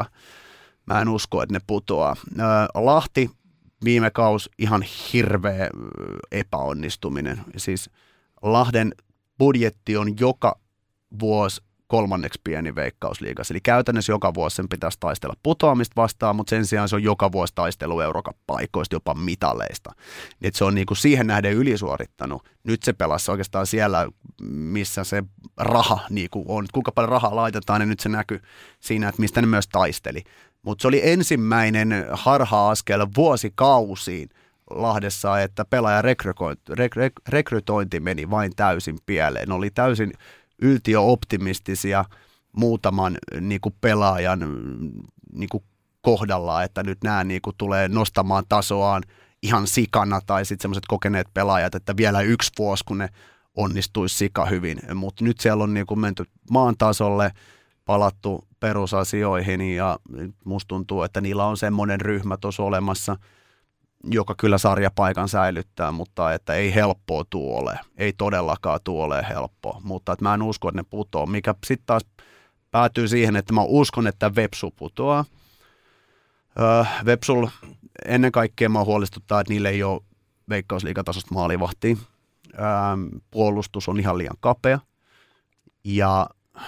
Speaker 3: ne putoaa. Lahti viime kaus ihan hirveä epäonnistuminen. Siis Lahden budjetti on joka vuosi kolmanneksi pieni Veikkausliigassa. Eli käytännössä joka vuosi sen pitäisi taistella putoamista vastaan, mutta sen sijaan se on joka vuosi taistelu Eurooppa-paikoista, jopa mitaleista. Et se on niinku siihen nähden ylisuorittanut. Nyt se pelasi oikeastaan siellä, missä se raha niinku on. Kuinka paljon rahaa laitetaan, niin nyt se näkyy siinä, että mistä ne myös taisteli. Mutta se oli ensimmäinen harha-askel vuosikausiin Lahdessa, että pelaajan rekrytointi meni vain täysin pieleen. Ne oli täysin yltiöoptimistisia muutaman niinku pelaajan niinku kohdalla, että nyt nämä niinku tulee nostamaan tasoaan ihan sikana, tai sitten semmoiset kokeneet pelaajat, että vielä yksi vuosi, kun ne onnistuisi sika hyvin. Mutta nyt siellä on niinku menty maan tasolle, palattu perusasioihin, ja musta tuntuu, että niillä on semmoinen ryhmä tuossa olemassa, joka kyllä sarjapaikan säilyttää, mutta että ei helppoa ole. Ei todellakaan ole helppoa, mutta että mä en usko, että ne putoaa, mikä sitten taas päätyy siihen, että mä uskon, että Vepsu putoaa. Vepsul ennen kaikkea mä huolestuttaa, että niillä ei ole Veikkausliigatasosta maalivahtia. Puolustus on ihan liian kapea ja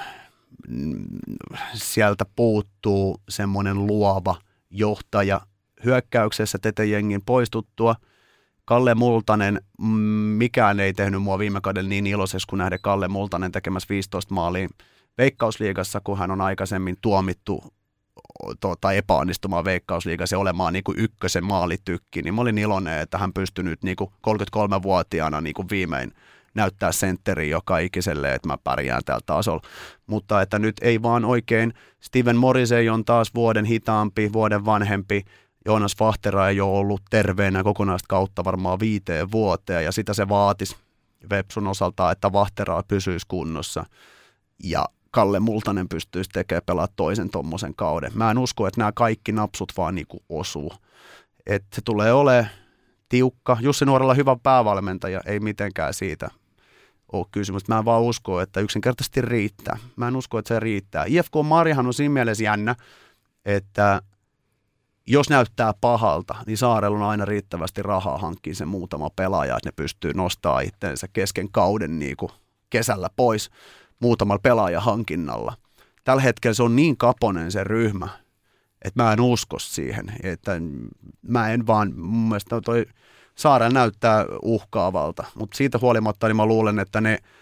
Speaker 3: sieltä puuttuu semmoinen luova johtaja hyökkäyksessä Tete-jengin poistuttua. Kalle Multanen, mikään ei tehnyt mua viime kaudella niin iloisessa kuin nähdä Kalle Multanen tekemässä 15 maalia Veikkausliigassa, kun hän on aikaisemmin tuomittu epäonnistumaan Veikkausliigassa ja olemaan niin kuin ykkösen maalitykki. Niin mä olin iloinen, että hän pystyi nyt niin kuin 33-vuotiaana niin kuin viimein näyttää sentteriin joka ikiselle, että mä pärjään tällä tasolla. Mutta että nyt ei vaan oikein. Steven Morrissey on taas vuoden hitaampi, vuoden vanhempi. Joonas Vahtera ei ole ollut terveenä kokonaista kautta varmaan 5 vuoteen, ja sitä se vaatisi Vepsun osalta, että Vahteraa pysyisi kunnossa. Ja Kalle Multanen pystyisi tekemään pelaa toisen tommosen kauden. Mä en usko, että nämä kaikki napsut vaan niinku osuu. Että se tulee olemaan tiukka. Jussi Nuorella hyvä päävalmentaja, ei mitenkään siitä ole kysymys. Mä en vaan usko, että yksinkertaisesti riittää. Mä en usko, että se riittää. IFK Marjahan on siinä mielessä jännä, että jos näyttää pahalta, niin Saarella on aina riittävästi rahaa hankkia se muutama pelaaja, että ne pystyy nostamaan itseensä kesken kauden niin kuin kesällä pois muutamalla pelaajahankinnalla. Tällä hetkellä se on niin kaponen se ryhmä, että mä en usko siihen. Että mä en vaan, mun mielestä toi Saarella näyttää uhkaavalta, mutta siitä huolimatta niin mä luulen, että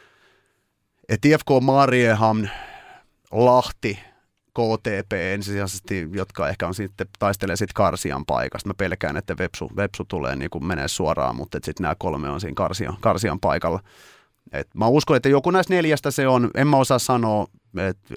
Speaker 3: IFK Mariehamn, Lahti, KTP ensisijaisesti, jotka ehkä on sitten taistelee sitten karsian paikasta. Mä pelkään, että Vepsu tulee niin kuin menee suoraan, mutta sitten nämä 3 on siinä karsian paikalla. Mä uskon, että joku näistä 4 se on, en mä osaa sanoa, että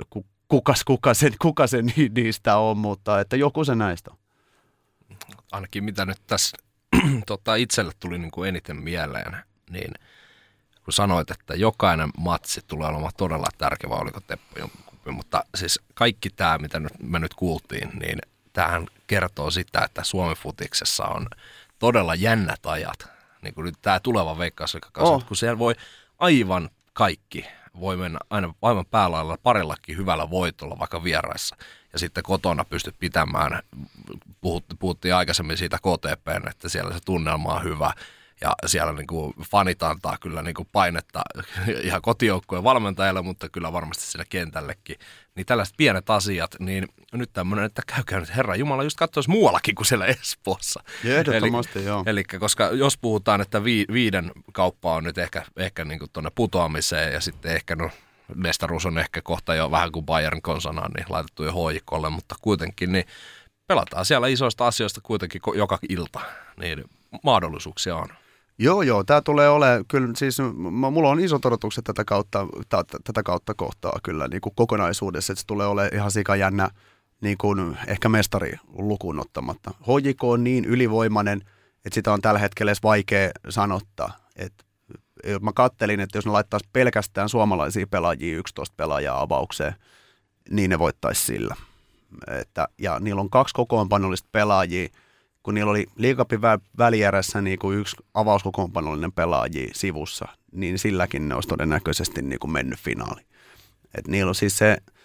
Speaker 3: kuka se niistä on, mutta että joku se näistä on.
Speaker 1: Ainakin mitä nyt tässä itselle tuli niin kuin eniten mieleen, niin kun sanoit, että jokainen matsi tulee olemaan todella tärkeä, oliko Teppo, mutta siis kaikki tämä, mitä me nyt kuultiin, niin tämähän kertoo sitä, että Suomen futiksessa on todella jännät ajat. Niin kuin nyt tämä tuleva Veikkausliigakausi, kun siellä voi aivan kaikki, voi mennä aina aivan päälailla parillakin hyvällä voitolla vaikka vieraissa. Ja sitten kotona pystyt pitämään, puhuttiin aikaisemmin siitä KTP:n, että siellä se tunnelma on hyvä. Ja siellä niin kuin fanit antaa kyllä niin kuin painetta ihan kotijoukkojen valmentajalle, mutta kyllä varmasti sinne kentällekin. Niin tällaiset pienet asiat, niin nyt tämmöinen, että käykää nyt Herran Jumala just katsoisi muuallakin kuin siellä Espoossa.
Speaker 3: Ehdottomasti, joo.
Speaker 1: Eli koska jos puhutaan, että 5 kauppa on nyt ehkä niin kuin tuonne putoamiseen ja sitten ehkä mestaruus on ehkä kohta jo vähän kuin Bayern konsanaan, niin laitettu jo HJK:lle, mutta kuitenkin niin pelataan siellä isoista asioista kuitenkin joka ilta, niin mahdollisuuksia on.
Speaker 3: Joo, tämä tulee olemaan, kyllä siis mulla on isot odotukset tätä kautta kohtaa kyllä niin kuin kokonaisuudessa, että se tulee olemaan ihan sikajännä niin kuin ehkä mestari lukuun ottamatta. HJK on niin ylivoimainen, että sitä on tällä hetkellä edes vaikea sanottaa. Että mä kattelin, että jos ne laittaisi pelkästään suomalaisia pelaajia 11 pelaajaa avaukseen, niin ne voittaisi sillä. Ja niillä on 2 kokoonpanollista pelaajia, kun niillä oli liigacupin välijärässä niin kuin 1 avauskokoonpanollinen pelaajia sivussa, niin silläkin ne olisi todennäköisesti niin kuin mennyt finaaliin. Et niillä on siis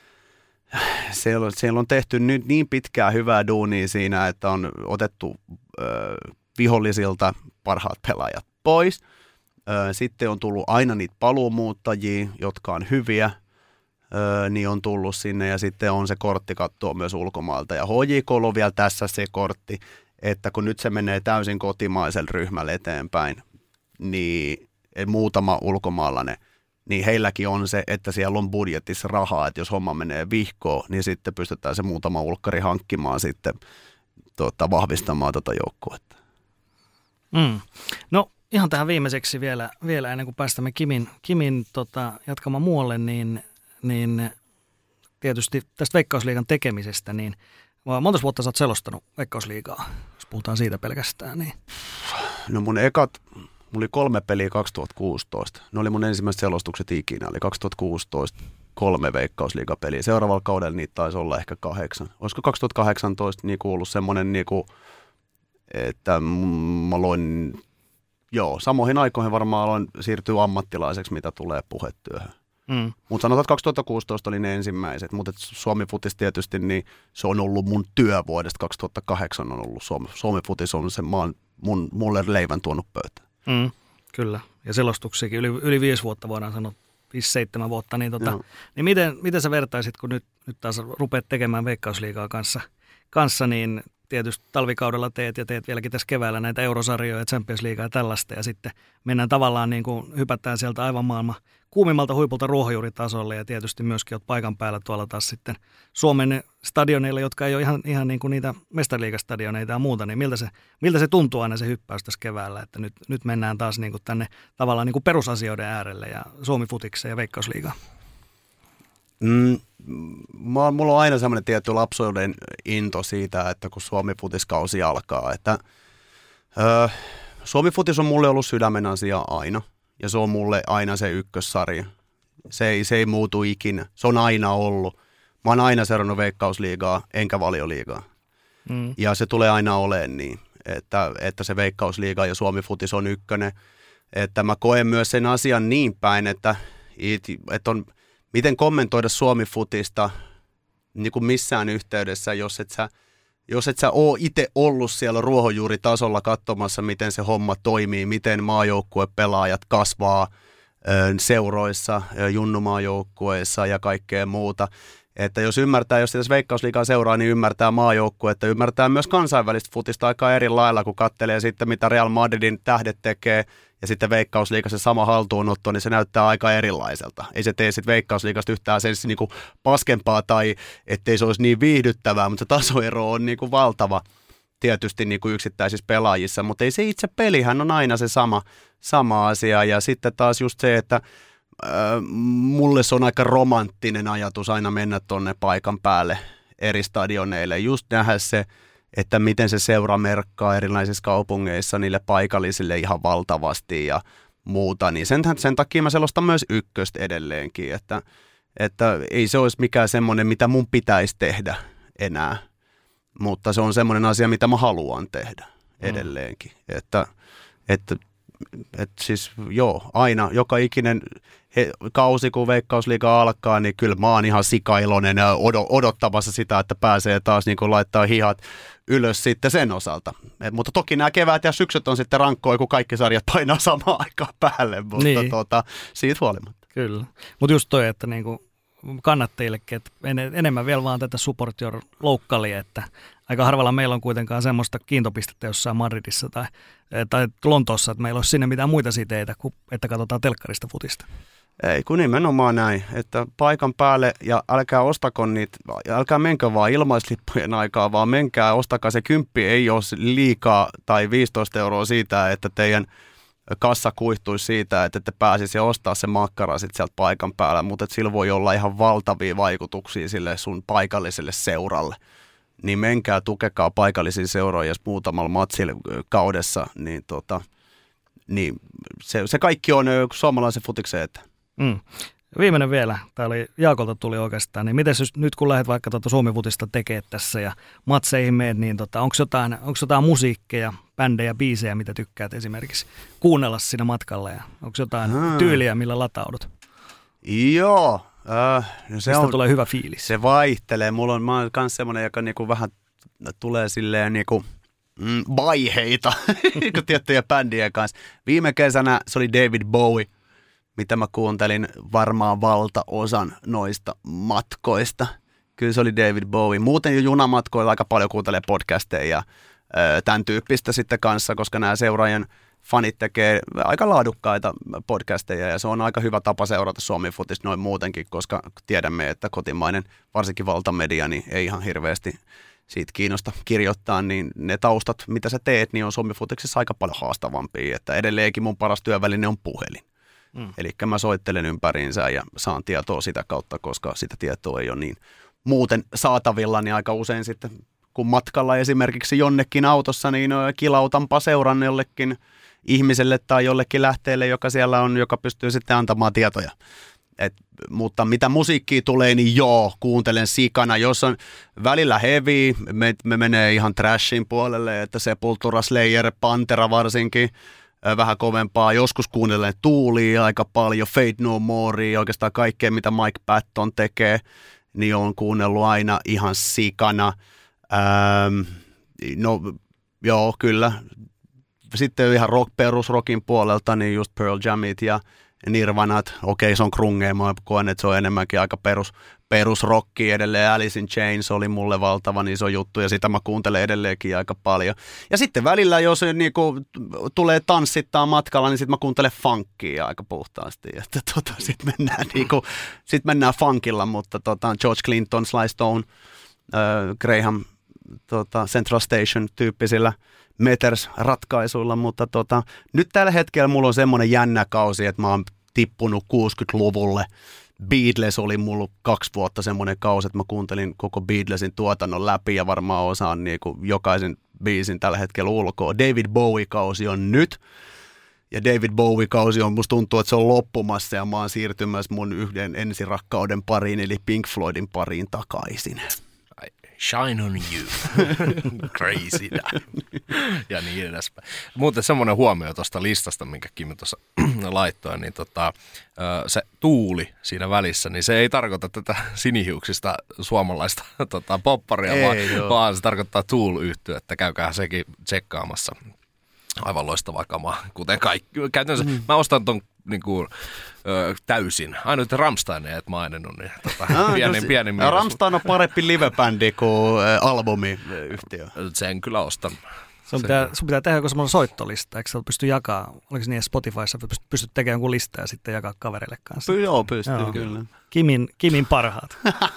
Speaker 3: siellä on tehty nyt niin pitkää hyvää duunia siinä, että on otettu vihollisilta parhaat pelaajat pois. Sitten on tullut aina niitä paluumuuttajia, jotka on hyviä, niin on tullut sinne ja sitten on se kortti katsoa myös ulkomailta. Ja HJK on vielä tässä se kortti, että kun nyt se menee täysin kotimaisella ryhmällä eteenpäin, niin muutama ulkomaalainen, niin heilläkin on se, että siellä on budjetissa rahaa, että jos homma menee vihkoon, niin sitten pystytään se muutama ulkkari hankkimaan sitten vahvistamaan joukkuetta.
Speaker 2: No ihan tähän viimeiseksi vielä ennen kuin päästämme Kimin jatkamaan muualle, niin tietysti tästä Veikkausliigan tekemisestä, niin monta vuotta sä oot selostanut Veikkausliigaa, jos puhutaan siitä pelkästään? Niin.
Speaker 3: No mulla oli 3 peliä 2016. Ne oli mun ensimmäiset selostukset ikinä. Oli 2016 3 Veikkausliigapeliä. Seuraavalla kaudella niitä taisi olla ehkä 8. Olisiko 2018 niin ollut semmoinen, niin kuin, että mä loin, samoihin aikoihin varmaan aloin siirtyä ammattilaiseksi, mitä tulee puhetyöhön. Mutta sanotaan, että 2016 oli ne ensimmäiset, mutta Suomi Futis tietysti, niin se on ollut mun työ vuodesta 2008 on ollut Suomi Futis on se mulle leivän tuonut pöytään.
Speaker 2: Kyllä, ja selostuksiakin yli 5 vuotta voidaan sanoa, 5-7 vuotta, niin miten sä vertaisit, kun nyt taas rupeat tekemään Veikkausliigaa kanssa, niin tietysti talvikaudella teet vieläkin tässä keväällä näitä eurosarjoja, Champions Leaguea ja tällaista, ja sitten mennään tavallaan niin kuin hypätään sieltä aivan maailman kuumimmalta huipulta ruohonjuuritasolle, ja tietysti myöskin olet paikan päällä tuolla taas sitten Suomen stadioneilla, jotka ei ole ihan niin kuin niitä mestariliigastadioneita ja muuta, niin miltä se tuntuu aina se hyppäys tässä keväällä, että nyt mennään taas niin kuin tänne tavallaan niin kuin perusasioiden äärelle ja Suomi Futikseen ja Veikkausliigaan?
Speaker 3: Mulla on aina semmoinen tietty lapsuuden into siitä, että kun Suomi Futiskausi alkaa, että Suomi Futis on mulle ollut sydämen asia aina, ja se on mulle aina se ykkössarja. Se ei muutu ikinä. Se on aina ollut. Mä oon aina seurannut Veikkausliigaa, enkä Valioliigaa. Ja se tulee aina olemaan niin, että se Veikkausliiga ja Suomi Futis on ykkönen. Että mä koen myös sen asian niin päin, että on, miten kommentoida Suomi Futista niin kuin missään yhteydessä, jos et sä ole itse ollut siellä ruohonjuuritasolla katsomassa, miten se homma toimii, miten maajoukkuepelaajat kasvaa seuroissa, junnumaajoukkueissa ja kaikkea muuta. Että jos sitä Veikkausliigaa seuraa, niin ymmärtää maajoukkuetta, ymmärtää myös kansainvälistä futista aika eri lailla, kun katselee sitten, mitä Real Madridin tähdet tekee, ja sitten Veikkausliigassa se sama haltuunotto, niin se näyttää aika erilaiselta. Ei se tee sitten Veikkausliigasta yhtään sen niinku paskempaa tai ettei se olisi niin viihdyttävää, mutta se tasoero on niinku valtava tietysti niinku yksittäisissä pelaajissa, mutta ei se itse pelihän on aina se sama asia. Ja sitten taas just se, että mulle se on aika romanttinen ajatus aina mennä tonne paikan päälle eri stadioneille, just nähdä se, että miten se seura merkkaa erilaisissa kaupungeissa niille paikallisille ihan valtavasti ja muuta, niin sen takia mä selostan myös ykköstä edelleenkin, että ei se olisi mikään semmoinen, mitä mun pitäisi tehdä enää, mutta se on semmoinen asia, mitä mä haluan tehdä edelleenkin, että siis joo, aina, joka ikinen kausi, kun Veikkausliiga alkaa, niin kyllä mä oon ihan sikailoinen ja odottamassa sitä, että pääsee taas niin kuin laittaa hihat ylös sitten sen osalta. Mutta toki nämä kevät ja syksyt on sitten rankkoja, kun kaikki sarjat painaa samaan aikaan päälle, mutta niin. Siitä huolimatta.
Speaker 2: Kyllä, mutta just toi, että niinku kannattajillekin, että enemmän vielä vaan tätä support your localia, että aika harvalla meillä on kuitenkaan semmoista kiintopistettä jossain Madridissa tai Lontoossa, että meillä olisi sinne mitään muita siteitä kuin että katsotaan telkkarista futista.
Speaker 3: Ei, kun nimenomaan näin, että paikan päälle ja älkää ostako niitä, älkää menkö vaan ilmaislippujen aikaa, vaan menkää, ostakaa se 10 ei ole liikaa tai 15 € siitä, että teidän kassa kuihtuisi siitä, että te pääsisi ostaa se makkara sitten sieltä paikan päällä, mutta sillä voi olla ihan valtavia vaikutuksia sille sun paikalliselle seuralle. Niin menkää, tukekaa paikallisia seuroja, jos muutamalla matsilla kaudessa, niin se kaikki on suomalaisen futiksen eteen.
Speaker 2: Viimeinen vielä, tämä oli Jaakolta tuli oikeastaan, niin miten nyt kun lähdet vaikka Suomi-futista tekemään tässä ja matseihin meet, niin onko jotain musiikkeja, bändejä, biisejä, mitä tykkäät esimerkiksi kuunnella siinä matkalla ja onko jotain tyyliä, millä lataudut?
Speaker 3: Joo.
Speaker 2: Se tulee hyvä fiilis.
Speaker 3: Se vaihtelee. Mä oon myös semmoinen, joka niinku vähän tulee silleen niinku vaiheita tiettyjä bändien kanssa. Viime kesänä se oli David Bowie, mitä mä kuuntelin varmaan valtaosan noista matkoista. Kyllä se oli David Bowie. Muuten jo junamatkoilla aika paljon kuuntelee podcasteja ja tämän tyyppistä sitten kanssa, koska nämä seuraajien fanit tekee aika laadukkaita podcasteja ja se on aika hyvä tapa seurata Suomi-futista noin muutenkin, koska tiedämme, että kotimainen, varsinkin valtamedia, niin ei ihan hirveästi siitä kiinnosta kirjoittaa, niin ne taustat, mitä sä teet, niin on Suomi-futiksessa aika paljon haastavampia, että edelleenkin mun paras työväline on puhelin. Eli mä soittelen ympäriinsä ja saan tietoa sitä kautta, koska sitä tietoa ei ole niin muuten saatavilla, niin aika usein sitten kun matkalla esimerkiksi jonnekin autossa, niin kilautanpa seuran jollekin ihmiselle tai jollekin lähteelle, joka siellä on, joka pystyy sitten antamaan tietoja. Mutta mitä musiikkia tulee, niin joo, kuuntelen sikana. Jos on välillä heavy, me menee ihan trashin puolelle, että Sepultura, Slayer, Pantera varsinkin, vähän kovempaa. Joskus kuuntelen Tuulia aika paljon, Fate No Morea, oikeastaan kaikkea, mitä Mike Patton tekee, niin on kuunnellut aina ihan sikana. No joo, kyllä. Sitten ihan perusrockin puolelta, niin just Pearl Jamit ja Nirvanat. Okei, se on grungea, mä koen, että se on enemmänkin aika perusrocki edelleen. Alice in Chains oli mulle valtavan iso juttu ja sitä mä kuuntelen edelleenkin aika paljon. Ja sitten välillä, jos niinku tulee tanssittaa matkalla, niin sitten mä kuuntelen funkia aika puhtaasti. Että sitten mennään funkilla, mutta George Clinton, Sly Stone, Graham, Central Station tyyppisillä Meters-ratkaisuilla, mutta nyt tällä hetkellä mulla on semmoinen jännä kausi, että mä oon tippunut 60-luvulle. Beatles oli mulla 2 vuotta semmoinen kausi, että mä kuuntelin koko Beatlesin tuotannon läpi ja varmaan osaan niin kuin jokaisen biisin tällä hetkellä ulkoa. David Bowie-kausi on nyt Ja David Bowie-kausi on, musta tuntuu, että se on loppumassa ja mä oon siirtymässä mun yhden ensirakkauden pariin, eli Pink Floydin pariin takaisin.
Speaker 1: Shine on you, crazy ja niin edespäin. Muuten semmoinen huomio tuosta listasta, minkä Kimi tuossa laittoi, niin se tuuli siinä välissä, niin se ei tarkoita tätä sinihiuksista suomalaista popparia, vaan se tarkoittaa Tool-yhtyettä, käykää sekin tsekkaamassa. Aivan loistavaa kamaa, kuten kaikki. Käytännössä mä ostan ton niinku, täysin. Ainut Rammsteinia et maininnut, niin pieni miinus.
Speaker 3: Rammstein on parempi livebändi kuin albumiyhtiö.
Speaker 1: Sen kyllä ostan.
Speaker 2: Sun pitää tehdä joku semmoinen soittolista, eikö sä pysty jakaa, oliko niin Spotifyssa, pystyt tekemään jonkun listaa ja sitten jakaa kavereille kanssa?
Speaker 3: Joo, pystyy kyllä.
Speaker 2: Kimin parhaat.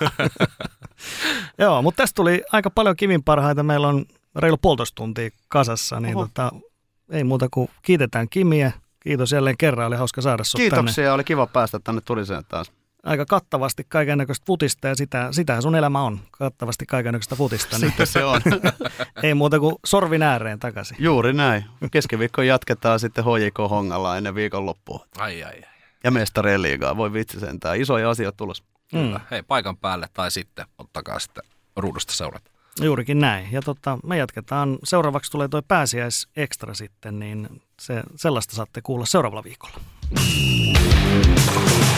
Speaker 2: Joo, mutta tästä tuli aika paljon Kimin parhaita. Meillä on reilu 1,5 tuntia kasassa, niin ei muuta kuin kiitetään Kimiä. Kiitos jälleen kerran, oli hauska saada sut
Speaker 3: Kiitoksia,
Speaker 2: tänne.
Speaker 3: Oli kiva päästä tänne Tuliseen taas.
Speaker 2: Aika kattavasti kaikennäköistä futista ja sitähän sun elämä on, kattavasti kaikennäköistä futista. Niin
Speaker 3: Sitä se on.
Speaker 2: Ei muuta kuin sorvin ääreen takaisin.
Speaker 3: Juuri näin. Keskiviikkoon jatketaan sitten HJK Hongalla ennen viikonloppua.
Speaker 1: Ai.
Speaker 3: Ja mestarien liigaa, voi vitsi sentään. Isoja asioita tulossa.
Speaker 1: Kyllä. Hei, paikan päälle tai sitten ottakaa sitten ruudusta seurata.
Speaker 2: Juurikin näin. Ja me jatketaan. Seuraavaksi tulee toi pääsiäisekstra sitten, niin sellaista saatte kuulla seuraavalla viikolla.